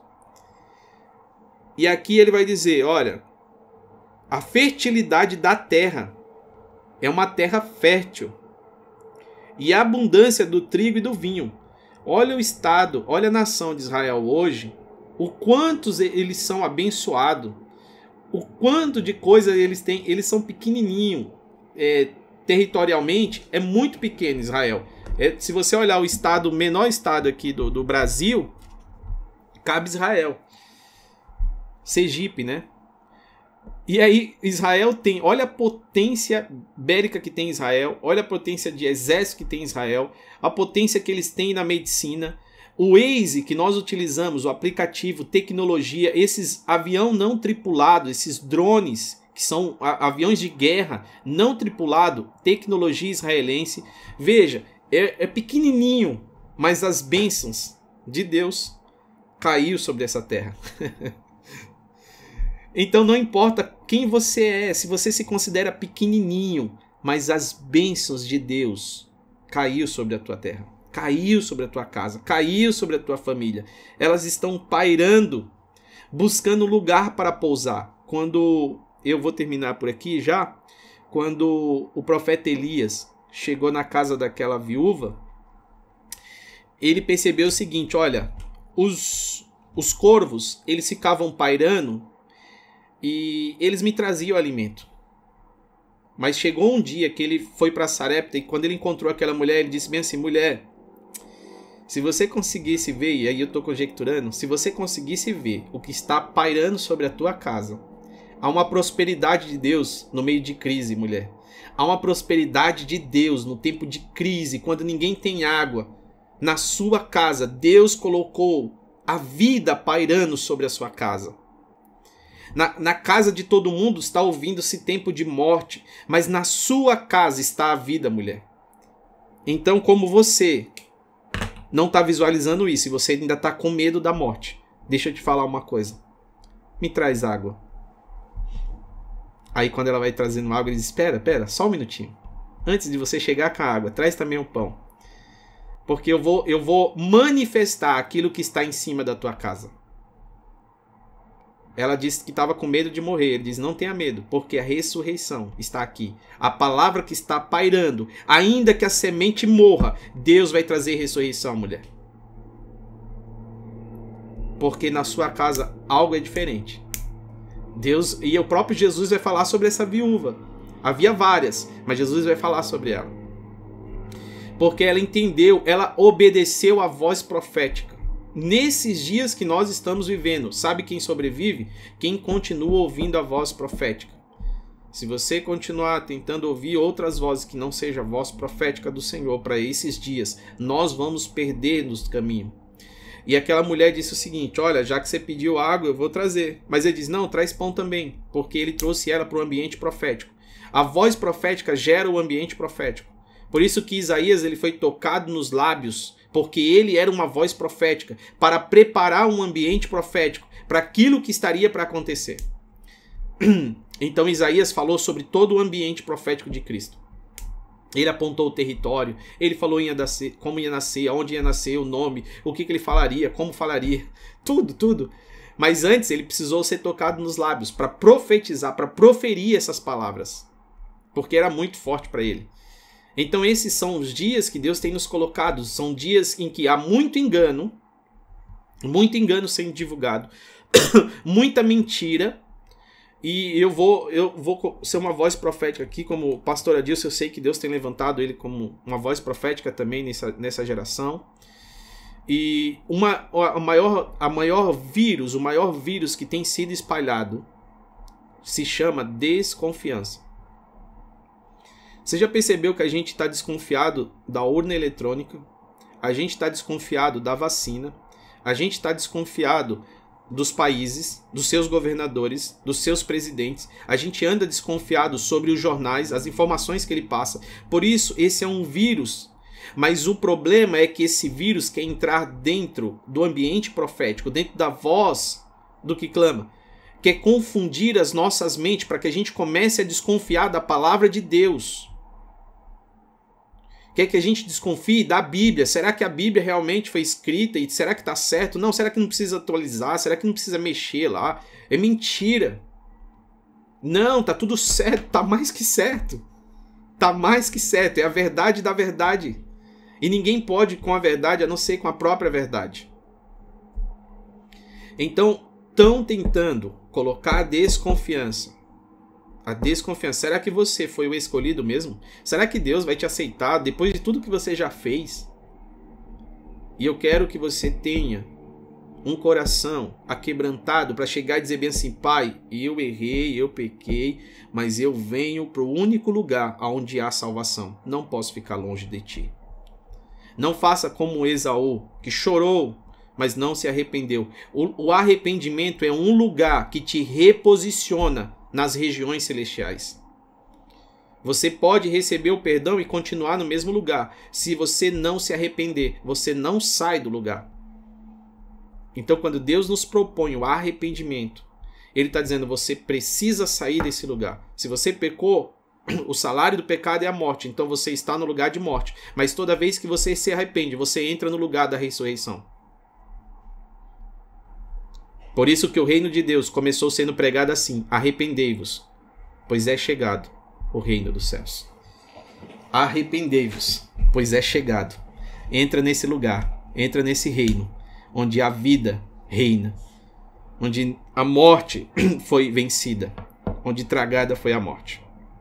E aqui ele vai dizer, olha, a fertilidade da terra é uma terra fértil. E a abundância do trigo e do vinho. Olha o estado, olha a nação de Israel hoje, o quantos eles são abençoados, o quanto de coisa eles têm. Eles são pequenininhos, é, territorialmente é muito pequeno Israel. É, se você olhar o estado, o menor estado aqui do, do Brasil, cabe Israel. Sergipe, né? E aí Israel tem, olha a potência bélica que tem Israel, olha a potência de exército que tem Israel, a potência que eles têm na medicina, o Waze que nós utilizamos, o aplicativo, tecnologia, esses avião não tripulado, esses drones que são aviões de guerra não tripulado, tecnologia israelense, veja, é, é pequenininho mas as bênçãos de Deus caiu sobre essa terra. Então não importa quem você é, se você se considera pequenininho, mas as bênçãos de Deus caiu sobre a tua terra, caiu sobre a tua casa, caiu sobre a tua família. Elas estão pairando, buscando lugar para pousar. Quando eu vou terminar por aqui já, quando o profeta Elias chegou na casa daquela viúva, ele percebeu o seguinte: olha, os, os corvos, eles ficavam pairando e eles me traziam alimento. Mas chegou um dia que ele foi para Sarepta, e quando ele encontrou aquela mulher, ele disse bem assim: mulher, se você conseguisse ver, e aí eu estou conjecturando, se você conseguisse ver o que está pairando sobre a tua casa, há uma prosperidade de Deus no meio de crise, mulher. Há uma prosperidade de Deus no tempo de crise, quando ninguém tem água. Na sua casa, Deus colocou a vida pairando sobre a sua casa. Na, na casa de todo mundo está ouvindo-se tempo de morte, mas na sua casa está a vida, mulher. Então, como você não está visualizando isso e você ainda está com medo da morte, deixa eu te falar uma coisa. Me traz água. Aí quando ela vai trazendo água, ele diz: espera, espera, só um minutinho. Antes de você chegar com a água, traz também o pão. Porque eu vou, eu vou manifestar aquilo que está em cima da tua casa. Ela disse que estava com medo de morrer. Ele diz: não tenha medo, porque a ressurreição está aqui. A palavra que está pairando, ainda que a semente morra, Deus vai trazer ressurreição, mulher. Porque na sua casa algo é diferente. Deus, e o próprio Jesus vai falar sobre essa viúva. Havia várias, mas Jesus vai falar sobre ela. Porque ela entendeu, ela obedeceu à voz profética. Nesses dias que nós estamos vivendo, sabe quem sobrevive? Quem continua ouvindo a voz profética. Se você continuar tentando ouvir outras vozes que não seja a voz profética do Senhor para esses dias, nós vamos perder nos caminhos. E aquela mulher disse o seguinte: olha, já que você pediu água, eu vou trazer. Mas ele diz: não, traz pão também, porque ele trouxe ela para o ambiente profético. A voz profética gera o ambiente profético. Por isso que Isaías ele foi tocado nos lábios, porque ele era uma voz profética, para preparar um ambiente profético, para aquilo que estaria para acontecer. Então Isaías falou sobre todo o ambiente profético de Cristo. Ele apontou o território, ele falou ia nascer, como ia nascer, aonde ia nascer, o nome, o que, que ele falaria, como falaria, tudo, tudo. Mas antes ele precisou ser tocado nos lábios, para profetizar, para proferir essas palavras, porque era muito forte para ele. Então esses são os dias que Deus tem nos colocado, são dias em que há muito engano, muito engano sendo divulgado, muita mentira, e eu vou, eu vou ser uma voz profética aqui, como o pastor Adilson, eu sei que Deus tem levantado ele como uma voz profética também nessa, nessa geração. E uma, a, maior, a maior vírus, o maior vírus que tem sido espalhado se chama desconfiança. Você já percebeu que a gente está desconfiado da urna eletrônica? A gente está desconfiado da vacina? A gente está desconfiado dos países, dos seus governadores, dos seus presidentes? A gente anda desconfiado sobre os jornais, as informações que ele passa. Por isso, esse é um vírus. Mas o problema é que esse vírus quer entrar dentro do ambiente profético, dentro da voz do que clama. Quer confundir as nossas mentes para que a gente comece a desconfiar da palavra de Deus. Quer que a gente desconfie da Bíblia. Será que a Bíblia realmente foi escrita? E será que está certo? Não, será que não precisa atualizar? Será que não precisa mexer lá? É mentira. Não, tá tudo certo. Tá mais que certo. Tá mais que certo. É a verdade da verdade. E ninguém pode com a verdade a não ser com a própria verdade. Então, estão tentando colocar a desconfiança. A desconfiança. Será que você foi o escolhido mesmo? Será que Deus vai te aceitar depois de tudo que você já fez? E eu quero que você tenha um coração aquebrantado para chegar e dizer bem assim: Pai, eu errei, eu pequei, mas eu venho para o único lugar onde há salvação. Não posso ficar longe de ti. Não faça como Esaú, que chorou, mas não se arrependeu. O, o arrependimento é um lugar que te reposiciona nas regiões celestiais. Você pode receber o perdão e continuar no mesmo lugar. Se você não se arrepender, você não sai do lugar. Então, quando Deus nos propõe o arrependimento, Ele está dizendo, você precisa sair desse lugar. Se você pecou, o salário do pecado é a morte. Então, você está no lugar de morte. Mas toda vez que você se arrepende, você entra no lugar da ressurreição. Por isso que o reino de Deus começou sendo pregado assim: arrependei-vos, pois é chegado o reino dos céus. Arrependei-vos, pois é chegado. Entra nesse lugar, entra nesse reino, onde a vida reina, onde a morte foi vencida, onde tragada foi a morte.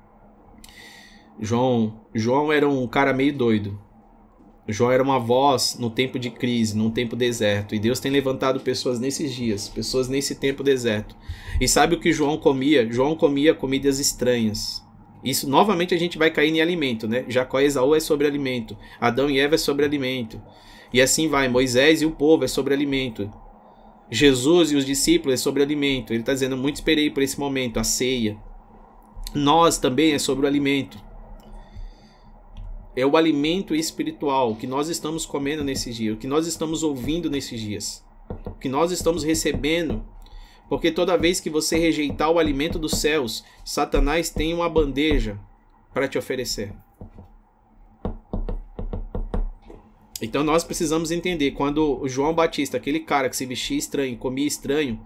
João, João era um cara meio doido. João era uma voz no tempo de crise, num tempo deserto. E Deus tem levantado pessoas nesses dias, pessoas nesse tempo deserto. E sabe o que João comia? João comia comidas estranhas. Isso, novamente, a gente vai cair em alimento, né? Jacó e Esaú é sobre alimento. Adão e Eva é sobre alimento. E assim vai. Moisés e o povo é sobre alimento. Jesus e os discípulos é sobre alimento. Ele está dizendo, muito esperei por esse momento, a ceia. Nós também é sobre o alimento. É o alimento espiritual que nós estamos comendo nesses dias, o que nós estamos ouvindo nesses dias, o que nós estamos recebendo. Porque toda vez que você rejeitar o alimento dos céus, Satanás tem uma bandeja para te oferecer. Então nós precisamos entender, quando o João Batista, aquele cara que se vestia estranho, comia estranho,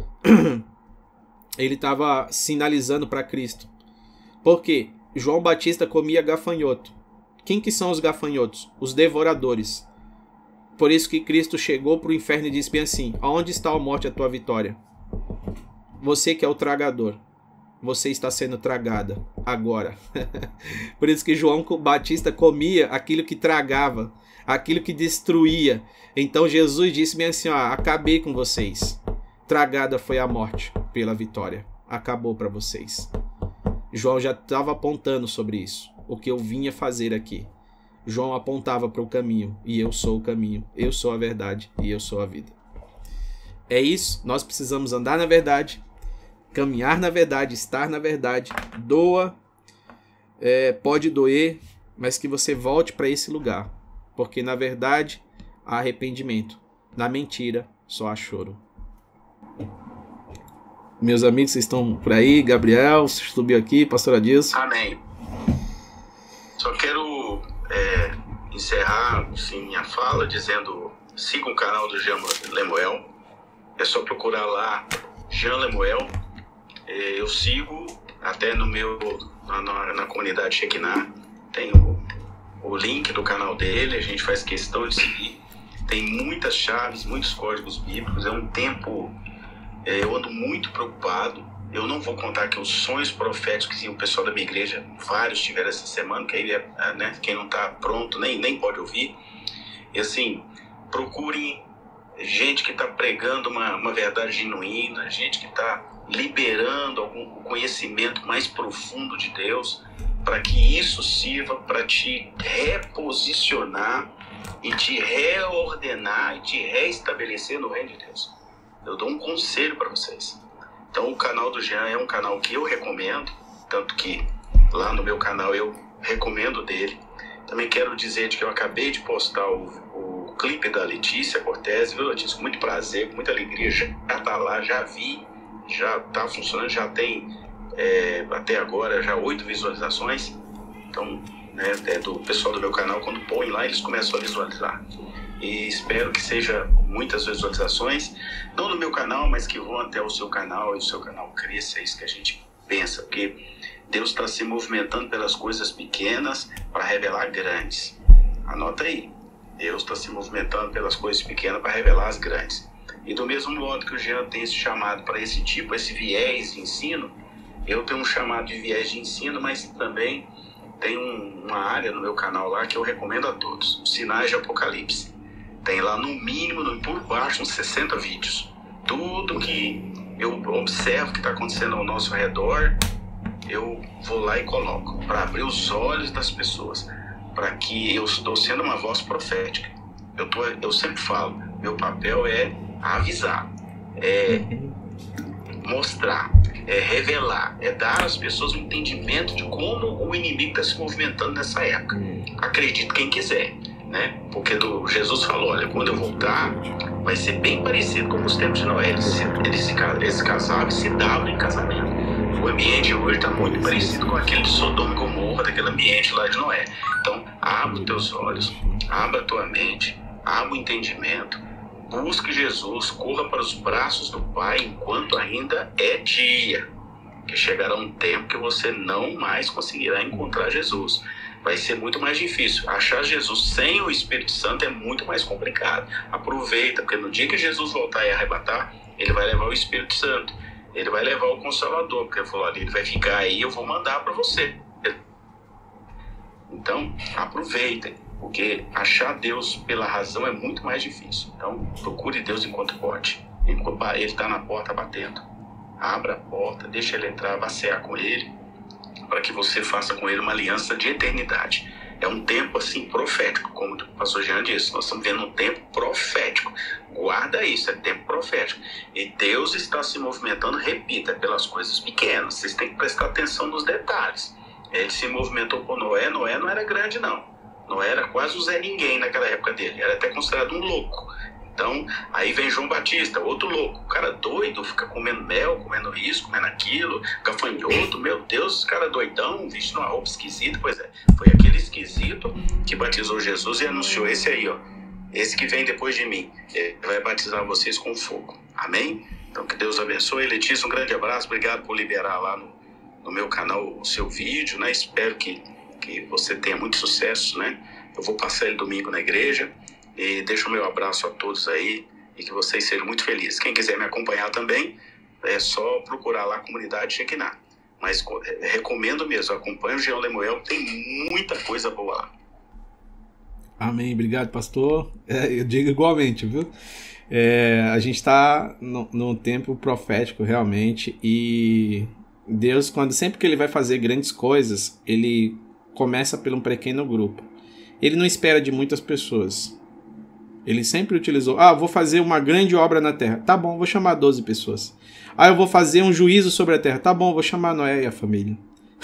ele estava sinalizando para Cristo. Por quê? João Batista comia gafanhoto. Quem que são os gafanhotos? Os devoradores. Por isso que Cristo chegou para o inferno e disse bem assim: aonde está a morte, a tua vitória? Você que é o tragador, você está sendo tragada agora. Por isso que João Batista comia aquilo que tragava, aquilo que destruía. Então Jesus disse bem assim: ó, acabei com vocês. Tragada foi a morte pela vitória. Acabou para vocês. João já estava apontando sobre isso. O que eu vinha fazer aqui. João apontava para o caminho, e eu sou o caminho, eu sou a verdade e eu sou a vida. É isso, nós precisamos andar na verdade, caminhar na verdade, estar na verdade. Doa, é, pode doer, mas que você volte para esse lugar, porque na verdade há arrependimento, na mentira só há choro. Meus amigos, vocês estão por aí? Gabriel, subiu aqui, pastor Adilson. Amém. Só quero é, encerrar assim, minha fala dizendo, siga o canal do Jean Lemuel. É só procurar lá Jean Lemuel. É, eu sigo até no meu na, na, na comunidade Shekinah. Tem o, o link do canal dele. A gente faz questão de seguir. Tem muitas chaves, muitos códigos bíblicos. É um tempo... É, eu ando muito preocupado. Eu não vou contar que os sonhos proféticos que o pessoal da minha igreja, vários tiveram essa semana, que aí, né, quem não está pronto nem, nem pode ouvir. E assim, procurem gente que está pregando uma, uma verdade genuína, gente que está liberando algum conhecimento mais profundo de Deus, para que isso sirva para te reposicionar e te reordenar e te reestabelecer no reino de Deus. Eu dou um conselho para vocês. Então o canal do Jean é um canal que eu recomendo, tanto que lá no meu canal eu recomendo dele. Também quero dizer de que eu acabei de postar o, o clipe da Letícia Cortez, viu, Letícia? Com muito prazer, com muita alegria, já está lá, já vi, já está funcionando, já tem é, até agora já oito visualizações. Então, né, é do pessoal do meu canal, quando põe lá, eles começam a visualizar. E espero que seja muitas visualizações, não no meu canal, mas que vão até o seu canal e o seu canal cresça. É isso que a gente pensa, porque Deus está se movimentando pelas coisas pequenas para revelar grandes. Anota aí, Deus está se movimentando pelas coisas pequenas para revelar as grandes. E do mesmo modo que o Jean tem esse chamado para esse tipo, esse viés de ensino, eu tenho um chamado de viés de ensino, mas também tem um, uma área no meu canal lá que eu recomendo a todos, os Sinais de Apocalipse. Tem lá no mínimo, no, por baixo, uns sessenta vídeos. Tudo que eu observo que está acontecendo ao nosso redor, eu vou lá e coloco, para abrir os olhos das pessoas, para que eu estou sendo uma voz profética. Eu, tô, eu sempre falo, meu papel é avisar, é mostrar, é revelar, é dar às pessoas um entendimento de como o inimigo está se movimentando nessa época. Acredite quem quiser, né? Porque do, Jesus falou, olha, quando eu voltar, vai ser bem parecido com os tempos de Noé. Eles se, eles se, eles se casavam e se davam em casamento. O ambiente hoje está muito parecido com aquele de Sodoma e Gomorra, daquele ambiente lá de Noé. Então, abra os teus olhos, abra a tua mente, abra o entendimento, busque Jesus, corra para os braços do Pai enquanto ainda é dia. Que chegará um tempo que você não mais conseguirá encontrar Jesus. Vai ser muito mais difícil. Achar Jesus sem o Espírito Santo é muito mais complicado. Aproveita, porque no dia que Jesus voltar e arrebatar, ele vai levar o Espírito Santo. Ele vai levar o Consolador, porque ele falou, olha, ele vai ficar aí, eu vou mandar para você. Então, aproveitem, porque achar Deus pela razão é muito mais difícil. Então, procure Deus enquanto pode. Ele está na porta batendo. Abra a porta, deixa ele entrar, vá cear com ele, para que você faça com ele uma aliança de eternidade. É um tempo assim profético, como o pastor Jean disse, nós estamos vendo um tempo profético. Guarda isso, é tempo profético. E Deus está se movimentando, repita, pelas coisas pequenas. Vocês têm que prestar atenção nos detalhes. Ele se movimentou por Noé, Noé não era grande não. Noé era quase o Zé Ninguém naquela época dele, era até considerado um louco. Então, aí vem João Batista, outro louco, o cara doido, fica comendo mel, comendo isso, comendo aquilo, gafanhoto, meu Deus, esse cara doidão, vestindo uma roupa esquisita. Pois é, foi aquele esquisito que batizou Jesus e anunciou, esse aí, ó, esse que vem depois de mim, ele vai batizar vocês com fogo. Amém? Então, que Deus abençoe. Letícia, um grande abraço, obrigado por liberar lá no, no meu canal o seu vídeo, né? Espero que, que você tenha muito sucesso, né? Eu vou passar ele domingo na igreja. E deixo o meu abraço a todos aí e que vocês sejam muito felizes. Quem quiser me acompanhar também, é só procurar lá a comunidade Shekinah. Mas recomendo mesmo, acompanhe o Jean Lemuel, tem muita coisa boa lá. Amém, obrigado, pastor. É, eu digo igualmente, viu? É, a gente está num tempo profético realmente, e Deus, quando sempre que ele vai fazer grandes coisas, ele começa por um pequeno grupo. Ele não espera de muitas pessoas. Ele sempre utilizou, ah, vou fazer uma grande obra na terra. Tá bom, vou chamar doze pessoas. Ah, eu vou fazer um juízo sobre a terra. Tá bom, vou chamar Noé e a família.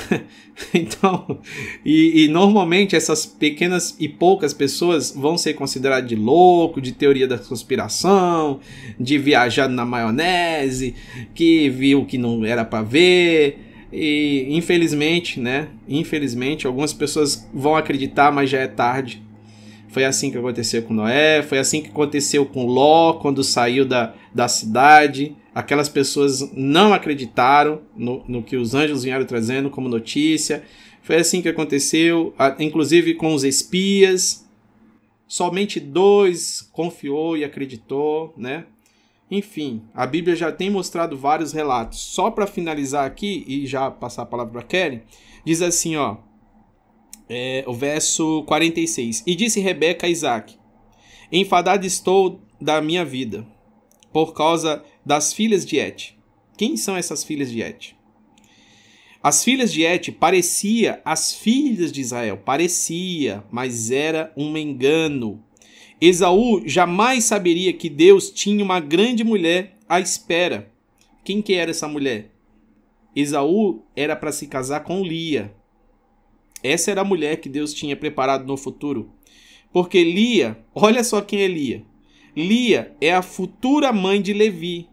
Então, e, e normalmente essas pequenas e poucas pessoas vão ser consideradas de louco, de teoria da conspiração, de viajar na maionese, que viu que não era para ver. E infelizmente, né? Infelizmente, algumas pessoas vão acreditar, mas já é tarde. Foi assim que aconteceu com Noé, foi assim que aconteceu com Ló, quando saiu da, da cidade. Aquelas pessoas não acreditaram no, no que os anjos vieram trazendo como notícia. Foi assim que aconteceu, inclusive com os espias. Somente dois confiou e acreditou, né? Enfim, a Bíblia já tem mostrado vários relatos. Só para finalizar aqui e já passar a palavra para Kelly, diz assim, ó. É, o verso quarenta e seis. E disse Rebeca a Isaac: enfadado estou da minha vida, por causa das filhas de Et. Quem são essas filhas de Et? As filhas de Et parecia as filhas de Israel. Parecia, mas era um engano. Esaú jamais saberia que Deus tinha uma grande mulher à espera. Quem que era essa mulher? Esaú era para se casar com Lia. Essa era a mulher que Deus tinha preparado no futuro. Porque Lia, olha só quem é Lia. Lia é a futura mãe de Levi.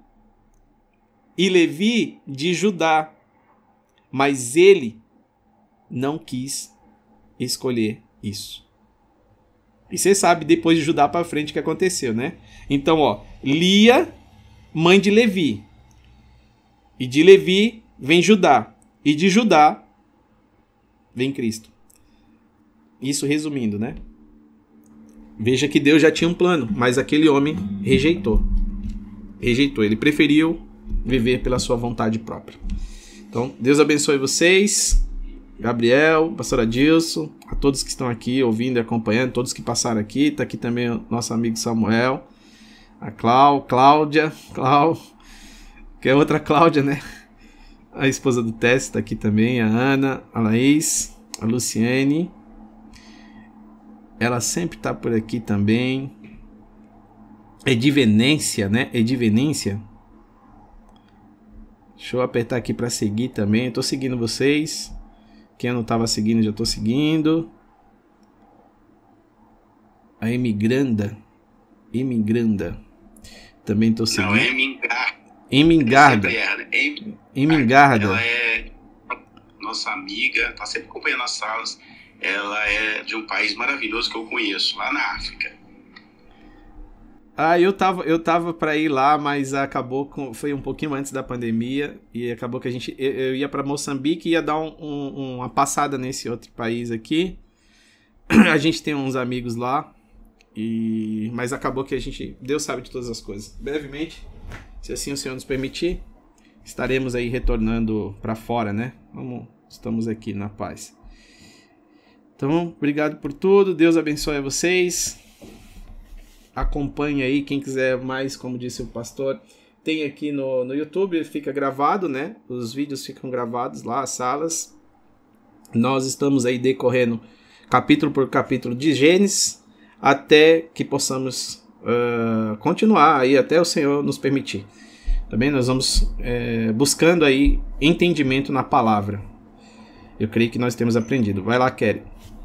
E Levi de Judá. Mas ele não quis escolher isso. E você sabe depois de Judá para frente o que aconteceu, né? Então, ó, Lia, mãe de Levi. E de Levi vem Judá. E de Judá vem Cristo. Isso resumindo, né? Veja que Deus já tinha um plano, mas aquele homem rejeitou. Rejeitou. Ele preferiu viver pela sua vontade própria. Então, Deus abençoe vocês. Gabriel, pastor Adilson, a todos que estão aqui ouvindo e acompanhando, todos que passaram aqui. Está aqui também o nosso amigo Samuel, a Clau, Cláudia, Clau, que é outra Cláudia, né? A esposa do Tess está aqui também, a Ana, a Laís, a Luciene. Ela sempre está por aqui também. Edivenência, né? Edivenência. Deixa eu apertar aqui para seguir também. Eu tô seguindo vocês. Quem eu não tava seguindo, já tô seguindo. A Emigranda. Emigranda. Também tô seguindo. Não, é Emingarda. Emingarda. Em... Emingarda. Ela é nossa amiga, tá sempre acompanhando as salas. Ela é de um país maravilhoso que eu conheço, lá na África. Ah, eu tava, eu tava pra ir lá, mas acabou com, foi um pouquinho antes da pandemia e acabou que a gente, eu, eu ia pra Moçambique e ia dar um, um, uma passada nesse outro país aqui. A gente tem uns amigos lá, e, mas acabou que a gente, Deus sabe de todas as coisas. Brevemente, se assim o Senhor nos permitir, estaremos aí retornando pra fora, né? Vamos, estamos aqui na paz. Então, obrigado por tudo, Deus abençoe a vocês. Acompanhe aí, quem quiser mais, como disse o pastor, tem aqui no, no YouTube, fica gravado, né? Os vídeos ficam gravados lá, as salas. Nós estamos aí decorrendo capítulo por capítulo de Gênesis, até que possamos uh, continuar aí, até o Senhor nos permitir. Também nós vamos é, buscando aí entendimento na palavra. Eu creio que nós temos aprendido. Vai lá, Kelly.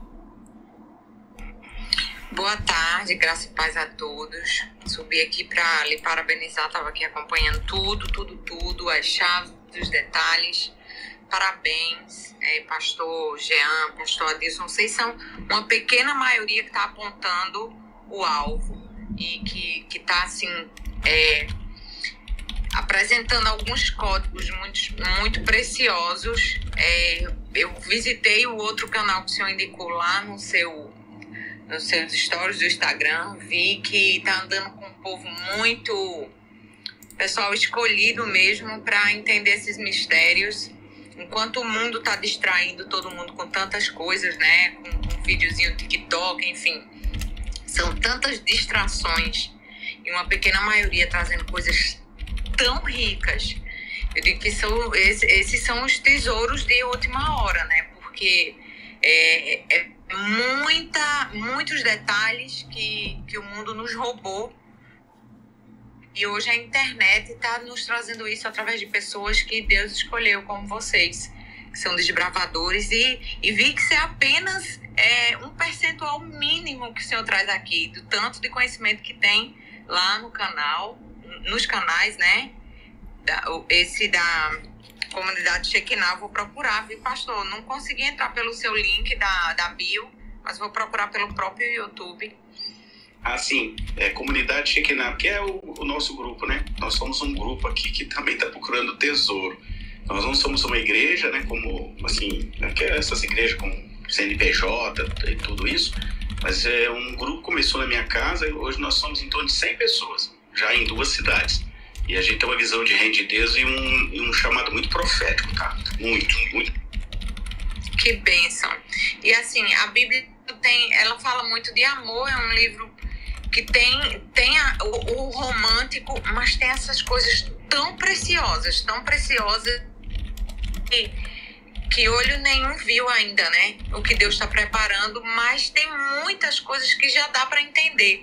Boa tarde, graça e paz a todos. Subi aqui para lhe parabenizar, estava aqui acompanhando tudo, tudo, tudo, as chaves, os detalhes. Parabéns, é, pastor Jean, pastor Adilson, vocês são uma pequena maioria que está apontando o alvo e que está, assim, é, apresentando alguns códigos muito, muito preciosos. É, eu visitei o outro canal que o senhor indicou lá no seu... nos seus stories do Instagram, vi que tá andando com um povo muito pessoal escolhido mesmo para entender esses mistérios, enquanto o mundo tá distraindo todo mundo com tantas coisas, né, com, com videozinho TikTok, enfim, são tantas distrações e uma pequena maioria trazendo coisas tão ricas. Eu digo que são, esses, esses são os tesouros de última hora, né, porque é, é Muita, muitos detalhes que, que o mundo nos roubou, e hoje a internet está nos trazendo isso através de pessoas que Deus escolheu como vocês, que são desbravadores, e, e vi que isso é apenas é, um percentual mínimo que o Senhor traz aqui, do tanto de conhecimento que tem lá no canal, nos canais, né, da, esse da comunidade Shekinah. Vou procurar, viu, pastor? Não consegui entrar pelo seu link da, da bio, mas vou procurar pelo próprio YouTube. Ah, sim. É comunidade Shekinah, que é o, o nosso grupo, né? Nós somos um grupo aqui que também está procurando tesouro. Nós não somos uma igreja, né? Como, assim, que é essas igrejas com C N P J e tudo isso, mas é um grupo que começou na minha casa e hoje nós somos em torno de cem pessoas, já em duas cidades. E a gente tem uma visão de reino de Deus e um, e um chamado muito profético, tá? Muito, muito. Que bênção. E assim, a Bíblia tem, ela fala muito de amor, é um livro que tem, tem a, o, o romântico, mas tem essas coisas tão preciosas, tão preciosas, que, que olho nenhum viu ainda, né? O que Deus está preparando, mas tem muitas coisas que já dá para entender.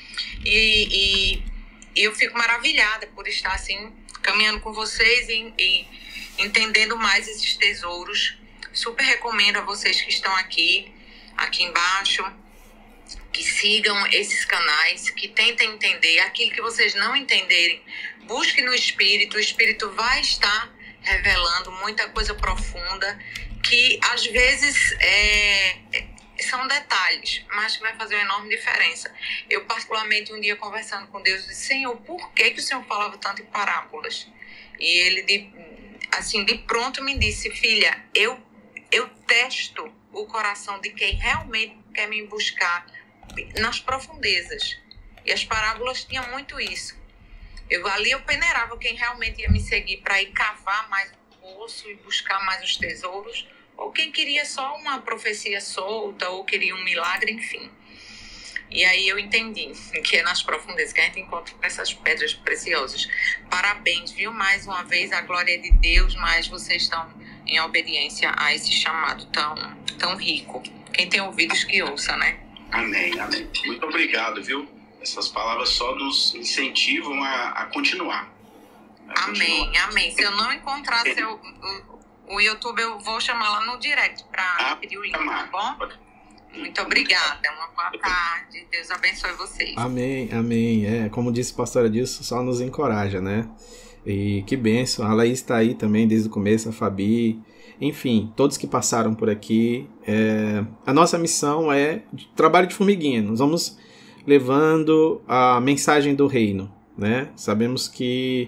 E... e E eu fico maravilhada por estar assim, caminhando com vocês e, e entendendo mais esses tesouros. Super recomendo a vocês que estão aqui, aqui embaixo, que sigam esses canais, que tentem entender aquilo que vocês não entenderem. Busque no Espírito, o Espírito vai estar revelando muita coisa profunda, que às vezes é... são detalhes, mas que vai fazer uma enorme diferença. Eu, particularmente, um dia conversando com Deus, disse: Senhor, por que, que o Senhor falava tanto em parábolas? E ele, de, assim, de pronto me disse: filha, eu, eu testo o coração de quem realmente quer me buscar nas profundezas. E as parábolas tinham muito isso. Eu, ali eu peneirava quem realmente ia me seguir para ir cavar mais o poço e buscar mais os tesouros, ou quem queria só uma profecia solta, ou queria um milagre, enfim. E aí eu entendi que é nas profundezas que a gente encontra essas pedras preciosas. Parabéns, viu? Mais uma vez, a glória é de Deus, mas vocês estão em obediência a esse chamado tão, tão rico. Quem tem ouvidos que ouça, né? Amém, amém. Muito obrigado, viu? Essas palavras só nos incentivam a, a continuar. Amém, amém. Se eu não encontrar seu, o, o YouTube, eu vou chamar lá no direct para pedir o link, tá bom? Muito obrigada, uma boa tarde, Deus abençoe vocês. Amém, amém. É, como disse a pastora Dilson, só nos encoraja, né? E que bênção, a Laís está aí também desde o começo, a Fabi, enfim, todos que passaram por aqui. É, a nossa missão é de trabalho de formiguinha, nós vamos levando a mensagem do reino, né? Sabemos que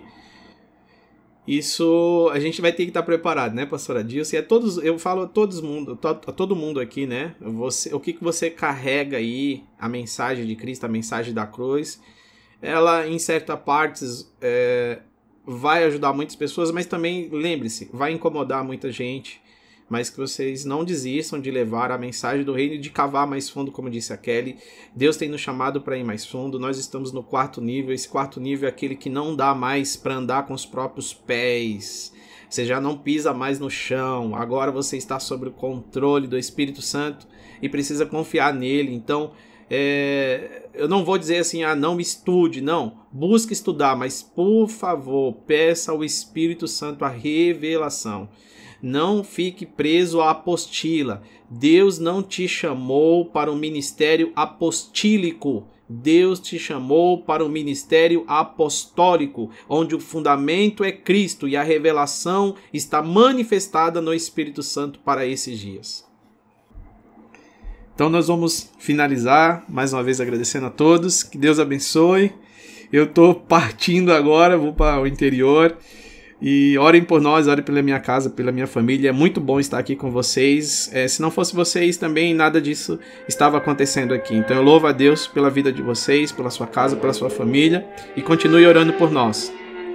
isso a gente vai ter que estar preparado, né, pastora Dilson? E é todos, eu falo a, todos mundo, a todo mundo aqui, né? Você, o que, que você carrega aí, a mensagem de Cristo, a mensagem da cruz, ela em certas partes é, vai ajudar muitas pessoas, mas também, lembre-se, vai incomodar muita gente, mas que vocês não desistam de levar a mensagem do reino e de cavar mais fundo, como disse a Kelly. Deus tem nos chamado para ir mais fundo, nós estamos no quarto nível, esse quarto nível é aquele que não dá mais para andar com os próprios pés, você já não pisa mais no chão, agora você está sob o controle do Espírito Santo e precisa confiar nele. Então, é, eu não vou dizer assim, ah, não estude, não, busque estudar, mas por favor, peça ao Espírito Santo a revelação. Não fique preso à apostila. Deus não te chamou para o ministério apostílico. Deus te chamou para o ministério apostólico, onde o fundamento é Cristo e a revelação está manifestada no Espírito Santo para esses dias. Então nós vamos finalizar, mais uma vez agradecendo a todos. Que Deus abençoe. Eu estou partindo agora, vou para o interior. E orem por nós, orem pela minha casa, pela minha família. É muito bom estar aqui com vocês. É, se não fosse vocês também, nada disso estava acontecendo aqui. Então eu louvo a Deus pela vida de vocês, pela sua casa, pela sua família. E continue orando por nós.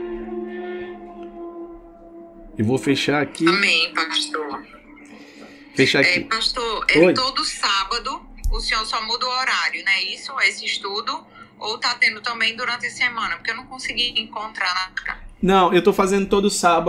E vou fechar aqui. Amém, pastor. Fechar aqui. É, pastor, é todo sábado o senhor só muda o horário, né? Isso, esse estudo? Ou tá tendo também durante a semana? Porque eu não consegui encontrar na... Não, eu tô fazendo todo sábado.